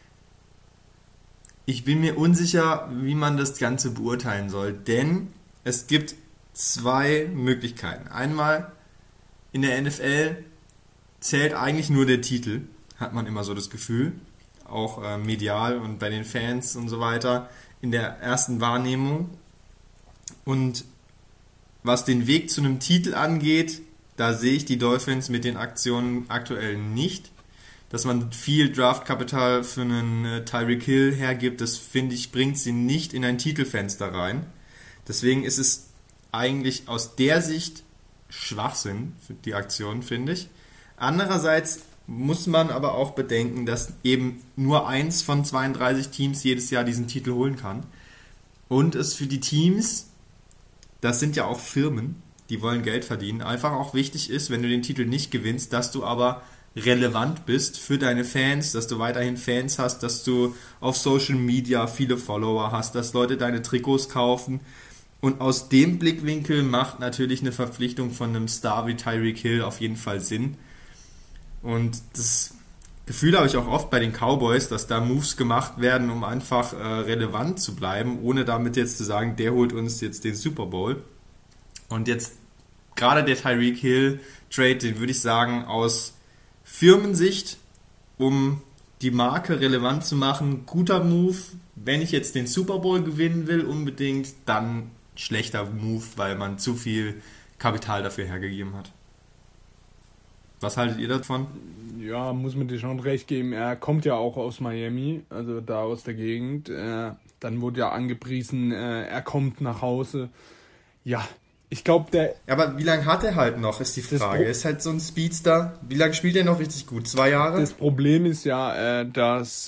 Speaker 3: ich bin mir unsicher, wie man das Ganze beurteilen soll, denn es gibt 2 Möglichkeiten. Einmal, in der NFL zählt eigentlich nur der Titel, hat man immer so das Gefühl, auch medial und bei den Fans und so weiter, in der ersten Wahrnehmung. Und was den Weg zu einem Titel angeht, da sehe ich die Dolphins mit den Aktionen aktuell nicht. Dass man viel Draftkapital für einen Tyreek Hill hergibt, das finde ich, bringt sie nicht in ein Titelfenster rein. Deswegen ist es eigentlich aus der Sicht Schwachsinn für die Aktion, finde ich. Andererseits muss man aber auch bedenken, dass eben nur eins von 32 Teams jedes Jahr diesen Titel holen kann. Und es für die Teams, das sind ja auch Firmen, die wollen Geld verdienen, einfach auch wichtig ist, wenn du den Titel nicht gewinnst, dass du aber relevant bist für deine Fans, dass du weiterhin Fans hast, dass du auf Social Media viele Follower hast, dass Leute deine Trikots kaufen. Und aus dem Blickwinkel macht natürlich eine Verpflichtung von einem Star wie Tyreek Hill auf jeden Fall Sinn. Und das Gefühl habe ich auch oft bei den Cowboys, dass da Moves gemacht werden, um einfach relevant zu bleiben, ohne damit jetzt zu sagen, der holt uns jetzt den Super Bowl. Und jetzt gerade der Tyreek Hill Trade, den würde ich sagen, aus Firmensicht, um die Marke relevant zu machen, guter Move. Wenn ich jetzt den Super Bowl gewinnen will, unbedingt, dann schlechter Move, weil man zu viel Kapital dafür hergegeben hat. Was haltet ihr davon?
Speaker 2: ja, muss man dir schon recht geben. Er kommt ja auch aus Miami, also da aus der Gegend. Dann wurde ja angepriesen, er kommt nach Hause. Ja, ich glaube,
Speaker 5: Aber wie lange hat er halt noch, ist die Frage. Er ist halt so ein Speedster. Wie lange spielt er noch richtig gut? 2 Jahre?
Speaker 2: Das Problem ist ja, dass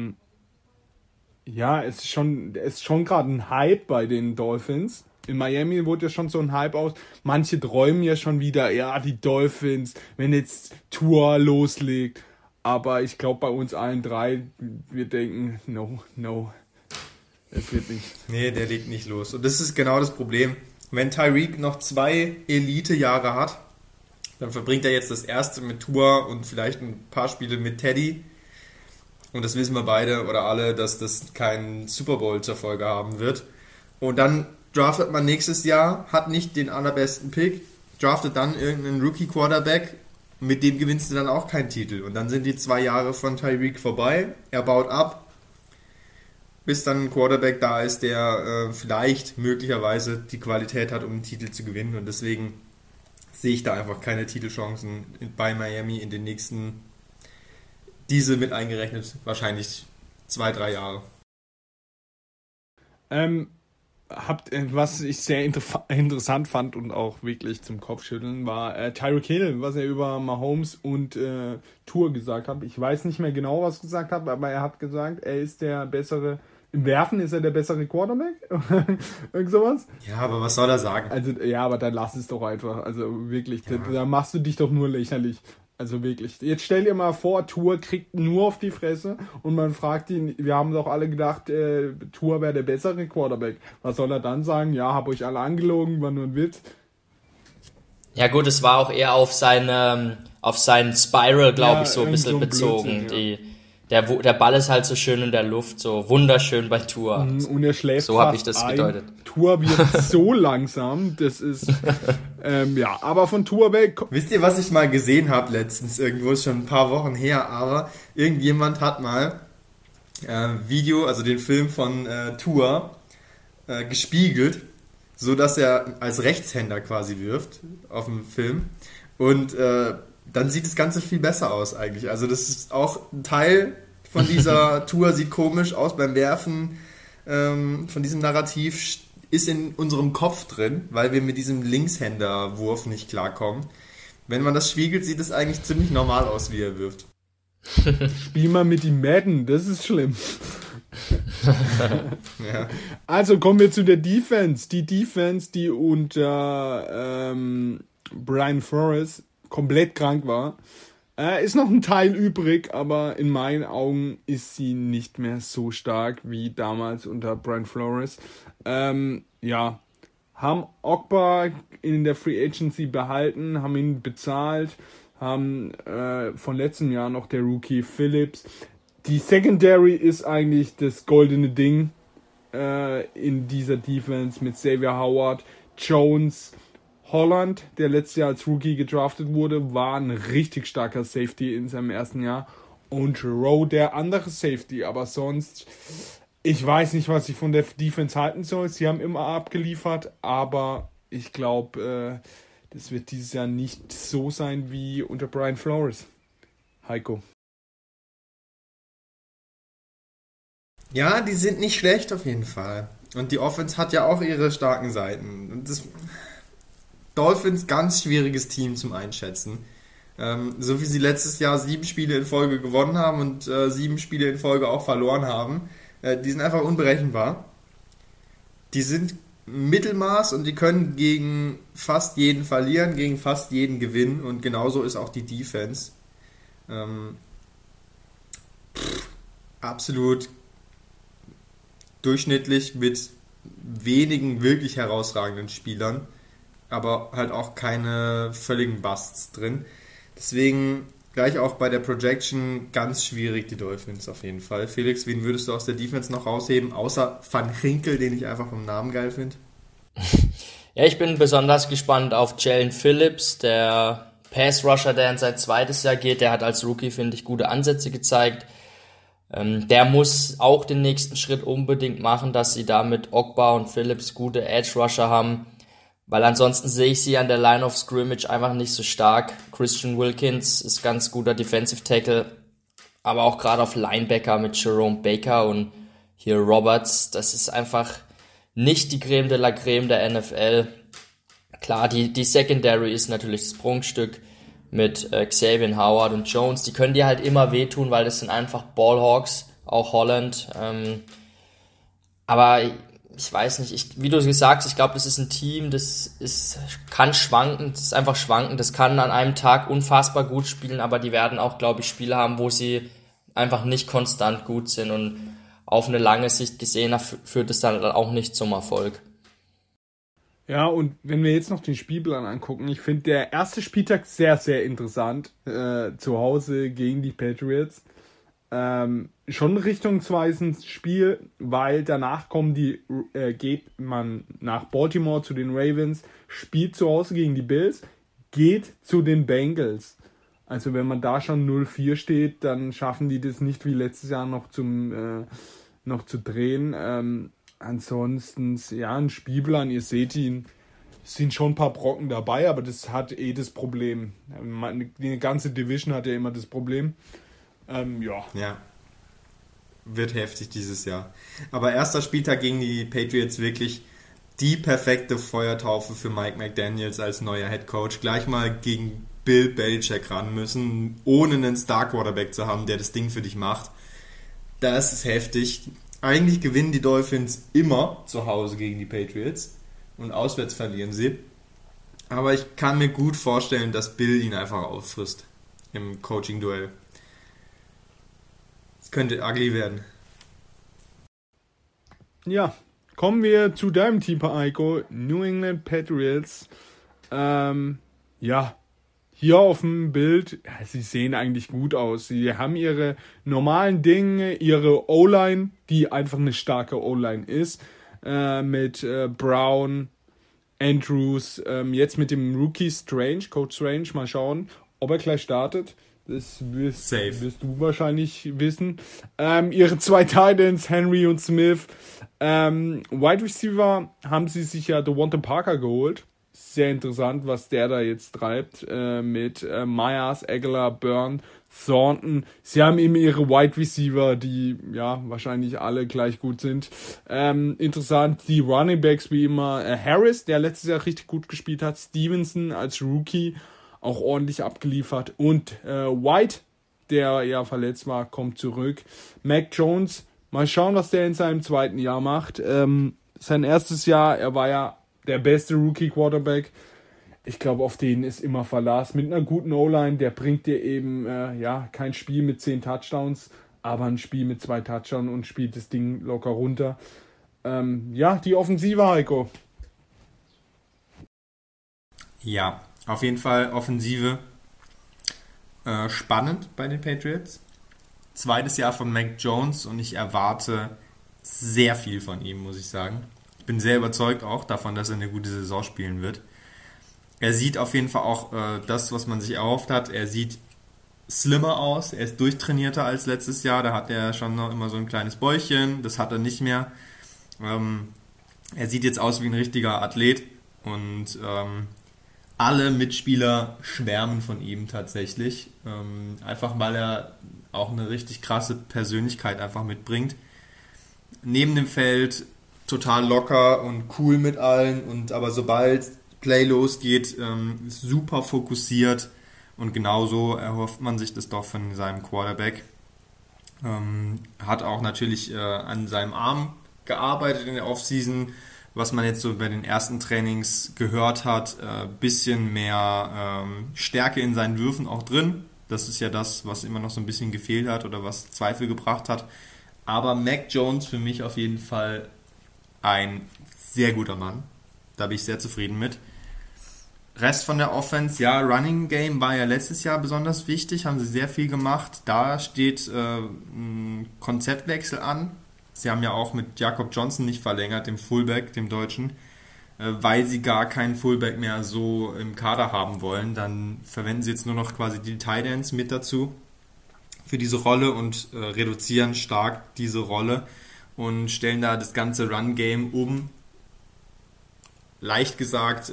Speaker 2: es ist schon gerade ein Hype bei den Dolphins. In Miami wurde ja schon so ein Hype aus. Manche träumen ja schon wieder, ja, die Dolphins, wenn jetzt Tua loslegt. Aber ich glaube, bei uns allen drei, wir denken, no, es wird nicht.
Speaker 5: Nee, der legt nicht los. Und das ist genau das Problem. Wenn Tyreek noch 2 Elite-Jahre hat, dann verbringt er jetzt das erste mit Tua und vielleicht ein paar Spiele mit Teddy. Und das wissen wir beide oder alle, dass das keinen Super Bowl zur Folge haben wird. Und dann draftet man nächstes Jahr, hat nicht den allerbesten Pick, draftet dann irgendeinen Rookie-Quarterback, mit dem gewinnst du dann auch keinen Titel. Und dann sind die 2 Jahre von Tyreek vorbei, er baut ab, bis dann ein Quarterback da ist, der vielleicht möglicherweise die Qualität hat, um einen Titel zu gewinnen. Und deswegen sehe ich da einfach keine Titelchancen bei Miami in den nächsten, diese mit eingerechnet, wahrscheinlich 2-3 Jahre.
Speaker 2: Was ich sehr interessant fand und auch wirklich zum Kopfschütteln war Tyreek Hill, was er über Mahomes und Tua gesagt hat. Ich weiß nicht mehr genau, was er gesagt hat, aber er hat gesagt, er ist der bessere, im Werfen ist er der bessere Quarterback. Irgend sowas.
Speaker 5: Ja, aber was soll er sagen?
Speaker 2: Also, ja, aber dann lass es doch einfach. Also wirklich, da machst du dich doch nur lächerlich. Also wirklich. Jetzt stell dir mal vor, Tua kriegt nur auf die Fresse und man fragt ihn, wir haben doch alle gedacht, Tua wäre der bessere Quarterback. Was soll er dann sagen? Ja, hab euch alle angelogen, war nur ein Witz.
Speaker 4: Ja gut, es war auch eher auf seinen Spiral, glaube ich, so ein bisschen bezogen.
Speaker 2: Blödsinn,
Speaker 4: Der Ball ist halt so schön in der Luft, so wunderschön bei Tua.
Speaker 2: Und er schläft
Speaker 4: so habe ich das gedeutet.
Speaker 2: Tua wird so langsam, das ist, aber von Tua weg.
Speaker 5: Wisst ihr, was ich mal gesehen habe letztens irgendwo, ist schon ein paar Wochen her, aber irgendjemand hat mal Video, also den Film von Tua gespiegelt, so dass er als Rechtshänder quasi wirft auf dem Film und dann sieht das Ganze viel besser aus eigentlich. Also das ist auch ein Teil von dieser Tour, sieht komisch aus beim Werfen, von diesem Narrativ ist in unserem Kopf drin, weil wir mit diesem Linkshänderwurf nicht klarkommen. Wenn man das spiegelt, sieht es eigentlich ziemlich normal aus, wie er wirft.
Speaker 2: Spiel mal mit ihm Madden, das ist schlimm.
Speaker 5: Ja.
Speaker 2: Also kommen wir zu der Defense. Die Defense, die unter Brian Flores komplett krank war. Ist noch ein Teil übrig, aber in meinen Augen ist sie nicht mehr so stark wie damals unter Brian Flores. Haben Ogba in der Free Agency behalten, haben ihn bezahlt, haben von letztem Jahr noch der Rookie Phillips. Die Secondary ist eigentlich das goldene Ding in dieser Defense mit Xavier Howard, Jones, Holland, der letztes Jahr als Rookie gedraftet wurde, war ein richtig starker Safety in seinem ersten Jahr. Und Rowe, der andere Safety. Aber sonst, ich weiß nicht, was ich von der Defense halten soll. Sie haben immer abgeliefert, aber ich glaube, das wird dieses Jahr nicht so sein wie unter Brian Flores. Heiko.
Speaker 5: Ja, die sind nicht schlecht auf jeden Fall. Und die Offense hat ja auch ihre starken Seiten. Und das Dolphins, ganz schwieriges Team zum Einschätzen. So wie sie letztes Jahr 7 Spiele in Folge gewonnen haben und 7 Spiele in Folge auch verloren haben, die sind einfach unberechenbar. Die sind Mittelmaß und die können gegen fast jeden verlieren, gegen fast jeden gewinnen und genauso ist auch die Defense. Absolut durchschnittlich mit wenigen wirklich herausragenden Spielern, aber halt auch keine völligen Busts drin. Deswegen gleich auch bei der Projection ganz schwierig, die Dolphins auf jeden Fall. Felix, wen würdest du aus der Defense noch rausheben, außer Van Ginkel, den ich einfach vom Namen geil finde?
Speaker 4: Ja, ich bin besonders gespannt auf Jalen Phillips, der Pass-Rusher, der in sein zweites Jahr geht. Der hat als Rookie, finde ich, gute Ansätze gezeigt. Der muss auch den nächsten Schritt unbedingt machen, dass sie da mit Ogba und Phillips gute Edge-Rusher haben. weil ansonsten sehe ich sie an der Line of Scrimmage einfach nicht so stark. Christian Wilkins ist ganz guter Defensive Tackle, aber auch gerade auf Linebacker mit Jerome Baker und hier Roberts, das ist einfach nicht die Creme de la Creme der NFL. Klar, die Secondary ist natürlich das Prunkstück mit Xavier Howard und Jones. Die können dir halt immer wehtun, weil das sind einfach Ballhawks, auch Holland. Aber ich weiß nicht, wie du gesagt hast, ich glaube, das ist ein Team, kann schwanken, das ist einfach schwanken. Das kann an einem Tag unfassbar gut spielen, aber die werden auch, glaube ich, Spiele haben, wo sie einfach nicht konstant gut sind. Und auf eine lange Sicht gesehen führt es dann auch nicht zum Erfolg.
Speaker 2: Ja, und wenn wir jetzt noch den Spielplan angucken, ich finde der erste Spieltag sehr, sehr interessant. Zu Hause gegen die Patriots. Schon ein richtungsweisendes Spiel, weil danach geht man nach Baltimore zu den Ravens, spielt zu Hause gegen die Bills, geht zu den Bengals. Also wenn man da schon 0-4 steht, dann schaffen die das nicht wie letztes Jahr noch zu drehen. Ansonsten, ja, ein Spielplan, ihr seht ihn, es sind schon ein paar Brocken dabei, aber das hat das Problem. Die ganze Division hat ja immer das Problem.
Speaker 5: Ja. Wird heftig dieses Jahr. Aber erster Spieltag gegen die Patriots wirklich die perfekte Feuertaufe für Mike McDaniels als neuer Headcoach. Gleich mal gegen Bill Belichick ran müssen, ohne einen Star-Quarterback zu haben, der das Ding für dich macht. Das ist heftig. Eigentlich gewinnen die Dolphins immer zu Hause gegen die Patriots und auswärts verlieren sie. Aber ich kann mir gut vorstellen, dass Bill ihn einfach auffrisst im Coaching-Duell. Es könnte ugly werden.
Speaker 2: Ja, kommen wir zu deinem Team, Eiko, New England Patriots. Hier auf dem Bild, ja, sie sehen eigentlich gut aus. Sie haben ihre normalen Dinge, ihre O-Line, die einfach eine starke O-Line ist, mit Brown, Andrews, jetzt mit dem Rookie Coach Strange, mal schauen, ob er gleich startet. Das wirst du wahrscheinlich wissen. Ihre zwei Titans, Henry und Smith. Wide Receiver haben sie sich ja Devonta Parker geholt. Sehr interessant, was der da jetzt treibt mit Myers, Aguilar, Byrne, Thornton. Sie haben eben ihre Wide Receiver, die ja wahrscheinlich alle gleich gut sind. Interessant, die Running Backs wie immer. Harris, der letztes Jahr richtig gut gespielt hat. Stevenson als Rookie auch ordentlich abgeliefert. Und White, der ja verletzt war, kommt zurück. Mac Jones, mal schauen, was der in seinem zweiten Jahr macht. Sein erstes Jahr, er war ja der beste Rookie-Quarterback. Ich glaube, auf den ist immer Verlass. Mit einer guten O-Line, der bringt dir eben kein Spiel mit 10 Touchdowns, aber ein Spiel mit 2 Touchdowns und spielt das Ding locker runter. Die Offensive, Heiko.
Speaker 5: Ja, auf jeden Fall Offensive. Spannend bei den Patriots. Zweites Jahr von Mac Jones und ich erwarte sehr viel von ihm, muss ich sagen. Ich bin sehr überzeugt auch davon, dass er eine gute Saison spielen wird. Er sieht auf jeden Fall auch das, was man sich erhofft hat. Er sieht slimmer aus. Er ist durchtrainierter als letztes Jahr. Da hat er schon noch immer so ein kleines Bäuchchen. Das hat er nicht mehr. Er sieht jetzt aus wie ein richtiger Athlet. Und alle Mitspieler schwärmen von ihm tatsächlich. Einfach weil er auch eine richtig krasse Persönlichkeit einfach mitbringt. Neben dem Feld total locker und cool mit allen. Aber sobald Play losgeht, super fokussiert. Und genauso erhofft man sich das doch von seinem Quarterback. Hat auch natürlich an seinem Arm gearbeitet in der Offseason, was man jetzt so bei den ersten Trainings gehört hat. Bisschen mehr Stärke in seinen Würfen auch drin. Das ist ja das, was immer noch so ein bisschen gefehlt hat oder was Zweifel gebracht hat. Aber Mac Jones für mich auf jeden Fall ein sehr guter Mann. Da bin ich sehr zufrieden mit. Rest von der Offense, ja, Running Game war ja letztes Jahr besonders wichtig, haben sie sehr viel gemacht. Da steht ein Konzeptwechsel an. Sie haben ja auch mit Jakob Johnson nicht verlängert, dem Fullback, dem Deutschen, weil sie gar keinen Fullback mehr so im Kader haben wollen. Dann verwenden sie jetzt nur noch quasi die Tight Ends mit dazu für diese Rolle und reduzieren stark diese Rolle und stellen da das ganze Run-Game um leicht gesagt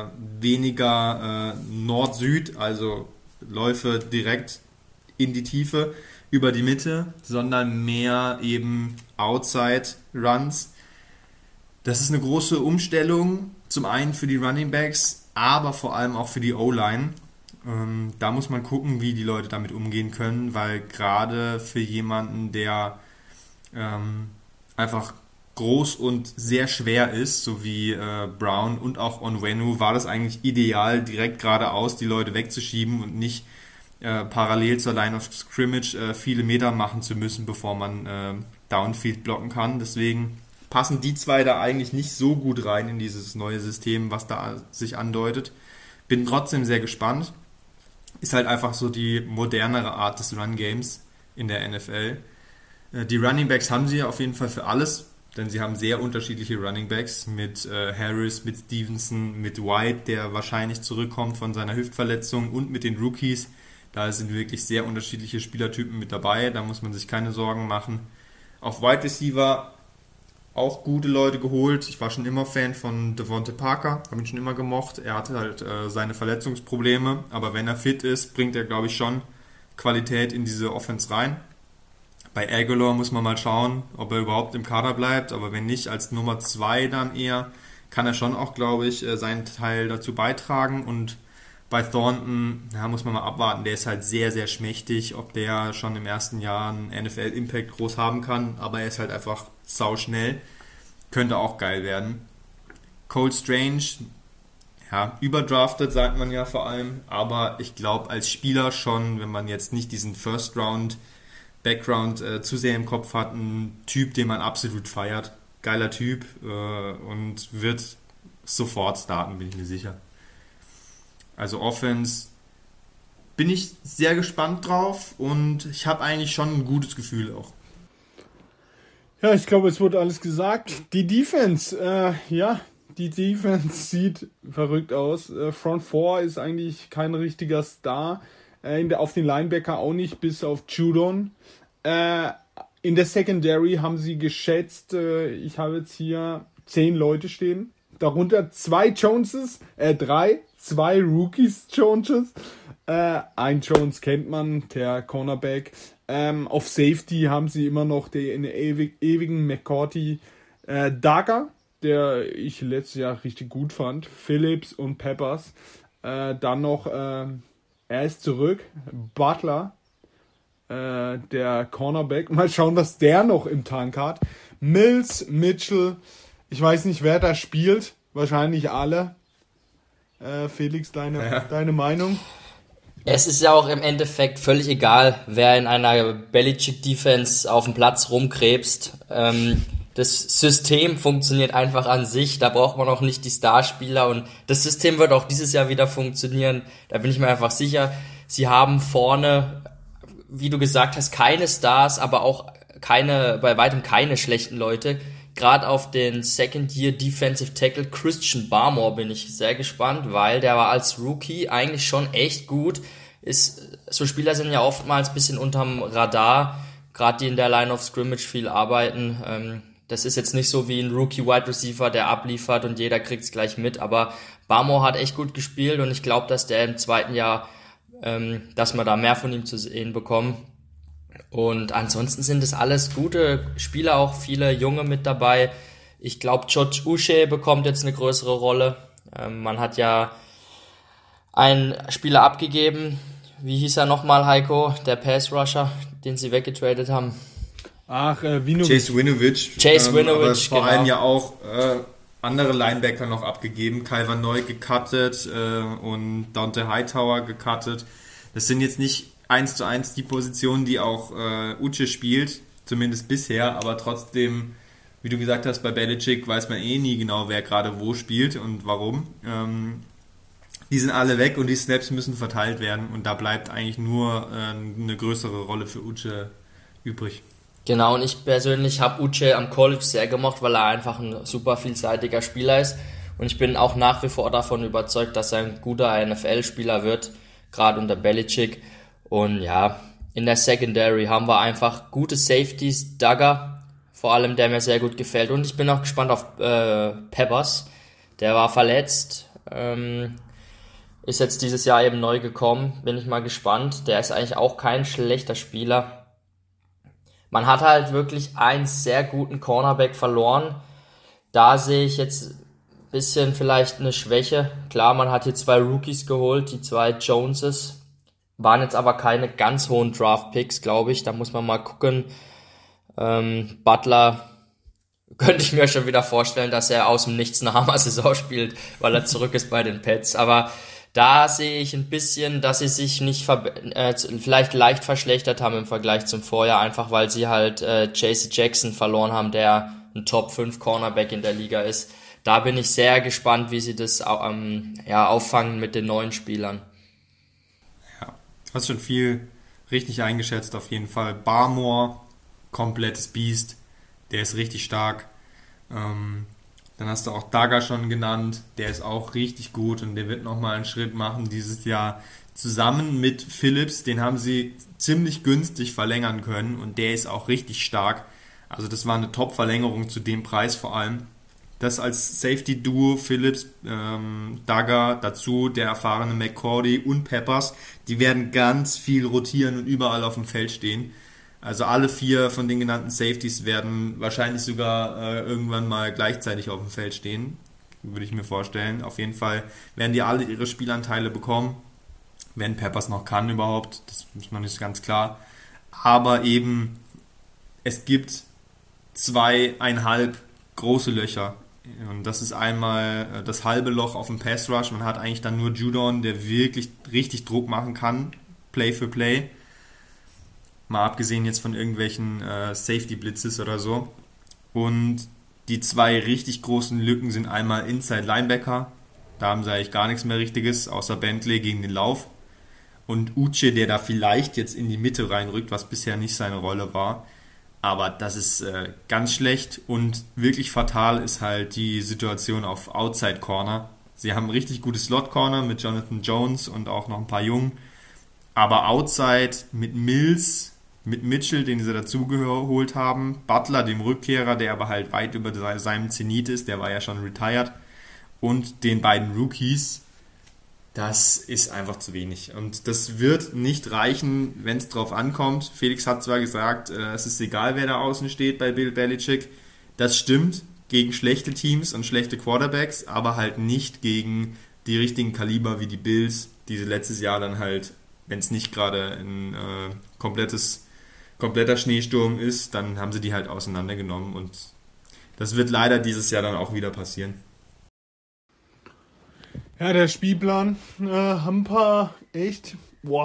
Speaker 5: weniger Nord-Süd, also Läufe direkt in die Tiefe über die Mitte, sondern mehr eben Outside-Runs. Das ist eine große Umstellung, zum einen für die Running Backs, aber vor allem auch für die O-Line. Da muss man gucken, wie die Leute damit umgehen können, weil gerade für jemanden, der einfach groß und sehr schwer ist, so wie Brown und auch Onwenu, war das eigentlich ideal, direkt geradeaus die Leute wegzuschieben und nicht parallel zur Line of Scrimmage viele Meter machen zu müssen, bevor man Downfield blocken kann. Deswegen passen die zwei da eigentlich nicht so gut rein in dieses neue System, was da sich andeutet. Bin trotzdem sehr gespannt. Ist halt einfach so die modernere Art des Run-Games in der NFL. Die Running Backs haben sie auf jeden Fall für alles, denn sie haben sehr unterschiedliche Running Backs mit Harris, mit Stevenson, mit White, der wahrscheinlich zurückkommt von seiner Hüftverletzung, und mit den Rookies. Da sind wirklich sehr unterschiedliche Spielertypen mit dabei, da muss man sich keine Sorgen machen. Auf Wide Receiver auch gute Leute geholt. Ich war schon immer Fan von Devontae Parker, habe ihn schon immer gemocht. Er hatte halt seine Verletzungsprobleme, aber wenn er fit ist, bringt er, glaube ich, schon Qualität in diese Offense rein. Bei Aguilar muss man mal schauen, ob er überhaupt im Kader bleibt, aber wenn nicht, als Nummer 2 dann eher, kann er schon auch, glaube ich, seinen Teil dazu beitragen. Und bei Thornton, muss man mal abwarten, der ist halt sehr, sehr schmächtig, ob der schon im ersten Jahr einen NFL-Impact groß haben kann, aber er ist halt einfach sauschnell, könnte auch geil werden. Cole Strange, überdrafted, sagt man ja vor allem, aber ich glaube als Spieler schon, wenn man jetzt nicht diesen First-Round-Background zu sehr im Kopf hat, ein Typ, den man absolut feiert. Geiler Typ und wird sofort starten, bin ich mir sicher. Also Offense bin ich sehr gespannt drauf und ich habe eigentlich schon ein gutes Gefühl auch.
Speaker 2: Ja, ich glaube, es wurde alles gesagt. Die Defense, die Defense sieht verrückt aus. Front 4 ist eigentlich kein richtiger Star. Auf den Linebacker auch nicht, bis auf Judon. In der Secondary haben sie geschätzt, ich habe jetzt hier 10 Leute stehen. Darunter 2 Joneses, 2 Rookies-Joneses. Ein Jones kennt man, der Cornerback. Auf Safety haben sie immer noch den ewigen McCourty Dagger, der ich letztes Jahr richtig gut fand. Phillips und Peppers. Dann noch, er ist zurück, Butler, der Cornerback. Mal schauen, was der noch im Tank hat. Mills, Mitchell, ich weiß nicht, wer da spielt. Wahrscheinlich alle. Felix, deine Meinung?
Speaker 4: Es ist ja auch im Endeffekt völlig egal, wer in einer Belichick-Defense auf dem Platz rumkrebst. Das System funktioniert einfach an sich, da braucht man auch nicht die Starspieler und das System wird auch dieses Jahr wieder funktionieren, da bin ich mir einfach sicher. Sie haben vorne, wie du gesagt hast, keine Stars, aber auch bei weitem keine schlechten Leute. Gerade auf den Second-Year Defensive Tackle Christian Barmore bin ich sehr gespannt, weil der war als Rookie eigentlich schon echt gut. So Spieler sind ja oftmals ein bisschen unterm Radar, gerade die in der Line of Scrimmage viel arbeiten. Das ist jetzt nicht so wie ein Rookie-Wide Receiver, der abliefert und jeder kriegt's gleich mit, aber Barmore hat echt gut gespielt und ich glaube, dass der im zweiten Jahr, dass wir da mehr von ihm zu sehen bekommen. Und ansonsten sind es alles gute Spieler, auch viele Junge mit dabei. Ich glaube, George Uche bekommt jetzt eine größere Rolle. Man hat ja einen Spieler abgegeben. Wie hieß er nochmal, Heiko? Der Pass-Rusher, den sie weggetradet haben.
Speaker 5: Chase Winovich. Aber vor allem ja auch andere Linebacker noch abgegeben. Calvin Neu gecuttet und Dante Hightower gecuttet. Das sind jetzt nicht 1:1 die Position, die auch Uche spielt, zumindest bisher, aber trotzdem, wie du gesagt hast, bei Belichick weiß man eh nie genau, wer gerade wo spielt und warum. Die sind alle weg und die Snaps müssen verteilt werden und da bleibt eigentlich nur eine größere Rolle für Uche übrig.
Speaker 4: Genau, und ich persönlich habe Uche am College sehr gemocht, weil er einfach ein super vielseitiger Spieler ist und ich bin auch nach wie vor davon überzeugt, dass er ein guter NFL-Spieler wird, gerade unter Belichick. Und ja, in der Secondary haben wir einfach gute Safeties, Dagger, vor allem der mir sehr gut gefällt. Und ich bin auch gespannt auf Peppers, Der war verletzt, ist jetzt dieses Jahr eben neu gekommen, bin ich mal gespannt. Der ist eigentlich auch kein schlechter Spieler. Man hat halt wirklich einen sehr guten Cornerback verloren. Da sehe ich jetzt ein bisschen vielleicht eine Schwäche. Klar, man hat hier 2 Rookies geholt, die 2 Joneses. Waren jetzt aber keine ganz hohen Draft-Picks, glaube ich. Da muss man mal gucken. Butler könnte ich mir schon wieder vorstellen, dass er aus dem Nichts eine Hammer-Saison spielt, weil er zurück ist bei den Pets. Aber da sehe ich ein bisschen, dass sie sich nicht vielleicht leicht verschlechtert haben im Vergleich zum Vorjahr, einfach weil sie halt J.C. Jackson verloren haben, der ein Top-5 Cornerback in der Liga ist. Da bin ich sehr gespannt, wie sie das auffangen mit den neuen Spielern.
Speaker 5: Ja, hast schon viel richtig eingeschätzt auf jeden Fall. Barmore, komplettes Biest, der ist richtig stark. Dann hast du auch Dagger schon genannt, der ist auch richtig gut und der wird nochmal einen Schritt machen dieses Jahr. Zusammen mit Phillips, den haben sie ziemlich günstig verlängern können und der ist auch richtig stark. Also das war eine Top-Verlängerung zu dem Preis vor allem. Das als Safety-Duo, Phillips, Dagger, dazu der erfahrene McCordy und Peppers, die werden ganz viel rotieren und überall auf dem Feld stehen. Also alle 4 von den genannten Safeties werden wahrscheinlich sogar irgendwann mal gleichzeitig auf dem Feld stehen, würde ich mir vorstellen. Auf jeden Fall werden die alle ihre Spielanteile bekommen, wenn Peppers noch kann überhaupt, das ist noch nicht ganz klar. Aber eben, es gibt 2,5 große Löcher. Und das ist einmal das halbe Loch auf dem Pass Rush. Man hat eigentlich dann nur Judon, der wirklich richtig Druck machen kann, Play für Play. Mal abgesehen jetzt von irgendwelchen Safety-Blitzes oder so. Und die 2 richtig großen Lücken sind einmal Inside Linebacker. Da haben sie eigentlich gar nichts mehr Richtiges, außer Bentley gegen den Lauf. Und Uche, der da vielleicht jetzt in die Mitte reinrückt, was bisher nicht seine Rolle war. Aber das ist ganz schlecht und wirklich fatal ist halt die Situation auf Outside Corner. Sie haben ein richtig gutes Slot Corner mit Jonathan Jones und auch noch ein paar Jungen. Aber Outside mit Mills, mit Mitchell, den sie dazugeholt haben, Butler, dem Rückkehrer, der aber halt weit über seinem Zenit ist, der war ja schon retired, und den beiden Rookies, das ist einfach zu wenig. Und das wird nicht reichen, wenn es drauf ankommt. Felix hat zwar gesagt, es ist egal, wer da außen steht bei Bill Belichick. Das stimmt gegen schlechte Teams und schlechte Quarterbacks, aber halt nicht gegen die richtigen Kaliber wie die Bills, die sie letztes Jahr dann halt, wenn es nicht gerade ein kompletter Schneesturm ist, dann haben sie die halt auseinandergenommen und das wird leider dieses Jahr dann auch wieder passieren.
Speaker 2: Ja, der Spielplan haben ein paar echt,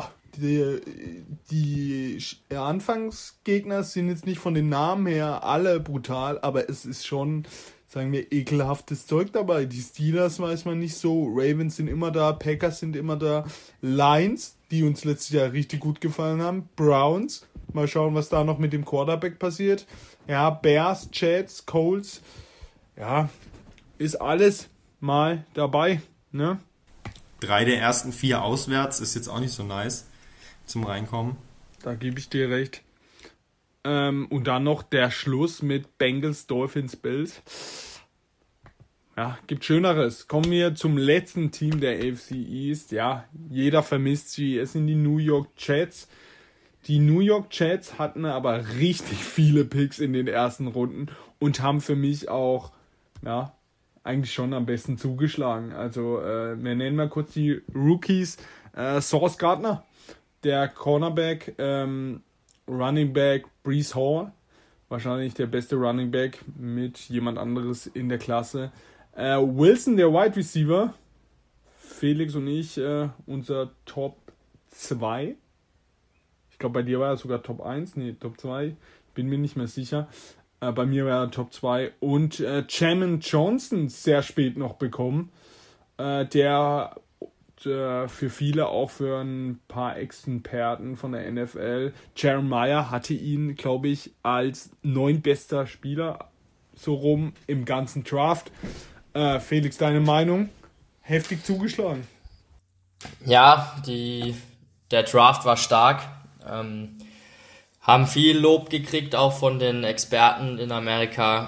Speaker 2: die Anfangsgegner sind jetzt nicht von den Namen her alle brutal, aber es ist schon, sagen wir, ekelhaftes Zeug dabei. Die Steelers weiß man nicht so, Ravens sind immer da, Packers sind immer da, Lions, die uns letztes Jahr richtig gut gefallen haben, Browns, mal schauen, was da noch mit dem Quarterback passiert. Ja, Bears, Jets, Colts, ja, ist alles mal dabei, ne?
Speaker 5: 3 der ersten 4 auswärts ist jetzt auch nicht so nice zum Reinkommen.
Speaker 2: Da gebe ich dir recht. Und dann noch der Schluss mit Bengals, Dolphins, Bills. Ja, gibt Schöneres. Kommen wir zum letzten Team der AFC East. Ja, jeder vermisst sie. Es sind die New York Jets. Die New York Jets hatten aber richtig viele Picks in den ersten Runden und haben für mich auch, ja, eigentlich schon am besten zugeschlagen. Also, wir nennen mal kurz die Rookies. Sauce Gardner, der Cornerback, Running Back Breece Hall, wahrscheinlich der beste Running Back mit jemand anderes in der Klasse. Wilson, der Wide Receiver, Felix und ich, unser Top 2. Ich glaube, bei dir war er sogar Top 1, nee, Top 2, bin mir nicht mehr sicher. Bei mir war er Top 2. Und Jamin Johnson sehr spät noch bekommen, der für viele auch für ein paar Experten von der NFL, Jeremiah hatte ihn, glaube ich, als 9. bester Spieler so rum im ganzen Draft. Felix, deine Meinung? Heftig zugeschlagen.
Speaker 4: Ja, der Draft war stark. Haben viel Lob gekriegt, auch von den Experten in Amerika.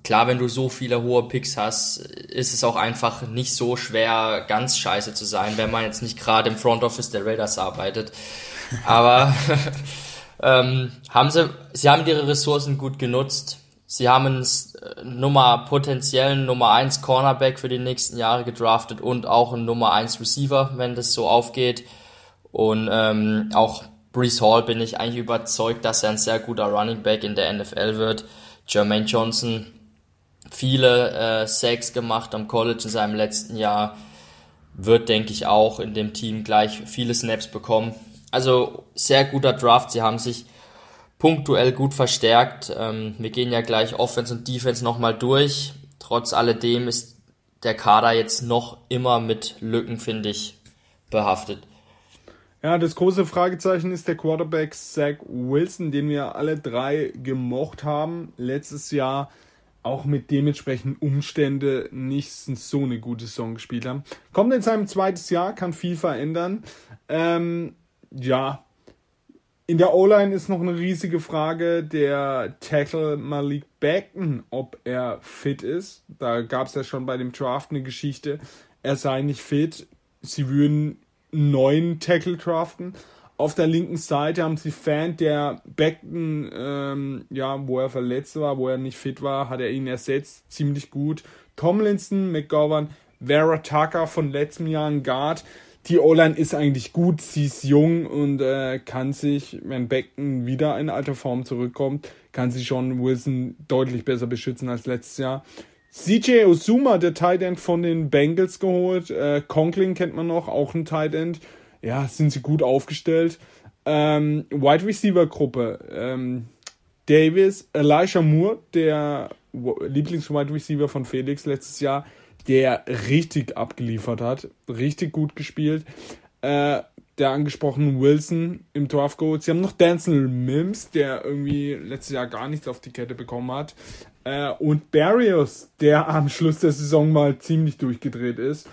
Speaker 4: klar, wenn du so viele hohe Picks hast, ist es auch einfach nicht so schwer, ganz scheiße zu sein, wenn man jetzt nicht gerade im Front Office der Raiders arbeitet. Aber sie haben ihre Ressourcen gut genutzt. Sie haben einen potenziellen Nummer 1 Cornerback für die nächsten Jahre gedraftet und auch einen Nummer 1 Receiver, wenn das so aufgeht. Und auch Breece Hall bin ich eigentlich überzeugt, dass er ein sehr guter Running Back in der NFL wird. Jermaine Johnson, viele Sacks gemacht am College in seinem letzten Jahr, wird, denke ich, auch in dem Team gleich viele Snaps bekommen. Also sehr guter Draft, sie haben sich punktuell gut verstärkt. Wir gehen ja gleich Offense und Defense nochmal durch. Trotz alledem ist der Kader jetzt noch immer mit Lücken, finde ich, behaftet.
Speaker 2: Ja, das große Fragezeichen ist der Quarterback Zach Wilson, den wir alle drei gemocht haben. Letztes Jahr auch mit dementsprechenden Umständen nicht so eine gute Saison gespielt haben. Kommt in seinem zweites Jahr, kann viel verändern. Ja, in der O-Line ist noch eine riesige Frage, der Tackle Malik Beckton, ob er fit ist. Da gab es ja schon bei dem Draft eine Geschichte, er sei nicht fit. Sie würden einen neuen Tackle draften. Auf der linken Seite haben sie Fan, der Beckton, wo er verletzt war, wo er nicht fit war, hat er ihn ersetzt, ziemlich gut. Tomlinson, McGovern, Vera Tucker von letztem Jahr, ein Guard. Die O-Line ist eigentlich gut, sie ist jung und kann sich, wenn Beckton wieder in alter Form zurückkommt, kann sich schon Wilson deutlich besser beschützen als letztes Jahr. CJ Uzomah, der Tight End von den Bengals geholt. Conklin kennt man noch, auch ein Tight End. Ja, sind sie gut aufgestellt. Wide Receiver Gruppe. Davis, Elijah Moore, der Lieblings-Wide Receiver von Felix letztes Jahr, der richtig abgeliefert hat, richtig gut gespielt. Der angesprochene Wilson im Draft geholt. Sie haben noch Denzel Mims, der irgendwie letztes Jahr gar nichts auf die Kette bekommen hat. Und Barrios, der am Schluss der Saison mal ziemlich durchgedreht ist.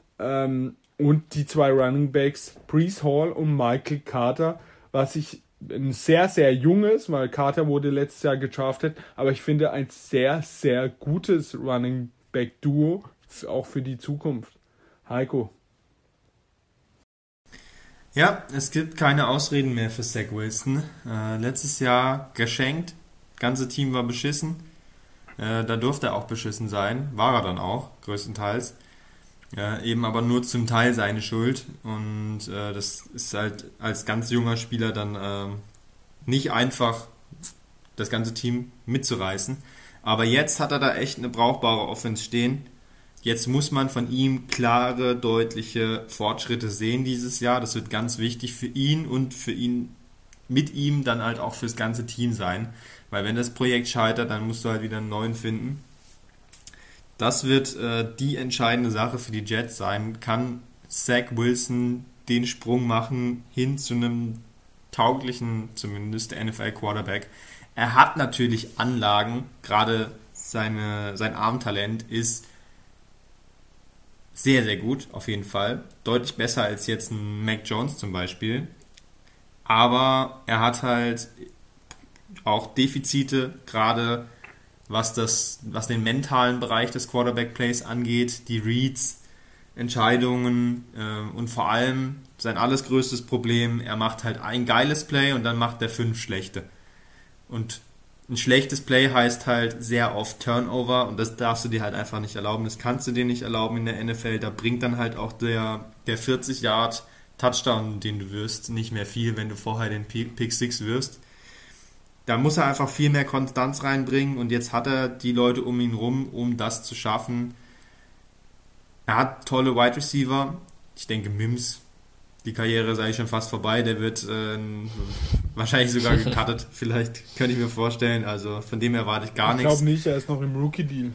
Speaker 2: Und die zwei Running Backs, Breece Hall und Michael Carter, was ich ein sehr, sehr junges, weil Carter wurde letztes Jahr gedraftet, aber ich finde ein sehr, sehr gutes Running Back Duo, auch für die Zukunft. Heiko.
Speaker 5: Ja, es gibt keine Ausreden mehr für Zach Wilson. Letztes Jahr geschenkt, das ganze Team war beschissen. Da durfte er auch beschissen sein, war er dann auch, größtenteils. Eben aber nur zum Teil seine Schuld. Und das ist halt als ganz junger Spieler dann nicht einfach, das ganze Team mitzureißen. Aber jetzt hat er da echt eine brauchbare Offense stehen. Jetzt muss man von ihm klare, deutliche Fortschritte sehen dieses Jahr. Das wird ganz wichtig für ihn und für ihn mit ihm dann halt auch fürs ganze Team sein. Weil wenn das Projekt scheitert, dann musst du halt wieder einen neuen finden. Das wird die entscheidende Sache für die Jets sein. Kann Zach Wilson den Sprung machen hin zu einem tauglichen, zumindest NFL-Quarterback? Er hat natürlich Anlagen, gerade sein Armtalent ist sehr, sehr gut, auf jeden Fall. Deutlich besser als jetzt ein Mac Jones zum Beispiel. Aber er hat halt auch Defizite, gerade was den mentalen Bereich des Quarterback-Plays angeht, die Reads, Entscheidungen und vor allem sein alles größtes Problem, er macht halt ein geiles Play und dann macht er 5 schlechte. Und ein schlechtes Play heißt halt sehr oft Turnover und das darfst du dir halt einfach nicht erlauben. Das kannst du dir nicht erlauben in der NFL. Da bringt dann halt auch der 40-Yard-Touchdown, den du wirst, nicht mehr viel, wenn du vorher den Pick 6 wirst. Da muss er einfach viel mehr Konstanz reinbringen und jetzt hat er die Leute um ihn rum, um das zu schaffen. Er hat tolle Wide Receiver. Ich denke, Mims, die Karriere ist eigentlich schon fast vorbei. Der wird wahrscheinlich sogar gecuttet. Vielleicht könnte ich mir vorstellen. Also von dem erwarte ich gar nichts.
Speaker 2: Ich glaube nicht, er ist noch im Rookie-Deal.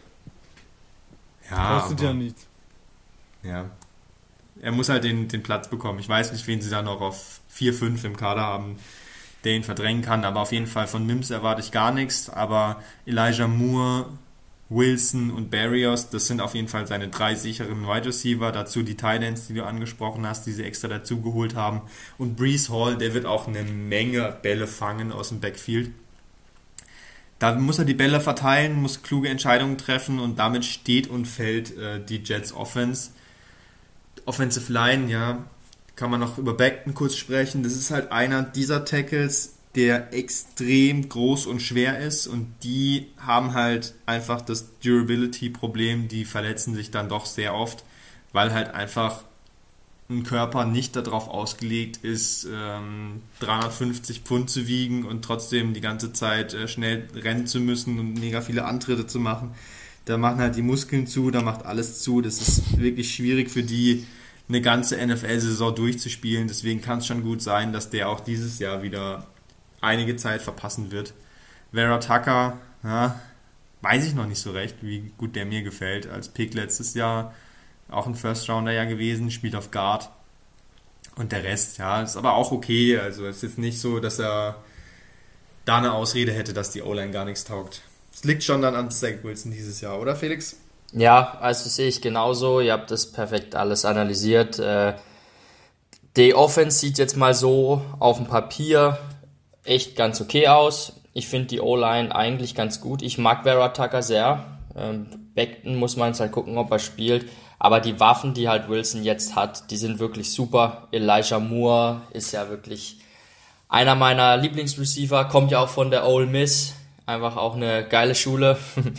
Speaker 5: Ja,
Speaker 2: kostet ja nichts.
Speaker 5: Ja. Er muss halt den Platz bekommen. Ich weiß nicht, wen sie da noch auf 4-5 im Kader haben, der ihn verdrängen kann. Aber auf jeden Fall von Mims erwarte ich gar nichts. Aber Elijah Moore, Wilson und Barrios, das sind auf jeden Fall seine 3 sicheren Wide Receiver, dazu die Tight Ends, die du angesprochen hast, die sie extra dazu geholt haben. Und Breece Hall, der wird auch eine Menge Bälle fangen aus dem Backfield. Da muss er die Bälle verteilen, muss kluge Entscheidungen treffen und damit steht und fällt die Jets Offense. Offensive Line, ja, kann man noch über Becton kurz sprechen. Das ist halt einer dieser Tackles, der extrem groß und schwer ist und die haben halt einfach das Durability-Problem, die verletzen sich dann doch sehr oft, weil halt einfach ein Körper nicht darauf ausgelegt ist, 350 Pfund zu wiegen und trotzdem die ganze Zeit schnell rennen zu müssen und mega viele Antritte zu machen. Da machen halt die Muskeln zu, da macht alles zu. Das ist wirklich schwierig für die, eine ganze NFL-Saison durchzuspielen. Deswegen kann es schon gut sein, dass der auch dieses Jahr wieder einige Zeit verpassen wird. Vera Tucker, ja, weiß ich noch nicht so recht, wie gut der mir gefällt. Als Pick letztes Jahr auch ein First-Rounder ja gewesen, spielt auf Guard. Und der Rest, ja, ist aber auch okay. Also es ist jetzt nicht so, dass er da eine Ausrede hätte, dass die O-Line gar nichts taugt. Es liegt schon dann an Zach Wilson dieses Jahr, oder Felix?
Speaker 4: Ja, also sehe ich genauso. Ihr habt das perfekt alles analysiert. Die Offense sieht jetzt mal so auf dem Papier echt ganz okay aus. Ich finde die O-Line eigentlich ganz gut. Ich mag Vera Tucker sehr. Becton muss man jetzt halt gucken, ob er spielt. Aber die Waffen, die halt Wilson jetzt hat, die sind wirklich super. Elijah Moore ist ja wirklich einer meiner Lieblingsreceiver, kommt ja auch von der Ole Miss. Einfach auch eine geile Schule.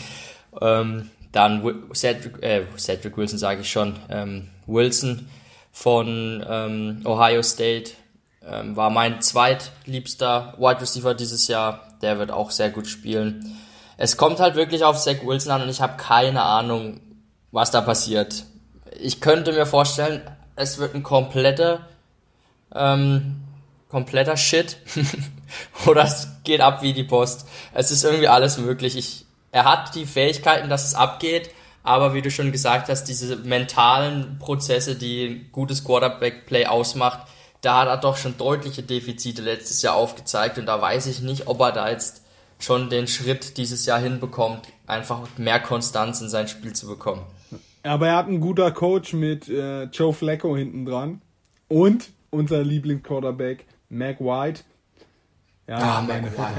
Speaker 4: Dann Cedric Wilson sage ich schon. Wilson von Ohio State war mein zweitliebster Wide Receiver dieses Jahr. Der wird auch sehr gut spielen. Es kommt halt wirklich auf Zach Wilson an und ich habe keine Ahnung, was da passiert. Ich könnte mir vorstellen, es wird ein kompletter Shit oder es geht ab wie die Post. Es ist irgendwie alles möglich. Er hat die Fähigkeiten, dass es abgeht, aber wie du schon gesagt hast, diese mentalen Prozesse, die ein gutes Quarterback-Play ausmacht, da hat er doch schon deutliche Defizite letztes Jahr aufgezeigt und da weiß ich nicht, ob er da jetzt schon den Schritt dieses Jahr hinbekommt, einfach mehr Konstanz in sein Spiel zu bekommen.
Speaker 2: Aber er hat einen guter Coach mit Joe Flacco hinten dran und unser Lieblingsquarterback Mac White. Ja,
Speaker 4: Mac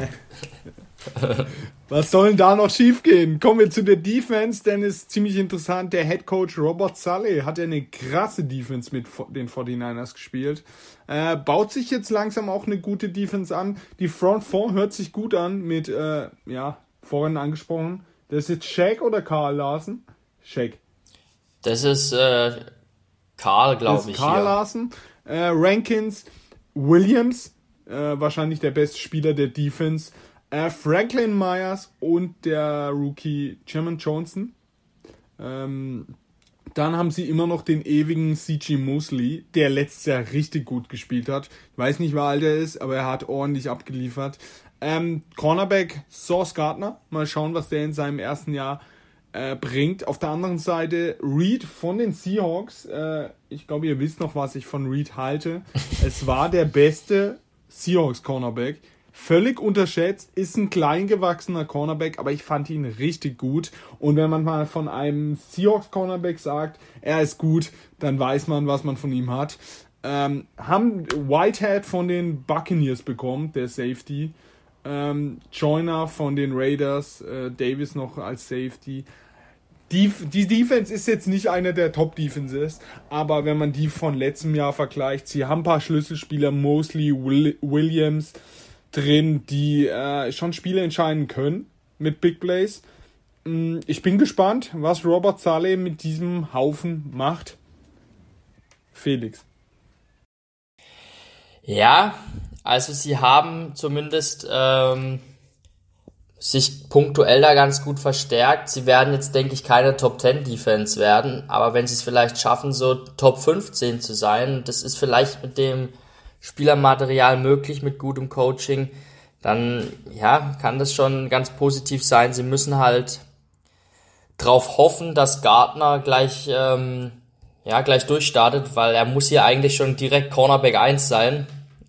Speaker 4: White.
Speaker 2: Was soll denn da noch schief gehen? Kommen wir zu der Defense, denn es ist ziemlich interessant. Der Head Coach Robert Saleh hat ja eine krasse Defense mit den 49ers gespielt. Baut sich jetzt langsam auch eine gute Defense an. Die Front Four hört sich gut an mit, vorhin angesprochen. Das ist jetzt Shaq oder Carl Larsen? Shaq.
Speaker 4: Das ist Karl, glaube ich.
Speaker 2: Carl Larsen. Rankins, Williams, wahrscheinlich der beste Spieler der Defense. Franklin Myers und der Rookie Jermaine Johnson. Dann haben sie immer noch den ewigen C.J. Mosley, der letztes Jahr richtig gut gespielt hat. Ich weiß nicht, wie alt er ist, aber er hat ordentlich abgeliefert. Cornerback Sauce Gardner. Mal schauen, was der in seinem ersten Jahr bringt. Auf der anderen Seite Reed von den Seahawks. Ich glaube, ihr wisst noch, was ich von Reed halte. Es war der beste Seahawks-Cornerback. Völlig unterschätzt, ist ein kleingewachsener Cornerback, aber ich fand ihn richtig gut. Und wenn man mal von einem Seahawks-Cornerback sagt, er ist gut, dann weiß man, was man von ihm hat. Haben Whitehead von den Buccaneers bekommen, der Safety. Joyner von den Raiders, Davis noch als Safety. Die Defense ist jetzt nicht eine der Top-Defenses, aber wenn man die von letztem Jahr vergleicht, sie haben ein paar Schlüsselspieler, Mosley, Williams drin, die schon Spiele entscheiden können mit Big Plays. Ich bin gespannt, was Robert Saleh mit diesem Haufen macht. Felix.
Speaker 4: Ja, also sie haben zumindest sich punktuell da ganz gut verstärkt. Sie werden jetzt, denke ich, keine Top-10-Defense werden, aber wenn sie es vielleicht schaffen, so Top 15 zu sein, das ist vielleicht mit dem Spielermaterial möglich, mit gutem Coaching, dann ja, kann das schon ganz positiv sein. Sie müssen halt drauf hoffen, dass Gardner gleich durchstartet, weil er muss hier eigentlich schon direkt Cornerback 1 sein.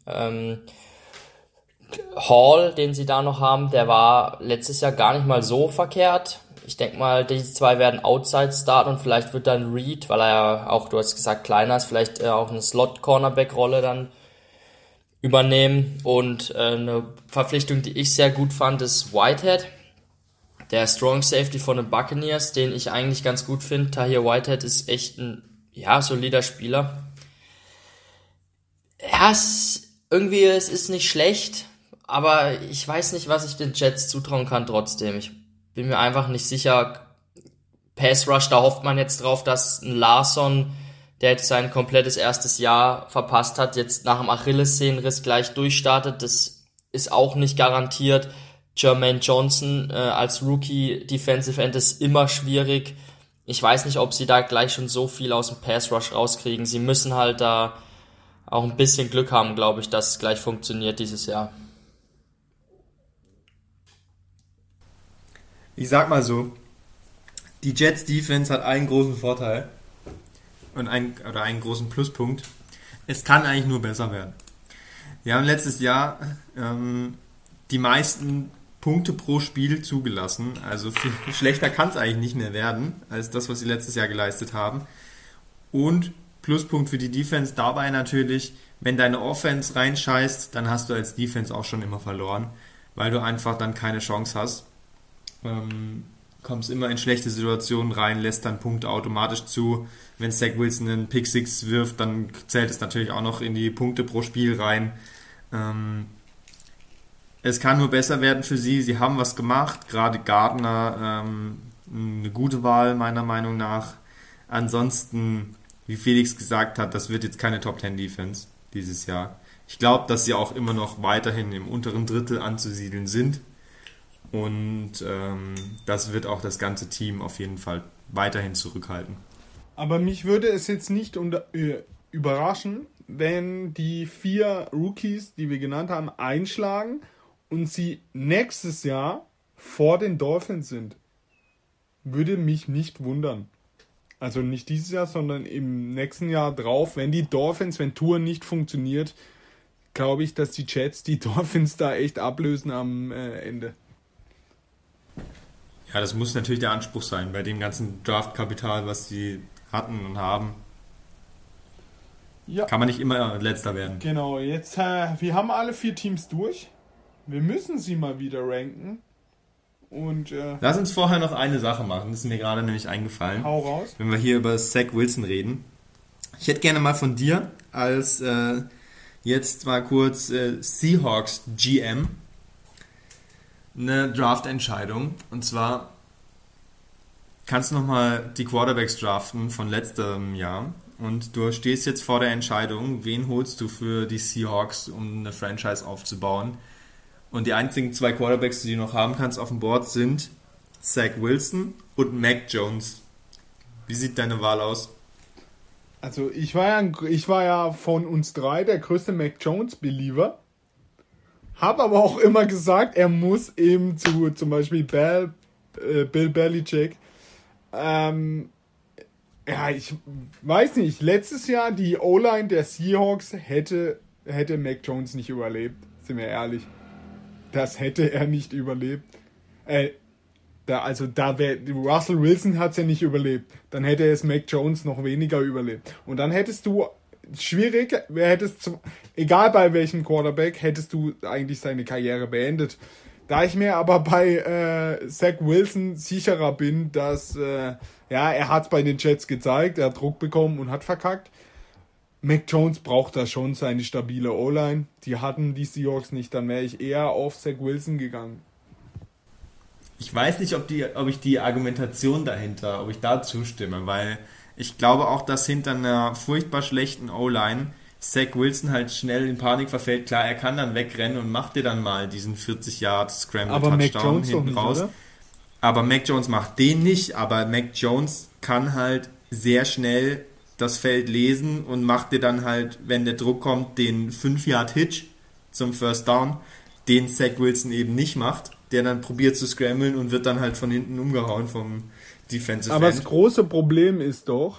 Speaker 4: Hall, den sie da noch haben, der war letztes Jahr gar nicht mal so verkehrt. Ich denke mal, diese zwei werden Outside starten und vielleicht wird dann Reed, weil er ja auch, du hast gesagt, kleiner ist, vielleicht auch eine Slot-Cornerback-Rolle dann übernehmen. Und eine Verpflichtung, die ich sehr gut fand, ist Whitehead. der Strong Safety von den Buccaneers, den ich eigentlich ganz gut finde. Tahir Whitehead ist echt ein, solider Spieler. Ja, es ist nicht schlecht, aber ich weiß nicht, was ich den Jets zutrauen kann trotzdem. Ich bin mir einfach nicht sicher. Pass Rush, da hofft man jetzt drauf, dass ein Larson, der jetzt sein komplettes erstes Jahr verpasst hat, jetzt nach dem Achillessehnenriss gleich durchstartet. Das ist auch nicht garantiert. Jermaine Johnson als Rookie Defensive End ist immer schwierig. Ich weiß nicht, ob sie da gleich schon so viel aus dem Pass Rush rauskriegen. Sie müssen halt da auch ein bisschen Glück haben, glaube ich, dass es gleich funktioniert dieses Jahr.
Speaker 5: Ich sag mal so, die Jets Defense hat einen großen Vorteil und einen großen Pluspunkt. Es kann eigentlich nur besser werden. Wir haben letztes Jahr die meisten Punkte pro Spiel zugelassen. Also viel schlechter kann es eigentlich nicht mehr werden, als das, was sie letztes Jahr geleistet haben. Und Pluspunkt für die Defense dabei natürlich, wenn deine Offense reinscheißt, dann hast du als Defense auch schon immer verloren, weil du einfach dann keine Chance hast. Kommst immer in schlechte Situationen rein, lässt dann Punkte automatisch zu. Wenn Zach Wilson einen Pick Six wirft, dann zählt es natürlich auch noch in die Punkte pro Spiel rein. Es kann nur besser werden für sie. Sie haben was gemacht. Gerade Gardner eine gute Wahl meiner Meinung nach. Ansonsten, wie Felix gesagt hat, das wird jetzt keine Top 10 Defense dieses Jahr. Ich glaube, dass sie auch immer noch weiterhin im unteren Drittel anzusiedeln sind. Und das wird auch das ganze Team auf jeden Fall weiterhin zurückhalten.
Speaker 2: Aber mich würde es jetzt nicht überraschen, wenn die 4 Rookies, die wir genannt haben, einschlagen und sie nächstes Jahr vor den Dolphins sind. Würde mich nicht wundern. Also nicht dieses Jahr, sondern im nächsten Jahr drauf. Wenn Tour nicht funktioniert, glaube ich, dass die Jets die Dolphins da echt ablösen am Ende.
Speaker 5: Ja, das muss natürlich der Anspruch sein, bei dem ganzen Draftkapital, was sie hatten und haben. Ja. Kann man nicht immer Letzter werden.
Speaker 2: Genau, jetzt, wir haben alle 4 Teams durch. Wir müssen sie mal wieder ranken. Und,
Speaker 5: lass uns vorher noch eine Sache machen, das ist mir gerade nämlich eingefallen.
Speaker 2: Hau raus.
Speaker 5: Wenn wir hier über Zach Wilson reden. Ich hätte gerne mal von dir als jetzt mal kurz Seahawks GM eine Draft-Entscheidung. Und zwar kannst du nochmal die Quarterbacks draften von letztem Jahr. Und du stehst jetzt vor der Entscheidung, wen holst du für die Seahawks, um eine Franchise aufzubauen. Und die einzigen 2 Quarterbacks, die du noch haben kannst auf dem Board, sind Zach Wilson und Mac Jones. Wie sieht deine Wahl aus?
Speaker 2: Also ich war ja von uns 3 der größte Mac Jones-Believer. Hab aber auch immer gesagt, er muss eben zu zum Beispiel Bill Belichick. Ich weiß nicht. Letztes Jahr die O-Line der Seahawks hätte Mac Jones nicht überlebt. Sind wir ehrlich. Das hätte er nicht überlebt. Russell Wilson hat es ja nicht überlebt. Dann hätte es Mac Jones noch weniger überlebt. Und dann hättest du egal bei welchem Quarterback, hättest du eigentlich seine Karriere beendet. Da ich mir aber bei Zach Wilson sicherer bin, dass er hat es bei den Jets gezeigt, er hat Druck bekommen und hat verkackt. Mac Jones braucht da schon seine stabile O-Line. Die hatten die Seahawks nicht, dann wäre ich eher auf Zach Wilson gegangen.
Speaker 5: Ich weiß nicht, ob ich die Argumentation dahinter, ob ich da zustimme, weil ich glaube auch, dass hinter einer furchtbar schlechten O-Line Zach Wilson halt schnell in Panik verfällt. Klar, er kann dann wegrennen und macht dir dann mal diesen 40-Yard-Scramble-Touchdown hinten nicht, raus. Oder? Aber Mac Jones macht den nicht, aber Mac Jones kann halt sehr schnell das Feld lesen und macht dir dann halt, wenn der Druck kommt, den 5-Yard-Hitch zum First Down, den Zach Wilson eben nicht macht, der dann probiert zu scramblen und wird dann halt von hinten umgehauen vom Defensive
Speaker 2: Aber
Speaker 5: End.
Speaker 2: Das große Problem ist doch,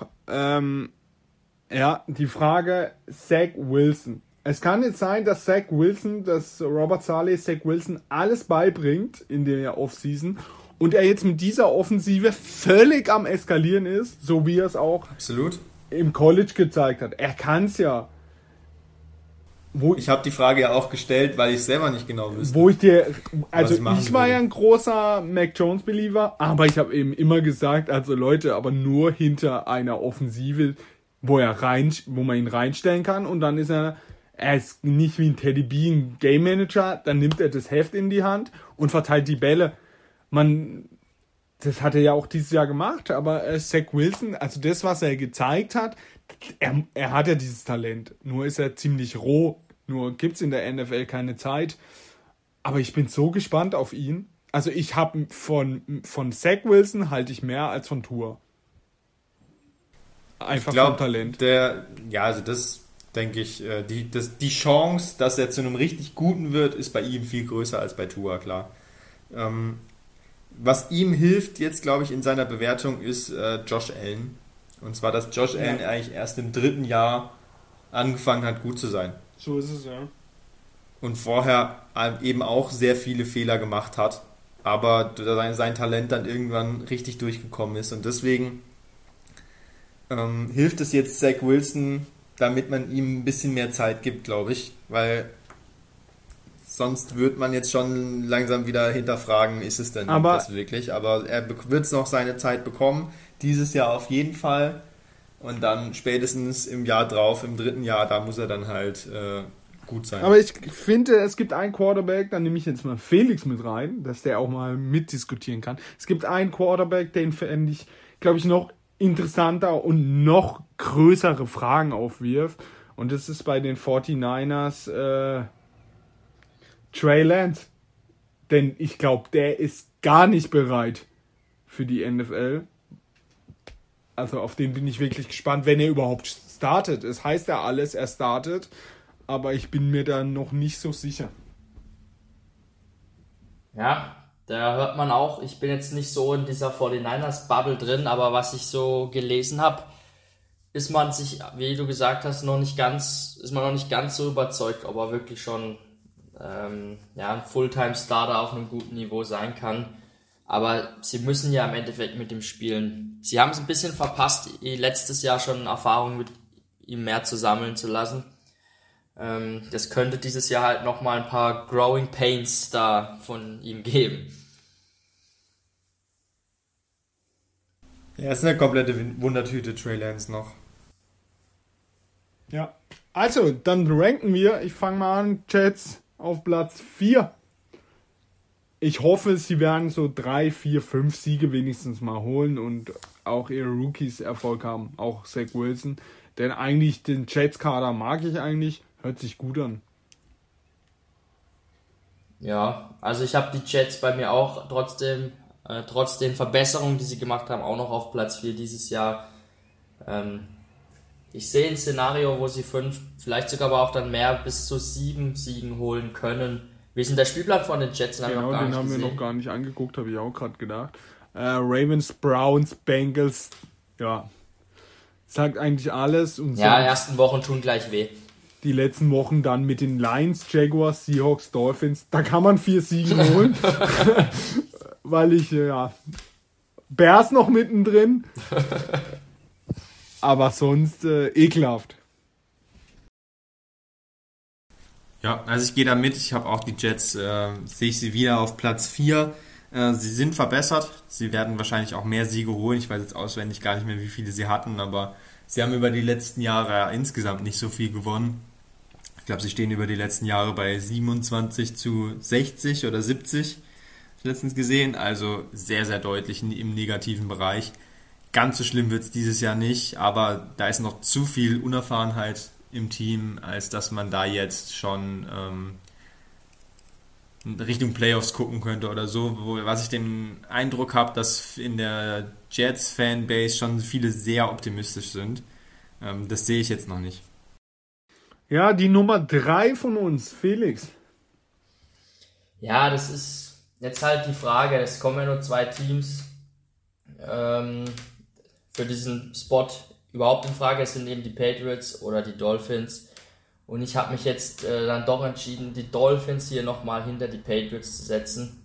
Speaker 2: die Frage Zach Wilson. Es kann jetzt sein, dass Robert Saleh Zach Wilson alles beibringt in der Offseason und er jetzt mit dieser Offensive völlig am Eskalieren ist, so wie er es auch
Speaker 5: Absolut
Speaker 2: im College gezeigt hat. Er kann es ja.
Speaker 5: Ich habe die Frage ja auch gestellt, weil ich selber nicht genau wüsste.
Speaker 2: Wo ich dir, also
Speaker 5: ich machen
Speaker 2: ich war
Speaker 5: würde.
Speaker 2: ja ein großer Mac Jones Believer, aber ich habe eben immer gesagt, also Leute, aber nur hinter einer Offensive, wo man ihn reinstellen kann, und dann ist er ist nicht wie ein Teddy B, ein Game Manager, dann nimmt er das Heft in die Hand und verteilt die Bälle. Das hat er ja auch dieses Jahr gemacht, aber Zach Wilson, also das, was er gezeigt hat, er hat ja dieses Talent, nur ist er ziemlich roh, nur gibt's in der NFL keine Zeit. Aber ich bin so gespannt auf ihn. Also ich habe von Zach Wilson halte ich mehr als von Tua. Einfach vom Talent.
Speaker 5: Also das denke ich, die Chance, dass er zu einem richtig Guten wird, ist bei ihm viel größer als bei Tua, klar. Was ihm hilft jetzt, glaube ich, in seiner Bewertung ist Josh Allen. Und zwar, dass Josh Allen eigentlich erst im 3. Jahr angefangen hat, gut zu sein.
Speaker 2: So ist es, ja.
Speaker 5: Und vorher eben auch sehr viele Fehler gemacht hat, aber sein Talent dann irgendwann richtig durchgekommen ist. Und deswegen hilft es jetzt Zach Wilson, damit man ihm ein bisschen mehr Zeit gibt, glaube ich, weil sonst wird man jetzt schon langsam wieder hinterfragen, ist es denn das wirklich? Aber er wird noch seine Zeit bekommen, dieses Jahr auf jeden Fall. Und dann spätestens im Jahr drauf, im 3. Jahr, da muss er dann halt gut sein.
Speaker 2: Aber ich finde, es gibt einen Quarterback, da nehme ich jetzt mal Felix mit rein, dass der auch mal mitdiskutieren kann. Es gibt einen Quarterback, den fände ich, glaube ich, noch interessanter und noch größere Fragen aufwirft. Und das ist bei den 49ers Trey Lance. Denn ich glaube, der ist gar nicht bereit für die NFL. Also auf den bin ich wirklich gespannt, wenn er überhaupt startet. Es heißt ja alles, er startet. Aber ich bin mir da noch nicht so sicher.
Speaker 4: Ja, da hört man auch, ich bin jetzt nicht so in dieser 49ers-Bubble drin, aber was ich so gelesen habe, ist man sich, wie du gesagt hast, noch nicht ganz so überzeugt, ob er wirklich schon ein Fulltime-Starter auf einem guten Niveau sein kann. Aber sie müssen ja im Endeffekt mit ihm spielen. Sie haben es ein bisschen verpasst, letztes Jahr schon Erfahrung mit ihm mehr zu sammeln zu lassen. Das könnte dieses Jahr halt nochmal ein paar Growing Pains da von ihm geben.
Speaker 5: Ja, ist eine komplette Wundertüte, Trey Lance noch.
Speaker 2: Ja, also, dann ranken wir. Ich fange mal an, Jets auf Platz 4. Ich hoffe, sie werden so 3, 4, 5 Siege wenigstens mal holen und auch ihre Rookies Erfolg haben, auch Zach Wilson. Denn eigentlich den Jets-Kader mag ich eigentlich. Hört sich gut an.
Speaker 4: Ja, also ich habe die Jets bei mir auch trotz den Verbesserungen, die sie gemacht haben, auch noch auf Platz 4 dieses Jahr. Ich sehe ein Szenario, wo sie 5, vielleicht sogar aber auch dann mehr, bis zu 7 Siegen holen können. Wie ist denn der Spielplan von den Jets?
Speaker 2: Genau, den haben wir noch gar nicht angeguckt, habe ich auch gerade gedacht. Ravens, Browns, Bengals, ja, sagt eigentlich alles. Und
Speaker 4: ja, ersten Wochen tun gleich weh.
Speaker 2: Die letzten Wochen dann mit den Lions, Jaguars, Seahawks, Dolphins. Da kann man 4 Siege holen. Weil ich, Bears noch mittendrin. Aber sonst ekelhaft.
Speaker 5: Ja, also ich gehe da mit. Ich habe auch die Jets, sehe ich sie wieder auf Platz 4. Sie sind verbessert. Sie werden wahrscheinlich auch mehr Siege holen. Ich weiß jetzt auswendig gar nicht mehr, wie viele sie hatten, aber sie haben über die letzten Jahre insgesamt nicht so viel gewonnen. Ich glaube, sie stehen über die letzten Jahre bei 27-60 oder 70, letztens gesehen. Also sehr, sehr deutlich im negativen Bereich. Ganz so schlimm wird es dieses Jahr nicht, aber da ist noch zu viel Unerfahrenheit im Team, als dass man da jetzt schon Richtung Playoffs gucken könnte oder so, was ich den Eindruck habe, dass in der Jets-Fanbase schon viele sehr optimistisch sind. Das sehe ich jetzt noch nicht.
Speaker 2: Ja, die Nummer 3 von uns, Felix.
Speaker 4: Ja, das ist jetzt halt die Frage, es kommen ja nur 2 Teams für diesen Spot überhaupt in Frage, es sind eben die Patriots oder die Dolphins. Und ich habe mich jetzt dann doch entschieden, die Dolphins hier nochmal hinter die Patriots zu setzen.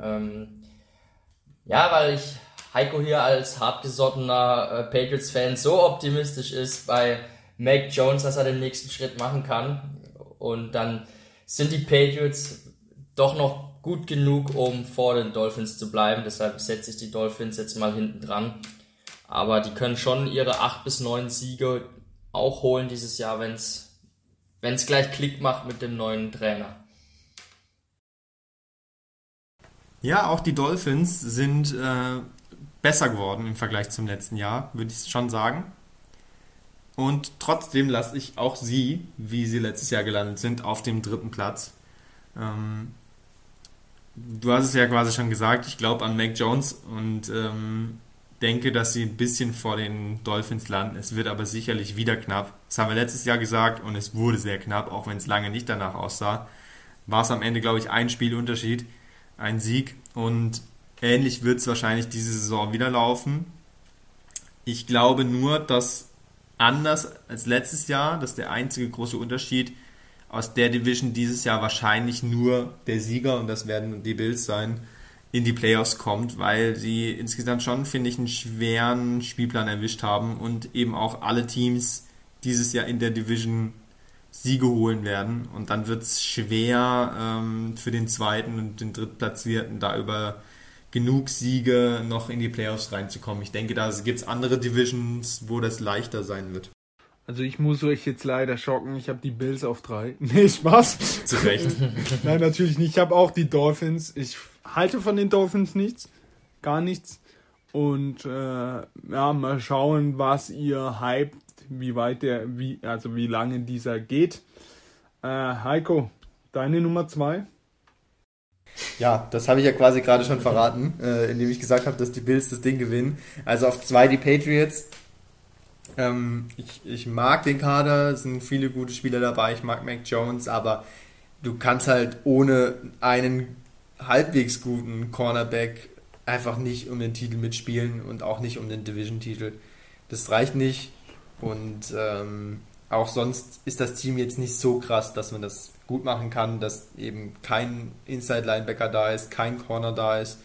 Speaker 4: Weil ich Heiko hier als hartgesottener Patriots-Fan so optimistisch ist bei Mac Jones, dass er den nächsten Schritt machen kann. und dann sind die Patriots doch noch gut genug, um vor den Dolphins zu bleiben. Deshalb setze ich die Dolphins jetzt mal hinten dran. Aber die können schon ihre 8 bis 9 Siege auch holen dieses Jahr, wenn es gleich Klick macht mit dem neuen Trainer.
Speaker 5: Ja, auch die Dolphins sind besser geworden im Vergleich zum letzten Jahr, würde ich schon sagen. Und trotzdem lasse ich auch sie, wie sie letztes Jahr gelandet sind, auf dem 3. Platz. Du hast es ja quasi schon gesagt, ich glaube an Mac Jones und denke, dass sie ein bisschen vor den Dolphins landen. Es wird aber sicherlich wieder knapp. Das haben wir letztes Jahr gesagt und es wurde sehr knapp, auch wenn es lange nicht danach aussah. War es am Ende, glaube ich, ein Spielunterschied, ein Sieg, und ähnlich wird es wahrscheinlich diese Saison wieder laufen. Ich glaube nur, dass anders als letztes Jahr, das ist der einzige große Unterschied, aus der Division dieses Jahr wahrscheinlich nur der Sieger, und das werden die Bills sein, in die Playoffs kommt, weil sie insgesamt schon, finde ich, einen schweren Spielplan erwischt haben und eben auch alle Teams dieses Jahr in der Division Siege holen werden. Und dann wird es schwer für den zweiten und den drittplatzierten da über genug Siege noch in die Playoffs reinzukommen. Ich denke, da gibt es andere Divisions, wo das leichter sein wird.
Speaker 2: Also ich muss euch jetzt leider schocken, ich habe die Bills auf 3. Nee, Spaß.
Speaker 5: Zu Recht.
Speaker 2: Nein, natürlich nicht. Ich habe auch die Dolphins. Ich halte von den Dolphins nichts. Gar nichts. Und mal schauen, was ihr hypt, wie lange dieser geht. Heiko, deine Nummer 2?
Speaker 5: Ja, das habe ich ja quasi gerade schon verraten, indem ich gesagt habe, dass die Bills das Ding gewinnen. Also auf 2 die Patriots. Ich mag den Kader, es sind viele gute Spieler dabei, ich mag Mac Jones, aber du kannst halt ohne einen halbwegs guten Cornerback einfach nicht um den Titel mitspielen und auch nicht um den Division-Titel. Das reicht nicht, und auch sonst ist das Team jetzt nicht so krass, dass man das gut machen kann, dass eben kein Inside-Linebacker da ist, kein Corner da ist.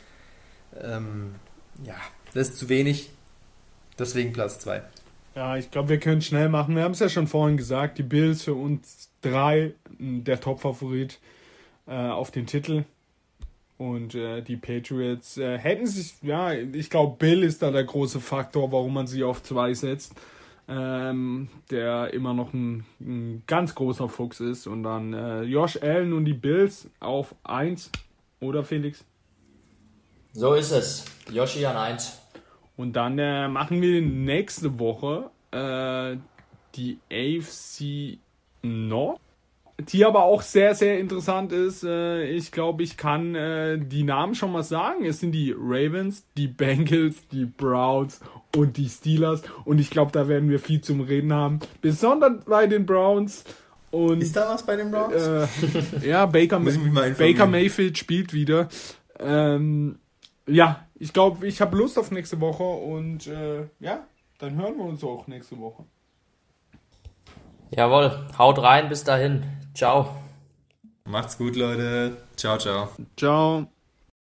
Speaker 5: Das ist zu wenig, deswegen Platz 2.
Speaker 2: Ja, ich glaube, wir können schnell machen. Wir haben es ja schon vorhin gesagt, die Bills für uns 3, der Top-Favorit auf den Titel. Und die Patriots hätten sich, ich glaube, Bill ist da der große Faktor, warum man sie auf 2 setzt. Der immer noch ein ganz großer Fuchs ist. Und dann Josh Allen und die Bills auf 1, oder Felix?
Speaker 4: So ist es. Yoshi an 1. Und
Speaker 2: dann machen wir nächste Woche die AFC North, die aber auch sehr, sehr interessant ist. Ich glaube, ich kann die Namen schon mal sagen. Es sind die Ravens, die Bengals, die Browns und die Steelers. Und ich glaube, da werden wir viel zum Reden haben. Besonders bei den Browns. Und,
Speaker 5: ist da was bei den Browns?
Speaker 2: Baker Mayfield spielt wieder. Ich glaube, ich habe Lust auf nächste Woche und dann hören wir uns auch nächste Woche.
Speaker 4: Jawohl, haut rein, bis dahin. Ciao.
Speaker 5: Macht's gut, Leute. Ciao, ciao.
Speaker 2: Ciao.